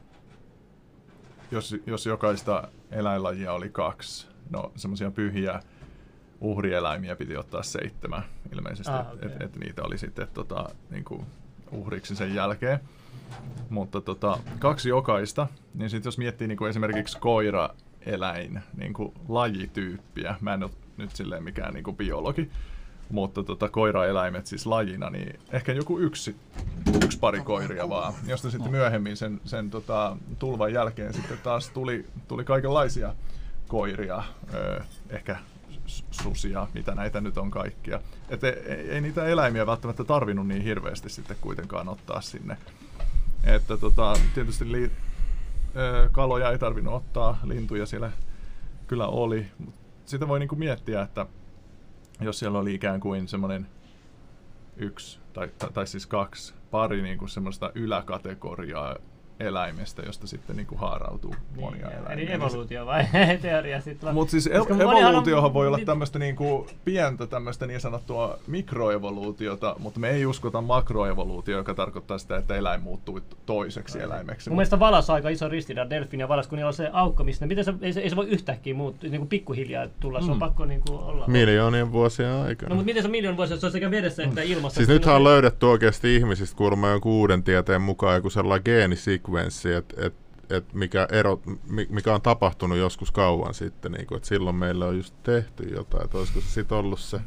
jos, jos jokaista eläinlajia oli kaksi, no semmoisia pyhiä uhrieläimiä piti ottaa seitsemän ilmeisesti, ah, okay. että et niitä oli sitten tota, niinku uhriksi sen jälkeen. Mutta tota, kaksi jokaista, niin sitten jos miettii niinku esimerkiksi koira, eläin, niin kuin lajityyppiä. Mä en ole nyt silleen mikään niin kuin biologi, mutta tota, koiraeläimet siis lajina, niin ehkä joku yksi, yksi pari koiria vaan. Josta sitten myöhemmin sen, sen tota, tulvan jälkeen sitten taas tuli, tuli kaikenlaisia koiria, öö, ehkä susia, mitä näitä nyt on kaikkia. Et ei, ei niitä eläimiä välttämättä tarvinnut niin hirveästi sitten kuitenkaan ottaa sinne. Että tota, tietysti li- kaloja ei tarvinnut ottaa, lintuja siellä kyllä oli. Sitä voi niinku miettiä, että jos siellä oli ikään kuin semmoinen yksi tai, tai, tai siis kaksi pari niinku semmoista yläkategoriaa eläimestä, josta sitten niinku haarautuu monia niin, eläimiä. Eli evoluutio vai teoria sitten? Mutta siis el- evoluutiohan voi olla tämmöistä niinku pientä tämmöistä niin sanottua mikroevoluutiota, mutta me ei uskota makroevoluutio, joka tarkoittaa sitä, että eläin muuttuu toiseksi eläimeksi. Mun mielestä valas on aika iso ristiriita, delfiini ja valas, kun niillä on se aukko, mistä miten se, ei, se, ei se voi yhtäkkiä muuttua, niin kuin pikkuhiljaa tulla, se on mm. pakko niin kuin olla. Miljoonien vuosien aikana. No mutta miten se on miljoonien vuosia, se on sekä vedessä että ilmassa. Siis nythän on löydetty oikeasti ihmisistä kuulemma jonkun uuden tieteen mukaan joku sellainen geenisekvenssi, että et, et mikä, ero, mikä on tapahtunut joskus kauan sitten, niin kuin, että silloin meillä on just tehty jotain, että olisiko se sitten ollut se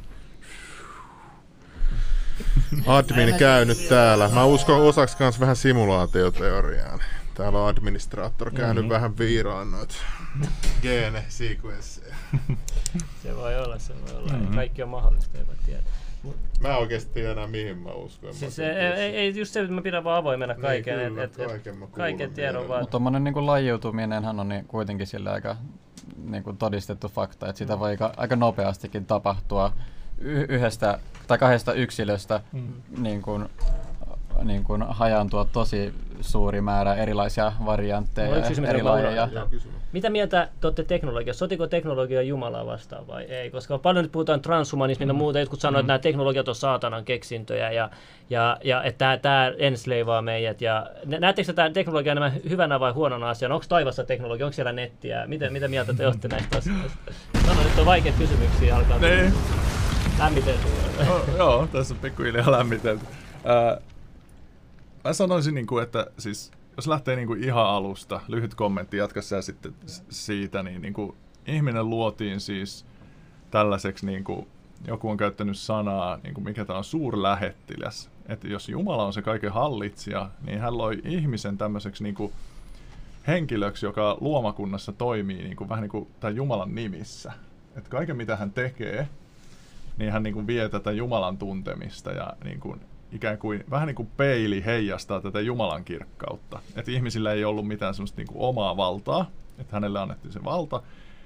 admin käynyt täällä. Mä uskon osaksi kans vähän simulaatioteoriaa. Täällä on administraattori käynyt mm-hmm. vähän viiraan noita geene-sequensseja. Se voi olla, se voi olla. Mm-hmm. Kaikki on mahdollista, ei voi tiedä. Mä oikeesti tiedä enää mihin mä uskon. Siis ei, ei, ei just se, että mä pidän vaan avoimena kaiken. Niin, kyllä, et, et, kaiken, kaiken tiedon vaan. Mutta tommonen niinku lajiutuminenhan on niin, kuitenkin sillä aika niinku todistettu fakta, että sitä voi aika, aika nopeastikin tapahtua y- yhdestä tai kahdesta yksilöstä mm. niin kuin, niin kuin hajaantua tosi suuri määrä erilaisia variantteja ja eri lajeja. Mitä mieltä te olette teknologiassa? Sotiko teknologia Jumalaa vastaan vai ei? Koska paljon nyt puhutaan transhumanismista ja muuta. Jotkut sanoo, mm. että nämä teknologiat on saatanan keksintöjä ja, ja, ja että tämä ensleivaa meidät. Ja, näettekö tämä teknologia enemmän hyvänä vai huonona asiana? Onko taivassa teknologia? Onko siellä nettiä? Mitä, mitä mieltä te olette näistä asioista? Sano, nyt on vaikeita kysymyksiä. Alkaa niin. Lämmitelty. No, joo, tässä on pikkuhiljaa lämmitelty. Äh, mä sanoisin, niin kuin, että siis, jos lähtee niin kuin ihan alusta, lyhyt kommentti, jatka sä sitten siitä, niin, niin kuin, ihminen luotiin siis tällaiseksi, niin kuin, joku on käyttänyt sanaa, niin kuin mikä tämä on suurlähettiläs. Että jos Jumala on se kaiken hallitsija, niin hän loi ihmisen tämmöiseksi niin kuin henkilöksi, joka luomakunnassa toimii niin kuin, vähän niin kuin tämän Jumalan nimissä. Että kaiken mitä hän tekee, niin hän niin kuin vie tätä Jumalan tuntemista ja niin kuin, ikään kuin, vähän niin kuin peili heijastaa tätä Jumalan kirkkautta. Että ihmisillä ei ollut mitään semmoista niin kuin omaa valtaa, että hänelle annettiin se valta.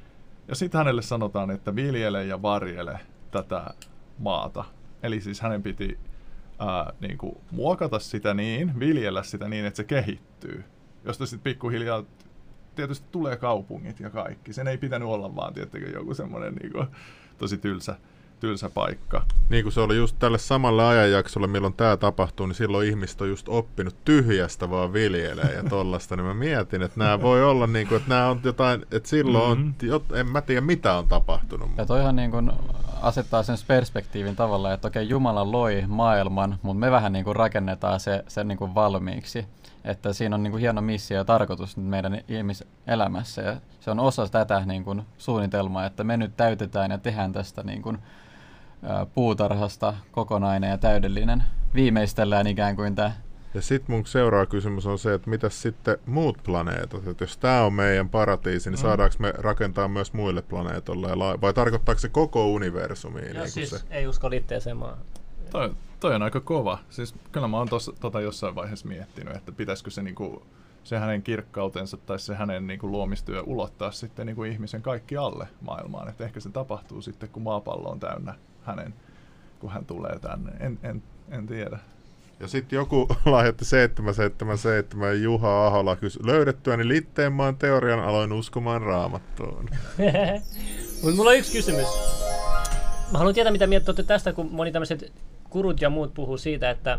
Ja sitten hänelle sanotaan, että viljele ja varjele tätä maata. Eli siis hänen piti ää, niin kuin muokata sitä niin, viljellä sitä niin, että se kehittyy. Josta sitten pikkuhiljaa tietysti tulee kaupungit ja kaikki. Sen ei pitänyt olla vaan tietenkin joku semmoinen niin kuin tosi tylsä, tylsä paikka. Niin kuin se oli just tälle samalle ajanjaksolle, milloin tämä tapahtuu, niin silloin ihmiset on just oppinut tyhjästä vaan viljelee ja tollasta. Niin mä mietin, että nämä voi olla niin kuin, että nämä on jotain, että silloin mm-hmm. on, en mä tiedä mitä on tapahtunut. Ja toihan niin kuin asettaa sen perspektiivin tavalla, että okei, Jumala loi maailman, mutta me vähän niin kuin rakennetaan se, se niin kuin valmiiksi. Että siinä on niin kuin hieno missio ja tarkoitus meidän ihmiselämässä ja se on osa tätä niin kuin suunnitelmaa, että me nyt täytetään ja tehdään tästä niin kuin, ä, puutarhasta kokonainen ja täydellinen. Viimeistellään ikään kuin tämä. Ja sitten mun seuraava kysymys on se, että mitäs sitten muut planeetat? Että jos tämä on meidän paratiisi, niin mm. saadaanko me rakentaa myös muille planeetoille? Vai tarkoittaako se koko universumiin? Joo, niin siis se? ei usko liitteeseen maahan. Toi, toi on aika kova. Siis kyllä mä oon tos, tota jossain vaiheessa miettinyt, että pitäisikö se, niinku, se hänen kirkkautensa tai se hänen niinku, luomistyö ulottaa sitten niinku, ihmisen kaikki alle maailmaan. Että ehkä se tapahtuu sitten, kun maapallo on täynnä hänen, kun hän tulee tänne. En, en, en tiedä. Ja sitten joku lahjoitti seitsemän seitsemän seitsemän Juha Ahola kysyi, löydettyäni Litteenmaan teorian aloin uskomaan Raamattuun. Mutta mulla on yksi kysymys. Mä haluan tietää, mitä mieltä olette tästä, kun moni tämmöiset kurut ja muut puhuu siitä, että,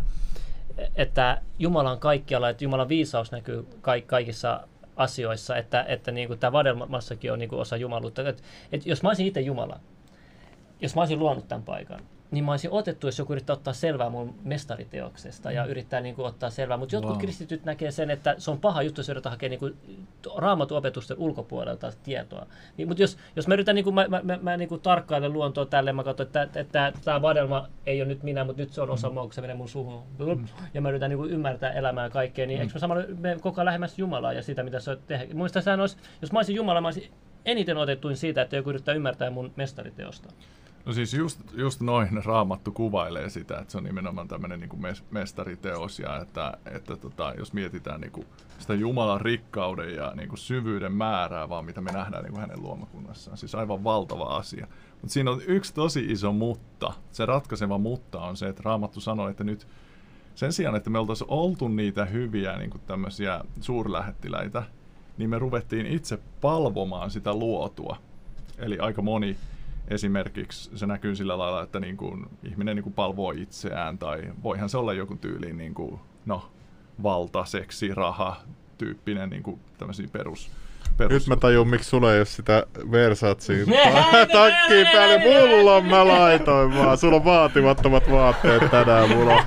että Jumala on kaikkialla, että Jumalan viisaus näkyy kaikissa asioissa, että, että niin kuin tämä vadelmassakin on niin kuin osa jumaluutta. Että, että jos mä olisin itse Jumala, jos mä olisin luonut tämän paikan, niin mä olisin otettu, jos joku yrittää ottaa selvää mun mestariteoksesta ja yrittää niin kuin, ottaa selvää. Mutta jotkut wow. kristityt näkee sen, että se on paha juttu, jos yritetään hakea niin kuin, Raamatun opetusten ulkopuolelta tietoa. Niin, mutta jos, jos mä yritän niin kuin, mä, mä, mä, mä niin kuin tarkkailen luontoa tälleen, mä katson, että, että, että tämä vadelma ei ole nyt minä, mutta nyt se on osa mua, kun se menee mun suhun. Ja mä yritän niin kuin, ymmärtää elämää ja kaikkea, niin mm. eikö mä samalla me koko ajan lähemmäs Jumalaa ja sitä, mitä se on tehdä. Muista sehän olisi, jos mä olisin Jumala, mä olisin eniten otettuin siitä, että joku yrittää ymmärtää mun mestariteosta. No siis just, just noin Raamattu kuvailee sitä, että se on nimenomaan tämmöinen niin kuin mestariteos ja että, että tota, jos mietitään niin kuin sitä Jumalan rikkauden ja niin kuin syvyyden määrää, vaan mitä me nähdään niin kuin hänen luomakunnassaan. Siis aivan valtava asia. Mutta siinä on yksi tosi iso mutta. Se ratkaiseva mutta on se, että Raamattu sanoo, että nyt sen sijaan, että me oltaisiin oltu niitä hyviä niin kuin tämmöisiä suurlähettiläitä, niin me ruvettiin itse palvomaan sitä luotua. Eli aika moni esimerkiksi se näkyy sillä lailla, että niin kuin ihminen niin kuin palvoo itseään tai voihan se olla joku tyyliin niin kuin, no, valta, seksi, raha tyyppinen niin kuin tämmöisiä perus, perus... Nyt mä tajun, miksi sulla ei ole sitä Versatsia takkiin päälle. Mulla mä laitoin vaan. Sulla on vaatimattomat vaatteet tänään mulla.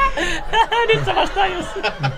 Nyt sä vastaan just.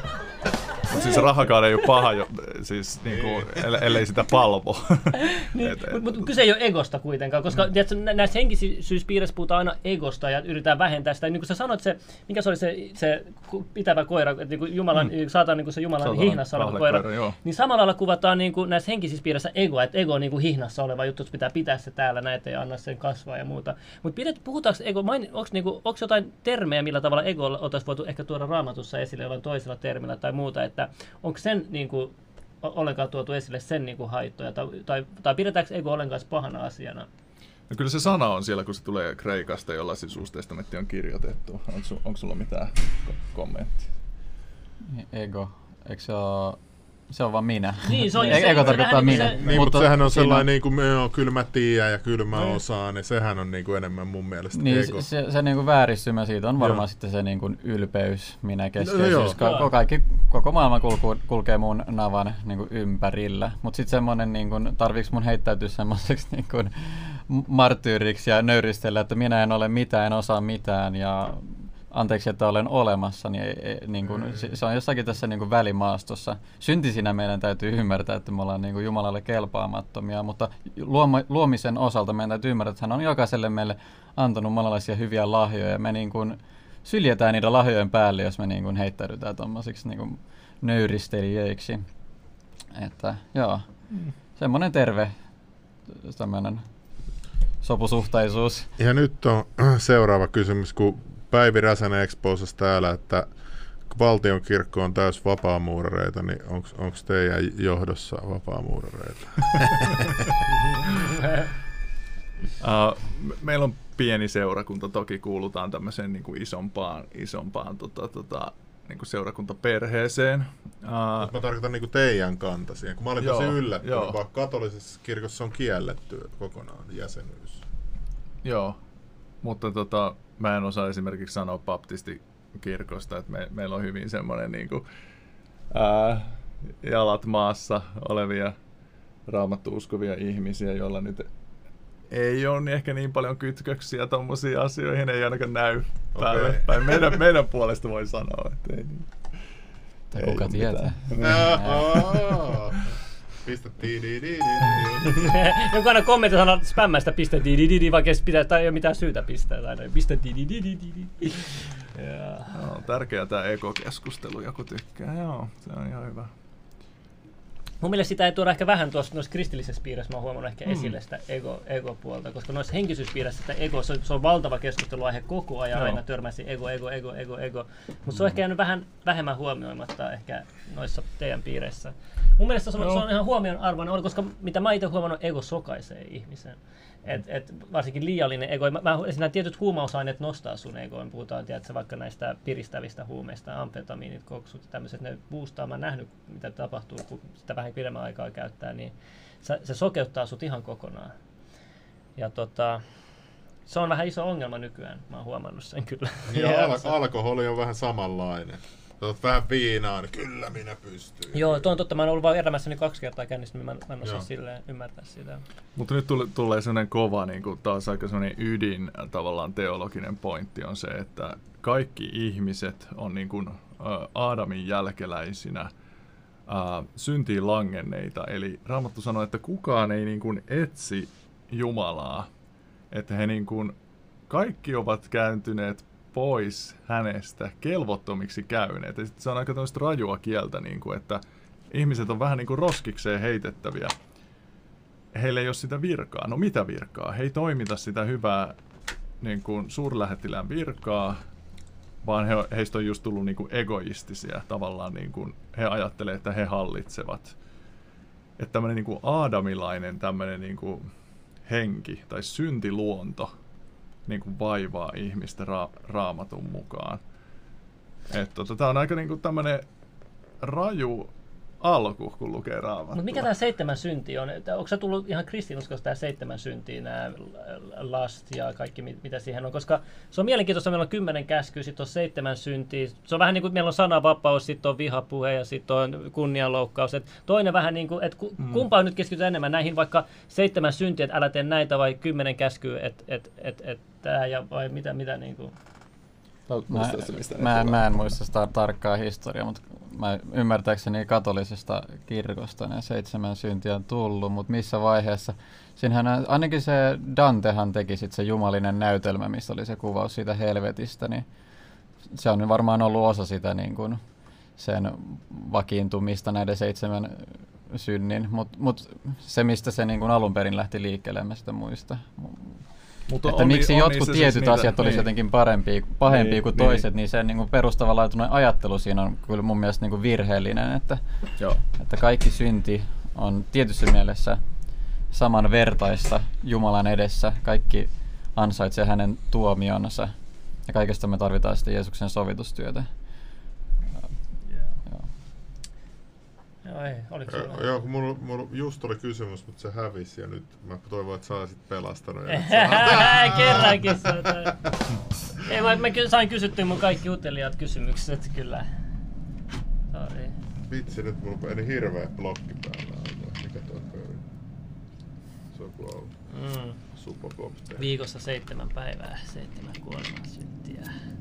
Mutta siis rahakaan ei ole paha, jo, siis niinku, ellei sitä palvo. Niin, mutta kyse ei ole egosta kuitenkaan, koska mm. tiedätkö, näissä henkisyyspiirissä puhutaan aina egosta ja yritetään vähentää sitä. Niin kuin sä sanoit, se, mikä se oli se, se pitävä koira, että niin kuin Jumalan, mm. saataan niin kuin se Jumalan Saataan hihnassa oleva koira, koira niin samalla lailla kuvataan niin kuin näissä henkisissä piirissä egoa, että ego on niin kuin hihnassa oleva juttu, että pitää pitää se täällä näitä ja anna sen kasvaa ja muuta. Mutta puhutaanko ego, onko niinku, jotain termejä, millä tavalla ego oltaisiin voitu ehkä tuoda Raamatussa esille jollain toisella termillä tai muuta, että onko sen niin kuin, ollenkaan tuotu esille sen niin kuin, haittoja, tai, tai, tai pidetäänkö ego ollenkaan pahana asiana? No kyllä se sana on siellä, kun se tulee kreikasta, jolla siis Uusi testamentti on kirjoitettu. Onko, su, onko sulla mitään kommenttia? Ego, eikö se ole... Se on vaan minä. Niin, se on e- ego tarkoittaa minä. Se, niin, mutta sehän on sellainen, niin kuin, joo, kyllä mä tiedän ja kyllä mä osaan, niin sehän on niin kuin enemmän mun mielestä niin, ego. Se, se niin kuin vääristymä siitä on varmaan joo. sitten se niin kuin ylpeys, minä keskeisyys. No, Ka- kaikki, koko maailma kulkuu, kulkee mun navan niin kuin ympärillä. Mutta sitten semmoinen, niin kuin, tarviiko mun heittäytyä semmoiseksi niin kuin marttyyriksi ja nöyristellä, että minä en ole mitään, en osaa mitään ja anteeksi, että olen olemassa, niin, ei, ei, niin kuin, se, se on jossakin tässä niin kuin välimaastossa. Syntisinä meidän täytyy ymmärtää, että me ollaan niin kuin Jumalalle kelpaamattomia, mutta luoma, luomisen osalta meidän täytyy ymmärtää, että hän on jokaiselle meille antanut monenlaisia hyviä lahjoja, ja me niin kuin syljetään niiden lahjojen päälle, jos me niin kuin heittäydytään tuommoisiksi niin kuin nöyristelijöiksi. Että joo, mm. semmoinen terve tämmöinen sopusuhtaisuus. Ja nyt on seuraava kysymys, kun Päivi Räsänen Exposessa täällä, että kun valtionkirkko on täys vapaamuurareita, niin onko teidän johdossa vapaamuurareita? uh, meillä on pieni seurakunta, toki kuulutaan tämmöiseen niin kuin isompaan, isompaan tota, tota, niin kuin seurakuntaperheeseen. Uh, mä tarkoitan niin kuin teidän kanta siihen, kun mä olin joo, tosi yllättynyt, joo. vaikka katolisessa kirkossa on kielletty kokonaan jäsenyys. Joo, mutta tota, mä en osaa esimerkiksi sanoa baptistikirkosta, että me, meillä on hyvin semmoinen niin kuin, ää, jalat maassa olevia raamattu-uskovia ihmisiä, joilla nyt ei ole ehkä niin paljon kytköksiä tommosiin asioihin, ei ainakaan näy päälle. Okay. Tai meidän, meidän puolesta voi sanoa, että ei niin. Tai kuka tietää. Pistä di-di-di-di. Joku aina kommentti sanoo spämmästä pistä di-di-di-di, vaikka pitää, tai ei ole mitään syytä pistää. Tai pistä di-di-di-di-di. No, tärkeää tämä ekokeskustelu, joku tykkää. Joo, se on ihan hyvä. Mun mielestä sitä ei tuoda ehkä vähän tuossa noissa kristillisessä piirissä, mä oon huomannut ehkä mm. esille sitä ego, ego-puolta, koska noissa henkisyyspiirissä sitä ego, se on, se on valtava keskusteluaihe koko ajan, no. aina törmäsi ego, ego, ego, ego, ego, mutta se on ehkä jäänyt vähän vähemmän huomioimatta ehkä noissa teidän piireissä. Mun mielestä se on, no. se on ihan huomionarvoinen, koska mitä mä itse huomannut, ego sokaisee ihmisen. Et, et varsinkin liiallinen ego. Mä, mä, nämä tietyt huumausaineet nostaa sun egoon. Puhutaan tiedätkö, vaikka näistä piristävistä huumeista, amfetamiinit, koksut ja tämmöiset. Ne boostaa. Mä oon nähnyt, mitä tapahtuu, kun sitä vähän pidemmän aikaa käyttää. Niin se, se sokeuttaa sut ihan kokonaan. Ja tota, se on vähän iso ongelma nykyään. Mä oon huomannut sen kyllä. Ja al- alkoholi on vähän samanlainen. Otat vähän viinaa, niin kyllä minä pystyn. Joo, tuo on totta. Mä oon ollut vaan elämässäni kaksi kertaa käynnissä, niin mä, mä en osaa silleen ymmärtää sitä. Mutta nyt tulee, tulee sellainen kova, niin kuin taas aika sellainen ydin, tavallaan teologinen pointti on se, että kaikki ihmiset on niin kuin, ä, Aadamin jälkeläisinä ä, syntiin langenneita. Eli Raamattu sanoo, että kukaan ei niin kuin etsi Jumalaa. Että he niin kuin, kaikki ovat kääntyneet pois hänestä, kelvottomiksi käyneet. Ja se on aika tämmöistä rajua kieltä, niin kuin, että ihmiset on vähän niin kuin roskikseen heitettäviä. Heillä ei ole sitä virkaa. No mitä virkaa? He ei toimita sitä hyvää niin kuin suurlähettilään virkaa, vaan he, heistä on just tullut niin kuin egoistisia. Tavallaan niin kuin he ajattelee, että he hallitsevat. Että tämmöinen niin kuin aadamilainen tämmöinen niin kuin henki tai syntiluonto niin kuin vaivaa ihmistä ra- raamatun mukaan. Että tota, tämä on aika niin kuin tämmöinen raju alku, kun lukee Raamattua. Mutta mikä tämä seitsemän synti on? Onko se tullut ihan kristinuskosta tämä seitsemän syntiä, nämä last ja kaikki mitä siihen on? Koska se on mielenkiintoista, meillä on kymmenen käskyä, sitten on seitsemän syntiä. Se on vähän niin kuin meillä on sananvapaus, sitten on vihapuhe ja sitten on kunnianloukkaus. Et toinen vähän niin kuin, että kumpaan nyt keskitytään enemmän näihin vaikka seitsemän syntiä, että älä tee näitä vai kymmenen käskyä, että et, et, et, tämä ja vai mitä, mitä niin kuin. Mä, mä, mä en muista sitä tarkkaa historiaa, mutta mä ymmärtääkseni katolisesta kirkosta ne seitsemän syntiä on tullut, mutta missä vaiheessa? Siinähän ainakin se Dantehan teki sit se jumalinen näytelmä, missä oli se kuvaus siitä helvetistä, niin se on varmaan ollut osa sitä niin kuin sen vakiintumista näiden seitsemän synnin, mutta mut se mistä se niin kuin alun perin lähti liikkeelle, en mä sitä muista. Mutta että on, miksi on, jotkut on tietyt siis asiat niitä, olisi niin. jotenkin parempia, pahempia niin, kuin niin. toiset, niin se niin perustavanlaatuinen ajattelu siinä on kyllä mun mielestä niin kuin virheellinen, että, että kaikki synti on tietyssä mielessä samanvertaista Jumalan edessä, kaikki ansaitsee hänen tuomionsa ja kaikesta me tarvitaan sitten Jeesuksen sovitustyötä. Joo, ei, oliko se Joo, joo, kun mulla, mulla just oli kysymys, mutta se hävisi ja nyt mä toivon, että sä olisit pelastanut. Kerrankin sä Ei, mä, mä sain kysyttyä mun kaikki uteliaat kysymykset, kyllä. Sorry. Vitsi, nyt mulla meni hirveä blokki päällä. Mikä toi pöydä? Se on kuin ollut. Mm. Supokopteja. Viikossa seitsemän päivää, seitsemän kuoleman syntiä.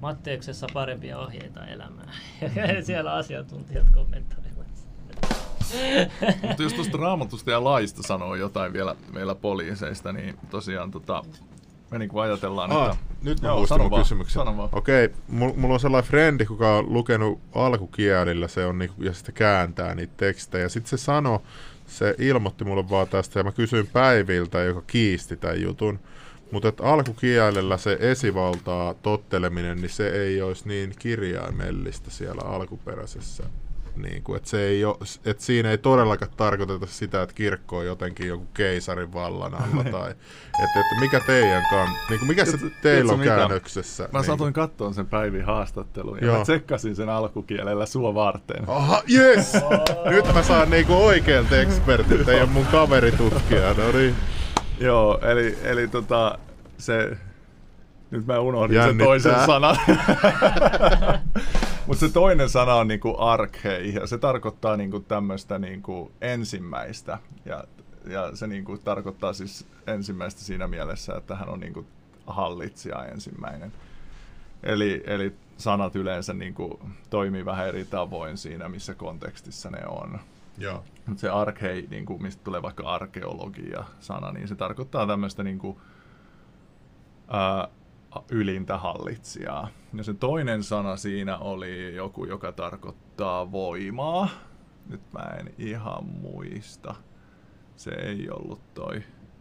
Matteuksessa parempia ohjeita elämään. Siellä asiantuntijat kommentoivat. Mutta jos tuosta Raamatusta ja laista sanoo jotain vielä meillä poliiseista, niin tosiaan tota, me niinku ajatellaan, ah, että... Nyt mä muistan mun kysymyksen. Okei, okay, mulla on sellainen frendi, joka on lukenut alkukielillä se on niinku, ja sitten kääntää niitä tekstejä. Sitten se sanoi, se ilmoitti mulle vaan tästä ja mä kysyin Päiviltä, joka kiisti tämän jutun. Mutta alkukielellä se esivaltaa totteleminen, niin se ei olisi niin kirjaimellistä siellä alkuperäisessä. Niin kuin, että, se ei ole, että siinä ei todellakaan tarkoiteta sitä, että kirkko on jotenkin joku keisarin vallan alla. tai, että, että mikä teidän kan, niin kuin mikä se teillä on käännöksessä? Mä niin satuin katsoa sen Päivin haastattelun ja Joo. mä tsekkasin sen alkukielellä sua varten. Aha, yes! Oh. Nyt mä saan niinku oikealta ekspertit, ei ole mun kaveritutkija. No niin. Joo, eli, eli tota, se... Nyt mä unohdin sen toisen sanan. Mutta se toinen sana on niinku arkhei, ja se tarkoittaa niinku tämmöistä niinku ensimmäistä. Ja, ja se niinku tarkoittaa siis ensimmäistä siinä mielessä, että hän on niinku hallitsija ensimmäinen. Eli, eli sanat yleensä niinku toimii vähän eri tavoin siinä, missä kontekstissa ne on. Joo. Mut se arkhei, niinku, mistä tulee vaikka arkeologia-sana, niin se tarkoittaa tämmöistä niinku, ää, ylintä hallitsijaa. Ja se toinen sana siinä oli joku, joka tarkoittaa voimaa. Nyt mä en ihan muista. Se ei ollut toi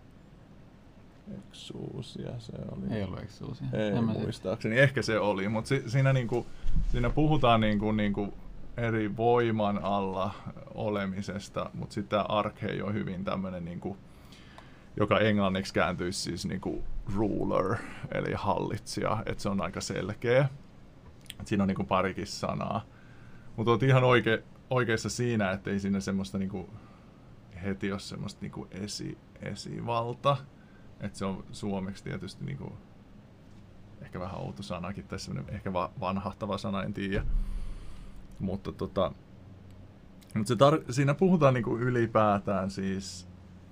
exousia, se oli. Ei ollut exousia. Ei muistaakseni. Ehkä se oli, mutta si- siinä, niinku, siinä puhutaan niinku, niinku eri voiman alla olemisesta, mutta sitten arkhei on hyvin tämmöinen niinku, joka englanniksi kääntyisi siis niinku ruler, eli hallitsija, että se on aika selkeä. Et siinä on niinku parikin sanaa. Mutta olet ihan oike, oikeassa siinä, että ei siinä semmoista niinku, heti ole semmoista niinku esi, esivalta. Että se on suomeksi tietysti niinku, ehkä vähän outo sanakin, tai semmoinen ehkä va, vanhahtava sana, en tiedä. Mutta tota, mut se tar- siinä puhutaan niinku ylipäätään siis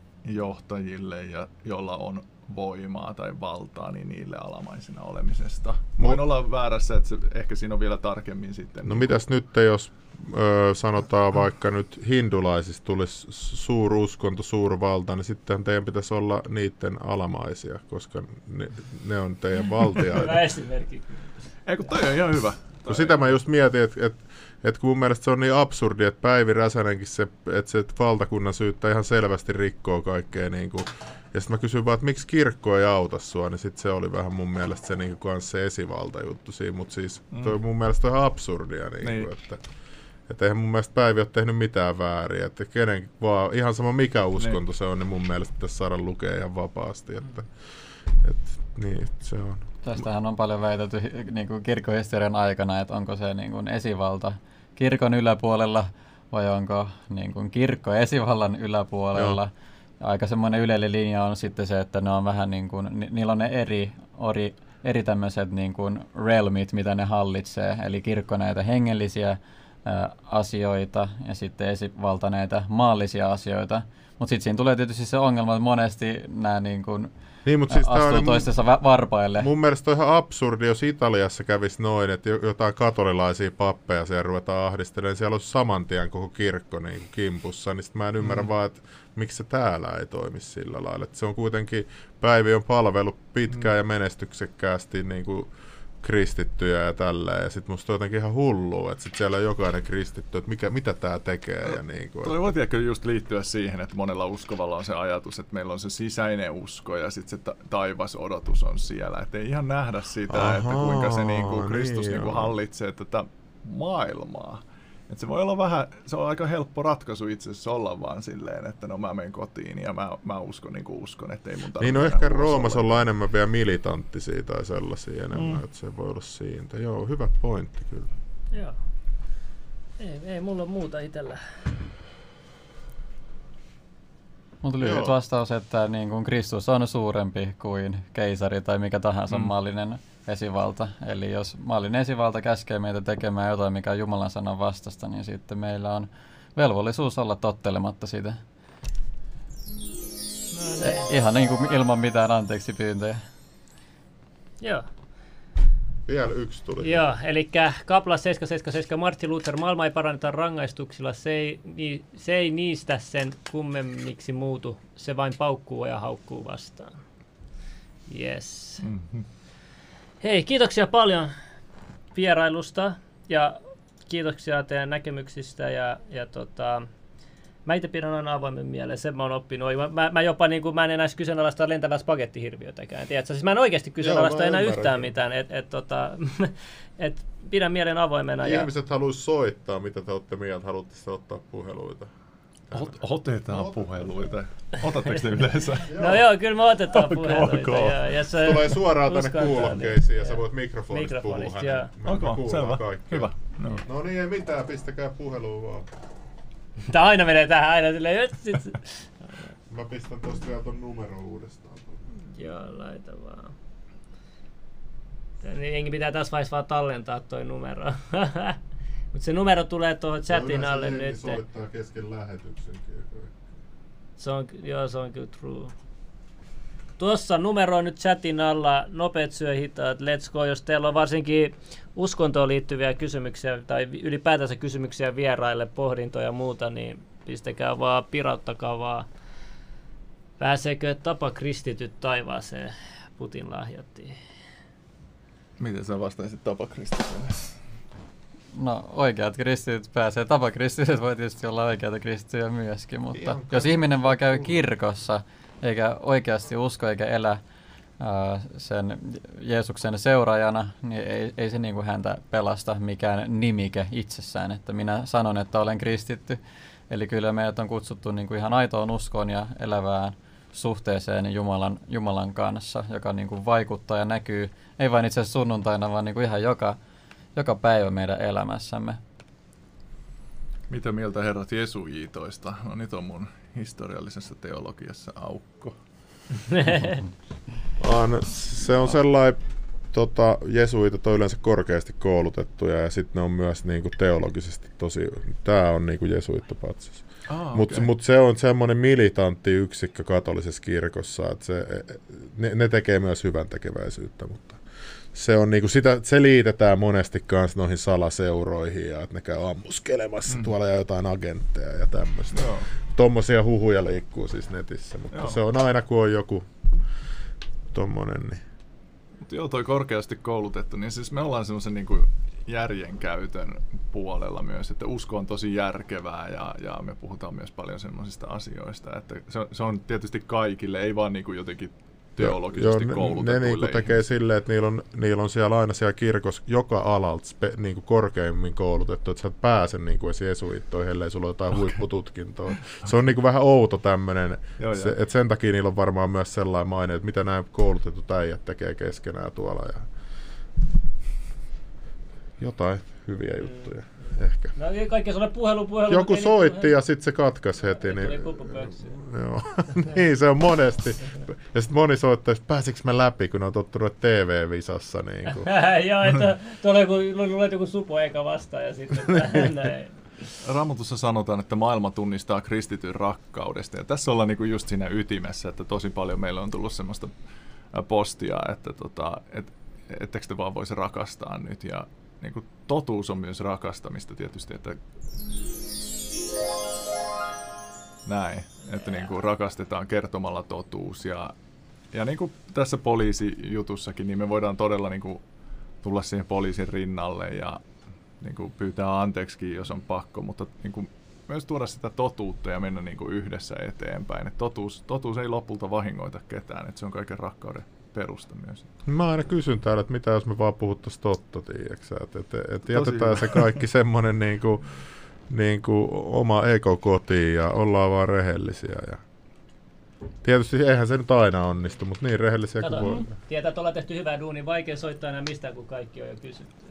johtajille, ja, jolla on voimaa tai valtaa, niin niille alamaisina olemisesta. Voin Mo- olla väärässä, että se, ehkä siinä on vielä tarkemmin sitten. No niin mitäs nyt, jos ö, sanotaan vaikka nyt hindulaisista tulisi suuruskonto, suurvalta, niin sitten teidän pitäisi olla niiden alamaisia, koska ne, ne on teidän valtiaita. Hyvä esimerkki. Ei kun toi on ihan hyvä. No sitä mä just mietin, että et, et kun mun mielestä se on niin absurdi, että Päivi Räsänenkin se, että se valtakunnan syyttä ihan selvästi rikkoo kaikkea niinku. Ja sitten mä kysyin vaan, että miksi kirkko ei auta sua, niin sitten se oli vähän mun mielestä se niinku kans se esivaltajuttu siinä, mutta siis toi mun mielestä on ihan absurdia niinku, niin. että että eihän mun mielestä Päivi ole tehnyt mitään väärin, että kenen vaan ihan sama mikä uskonto niin. se on, niin mun mielestä pitäisi saada lukea ihan vapaasti, että et, niin se on. Tästähän on paljon väitetty niin kuin kirkkohistorian aikana, että onko se niin kuin esivalta kirkon yläpuolella vai onko niin kuin kirkko esivallan yläpuolella. Ja aika semmoinen yleinen linja on sitten se, että ne on vähän niin kuin, ni, niillä on ne eri, ori, eri tämmöiset niin kuin realmit, mitä ne hallitsee. Eli kirkko näitä hengellisiä ä, asioita ja sitten esivalta näitä maallisia asioita. Mutta sitten siinä tulee tietysti se ongelma, että monesti nämä niin kuin niin, mutta siis astuu mun, toistensa varpaille. Mun mielestä on ihan absurdi, jos Italiassa kävisi noin, että jotain katolilaisia pappeja siellä ruvetaan ahdistelemaan, siellä olisi saman tien koko kirkko niin kimpussa, niin sit mä en ymmärrä mm. vaan, että miksi se täällä ei toimi sillä lailla. Että se on kuitenkin, Päivi on palvellut pitkään mm. ja menestyksekkäästi niin kuin kristittyjä ja tälleen, ja sit musta on jotenkin ihan hullua, että sit siellä on jokainen kristitty, että mikä, mitä tää tekee. Ja niin kuin, toi voi tiedäkö just liittyä siihen, että monella uskovalla on se ajatus, että meillä on se sisäinen usko ja sitten se ta- taivasodotus on siellä. Että ei ihan nähdä sitä, Ahaa, että kuinka se niin kuin Kristus niin kuin hallitsee tätä maailmaa. Et se voi olla vähän, se on aika helppo ratkaisu itse asiassa olla vaan silleen, että no mä menen kotiin ja mä, mä uskon niin kuin uskon, että ei mun tarvitse. Niin no ehkä Roomassa olla enemmän vielä militanttisia tai sellaisia enemmän, mm. että se voi olla siitä. Joo, hyvä pointti kyllä. Joo. Ei, ei mulla ole muuta itsellä. Mutta lyhyt vastaus, että niin kuin Kristus on suurempi kuin keisari tai mikä tahansa mm. maallinen esivalta. Eli jos maallinen esivalta käskee meitä tekemään jotain, mikä on Jumalan sanan vastasta, niin sitten meillä on velvollisuus olla tottelematta sitä. No, niin. Ihan niin kuin ilman mitään anteeksi pyyntöjä. Joo. Vielä yksi tuli. Joo, eli Kapla seitsemän seitsemän seitsemän Martin Luther, maailma ei paranneta rangaistuksilla, se ei, ni, se ei niistä sen kummemmiksi muutu, se vain paukkuu ja haukkuu vastaan. Yes. Mm-hmm. Hei, kiitoksia paljon vierailusta ja kiitoksia teidän näkemyksistä ja, ja tota, mä itse pidän aina avoimen mieleen, sen mä oon oppinut. Mä, mä jopa niin kuin, mä en enää kyseenalaista lentävää spagettihirviötäkään. Tiedätkö? Siis mä en oikeasti kyseenalaista enää yhtään mitään. Et, et, tota, et, pidän mielen avoimena. Ihmiset ja... haluaisi soittaa, mitä te olette mieltä, haluatte ottaa puheluita. Ot, otetaan no, puheluita. Otatteko te yleensä? No joo, kyllä me otetaan puheluita. Okay. Ja, ja se tulee suoraan tänne kuulokkeisiin ja sä voit mikrofonista puhua hänen. Okei, selvä. Hyvä. No. no niin, ei mitään, pistäkää puhelua vaan. Tää aina menee tähän, aina silleen. Mä pistän tosta vielä ton numero uudestaan. Joo, laita vaan. Jengi pitää tässä vaiheessa vaan tallentaa toi numero. Mut se numero tulee tuohon chatin alle nyt. Se soittaa kesken lähetyksenkin. Se on, joo, se on kyllä true. Tuossa numero on nyt chatin alla, nopeat syö hitaat, let's go. Jos teillä on varsinkin uskontoon liittyviä kysymyksiä tai ylipäätänsä kysymyksiä vieraille, pohdintoja ja muuta, niin pistäkää vaan, pirauttakaa vaan. Pääseekö tapa kristityt taivaaseen? Putin lahjattiin. Miten sä vastaisit tapa kristityille? No oikeat kristityt pääsee. Tapa kristityt voi tietysti olla oikeita kristittyjä myöskin, mutta Ihan jos ihminen vaan käy kirkossa, eikä oikeasti usko eikä elä ää, sen Jeesuksen seuraajana, niin ei, ei se niinku häntä pelasta mikään nimike itsessään, että minä sanon, että olen kristitty. Eli kyllä meidät on kutsuttu niinku ihan aitoon uskoon ja elävään suhteeseen Jumalan, Jumalan kanssa, joka niinku vaikuttaa ja näkyy, ei vain itse asiassa sunnuntaina, vaan niinku ihan joka, joka päivä meidän elämässämme. Mitä mieltä herrat jesuiitoista? No nyt on mun historiallisessa teologiassa aukko. Se on sellainen, tota, jesuitat on yleensä korkeasti koulutettuja ja sitten ne on myös niinku teologisesti tosi, tää on niinku jesuittopatsos. Ah, Mutta okay. mut se on semmoinen militantti yksikkö katolisessa kirkossa, että se, ne, ne tekee myös hyvän tekeväisyyttä, mutta se, on niinku sitä, se liitetään monesti myös noihin salaseuroihin ja että ne käy ammuskelemassa mm. tuolla ja jotain agentteja ja tämmöistä. No. Tommosia huhuja liikkuu siis netissä, mutta joo. Se on aina kun on joku tommonen. Niin. Mutta joo, toi korkeasti koulutettu, niin siis me ollaan semmoisen niinku järjenkäytön puolella myös, että usko on tosi järkevää ja, ja me puhutaan myös paljon semmoisista asioista, että se, se on tietysti kaikille, ei vaan niinku jotenkin teologisesti joo, koulutetuille. Ne, ne niinku tekee silleen, että niillä on, niillä on siellä aina siellä kirkossa joka alalta spe, niinku korkeimmin koulutettu, että sä et pääse niinku edes jesuittoihin, ellei sulla ole jotain okay. huippututkintoa. Se on niinku vähän outo tämmöinen, se, että sen takia niillä on varmaan myös sellainen maine, että mitä nämä koulutetut äijät tekee keskenään tuolla. Ja jotain hyviä juttuja. Ehkä. No kaikki sulle puhelu, puhelu. Joku soitti puhelu. Ja sitten se katkaisi heti. Niin, joo, niin se on monesti. Ja sitten moni soittaa, että pääsikö mä läpi, kun on tottunut T V-visassa. Niin joo, että tuolla luulet joku supo eikä vastaan ja sitten näin. Raamatussa sanotaan, että maailma tunnistaa kristityn rakkaudesta. Ja tässä ollaan niinku just siinä ytimessä, että tosi paljon meillä on tullut semmoista postia, että tota, et, ettekö te vaan voisi rakastaa nyt. Ja niin kuin totuus on myös rakastamista tietysti, että näin, että niin kuin rakastetaan kertomalla totuus ja, ja niin kuin tässä poliisijutussakin, niin me voidaan todella niin kuin tulla siihen poliisin rinnalle ja niin kuin pyytää anteeksikin, jos on pakko, mutta niin kuin myös tuoda sitä totuutta ja mennä niin kuin yhdessä eteenpäin. Et totuus, totuus ei lopulta vahingoita ketään, että se on kaiken rakkauden perusta myös. Mä aina kysyn täällä, että mitä jos me vaan puhuttaisiin totta, tiiäksä, että et, et jätetään se kaikki semmoinen niinku, niinku oma ego kotiin ja ollaan vaan rehellisiä. Ja tietysti eihän se nyt aina onnistu, mutta niin rehellisiä kuin voi. Tietää, että ollaan tehty hyvää duunia, vaikea soittaa enää mistään, kun kaikki on jo kysytty.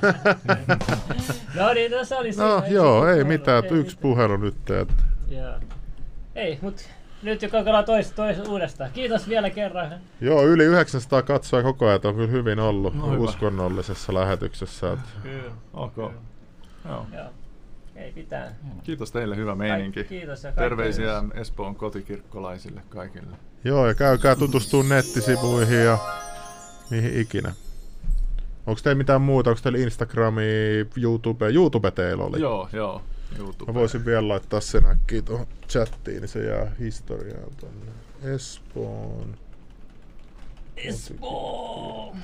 no niin, no se oli siinä. No joo, ei mitään, ei yksi mitään. Puhelu nyt. Että. Joo. Ei, mutta nyt jo kokonaan tois, tois uudestaan. Kiitos vielä kerran. Joo, yli yhdeksänsataa katsoa koko ajan on kyllä hyvin ollut no, uskonnollisessa lähetyksessä. Että. Kyllä, ok. Joo. Joo. Ei pitää. Kiitos teille, hyvä meininki. Kaik, kiitos ja terveisiä Espoon kotikirkkolaisille kaikille. Joo, ja käykää tutustumaan nettisivuihin ja mihin ikinä. Onko teillä mitään muuta? Onko teillä Instagrami, YouTube? YouTube teillä oli? Joo, joo. YouTube. Mä voisin vielä laittaa sen äkkiä tuohon chattiin, niin se jää historiaan tonne. Espoon. Espoo!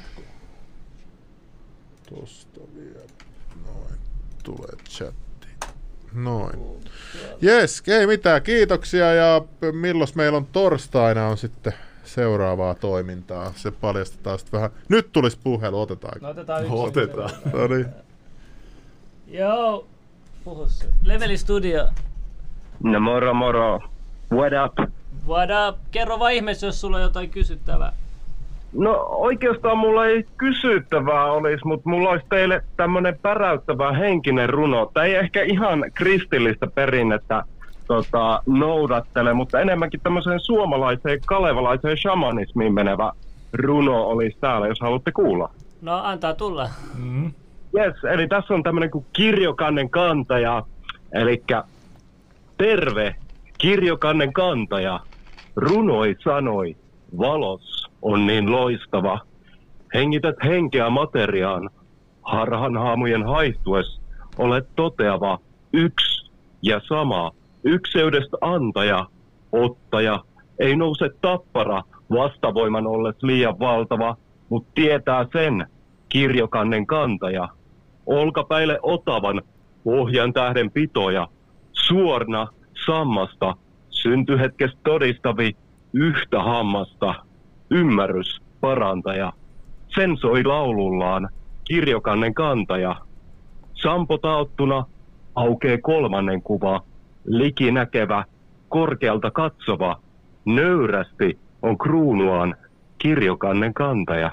Tosta vielä. Noin. Tulee chattiin. Noin. Jes, ei mitään. Kiitoksia ja milloin meillä on torstaina on sitten seuraavaa toimintaa. Se paljastetaan sitten vähän. Nyt tulisi puhelu, otetaanko? No otetaan yksi. Otetaan. No niin. Joo. Puhu se. Leveli Studio. No moro moro. What up? What up? Kerro vaan ihmeessä, jos sulla on jotain kysyttävää. No oikeastaan mulla ei kysyttävää olisi, mutta mulla olisi teille tämmönen päräyttävä henkinen runo. Tää ei ehkä ihan kristillistä perinnettä tota, noudattele, mutta enemmänkin tämmöiseen suomalaiseen kalevalaiseen shamanismiin menevä runo olisi täällä, jos haluatte kuulla. No antaa tulla. Mm. Yes, eli tässä on tämmönen kuin kirjokannen kantaja, elikkä terve kirjokannen kantaja, runoi sanoi, valos on niin loistava. Hengität henkeä materiaan, harhanhaamujen haihtues, olet toteava, yksi ja sama, ykseydestä antaja, ottaja, ei nouse tappara, vastavoiman olles liian valtava, mut tietää sen, kirjokannen kantaja. Olkapäille otavan, pohjan tähden pitoja, suorna sammasta, syntyhetkes todistavi, yhtä hammasta, ymmärrys parantaja. Sen soi laulullaan, kirjokannen kantaja. Sampo taottuna, aukee kolmannen kuva, likinäkevä, korkealta katsova, nöyrästi on kruunuaan, kirjokannen kantaja.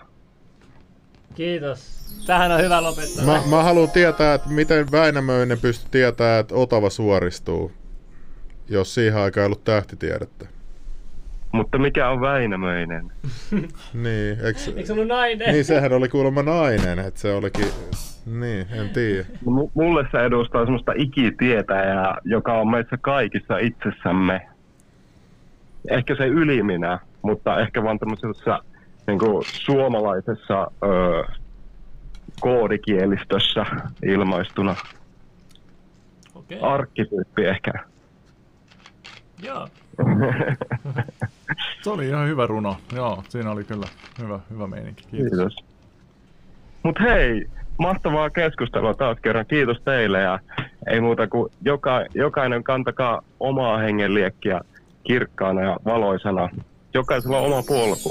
Kiitos. Tähän on hyvä lopettaa. Mä, mä haluan tietää, että miten Väinämöinen pystyy tietämään, että Otava suoristuu, jos siihen aikaan ei ollut tähtitiedettä. Mutta mikä on Väinämöinen? Niin, eks... Eikö se ollut nainen? Niin, sehän oli kuulemma nainen, että se olikin... Niin, en tiedä. M- mulle se edustaa semmoista ikitietäjää, joka on meissä kaikissa itsessämme. Ehkä se yliminä, mutta ehkä vaan tämmöisessä niin kuin suomalaisessa öö, koodikielistössä ilmaistuna. Okei. Arkkityyppi ehkä. Joo. Se oli ihan hyvä runo. Joo, siinä oli kyllä hyvä, hyvä meininki. Kiitos. Kiitos. Mut hei, mahtavaa keskustelua taas kerran. Kiitos teille ja ei muuta kuin joka, jokainen kantakaa omaa hengenliekkiä kirkkaana ja valoisana. Jokaisella on oma polku.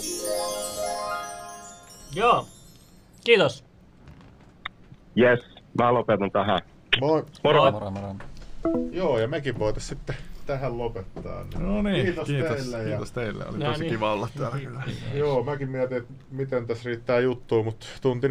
Joo. Kiitos. Yes, mä lopetan tähän. Moi. Moro. Moro, moro. Joo, ja mekin voitais sitten tähän lopettaa. No niin, kiitos, kiitos, teille. kiitos teille. Oli No tosi niin. kiva olla täällä kyllä. Joo, mäkin mietin, että miten tässä riittää juttua, mutta tunti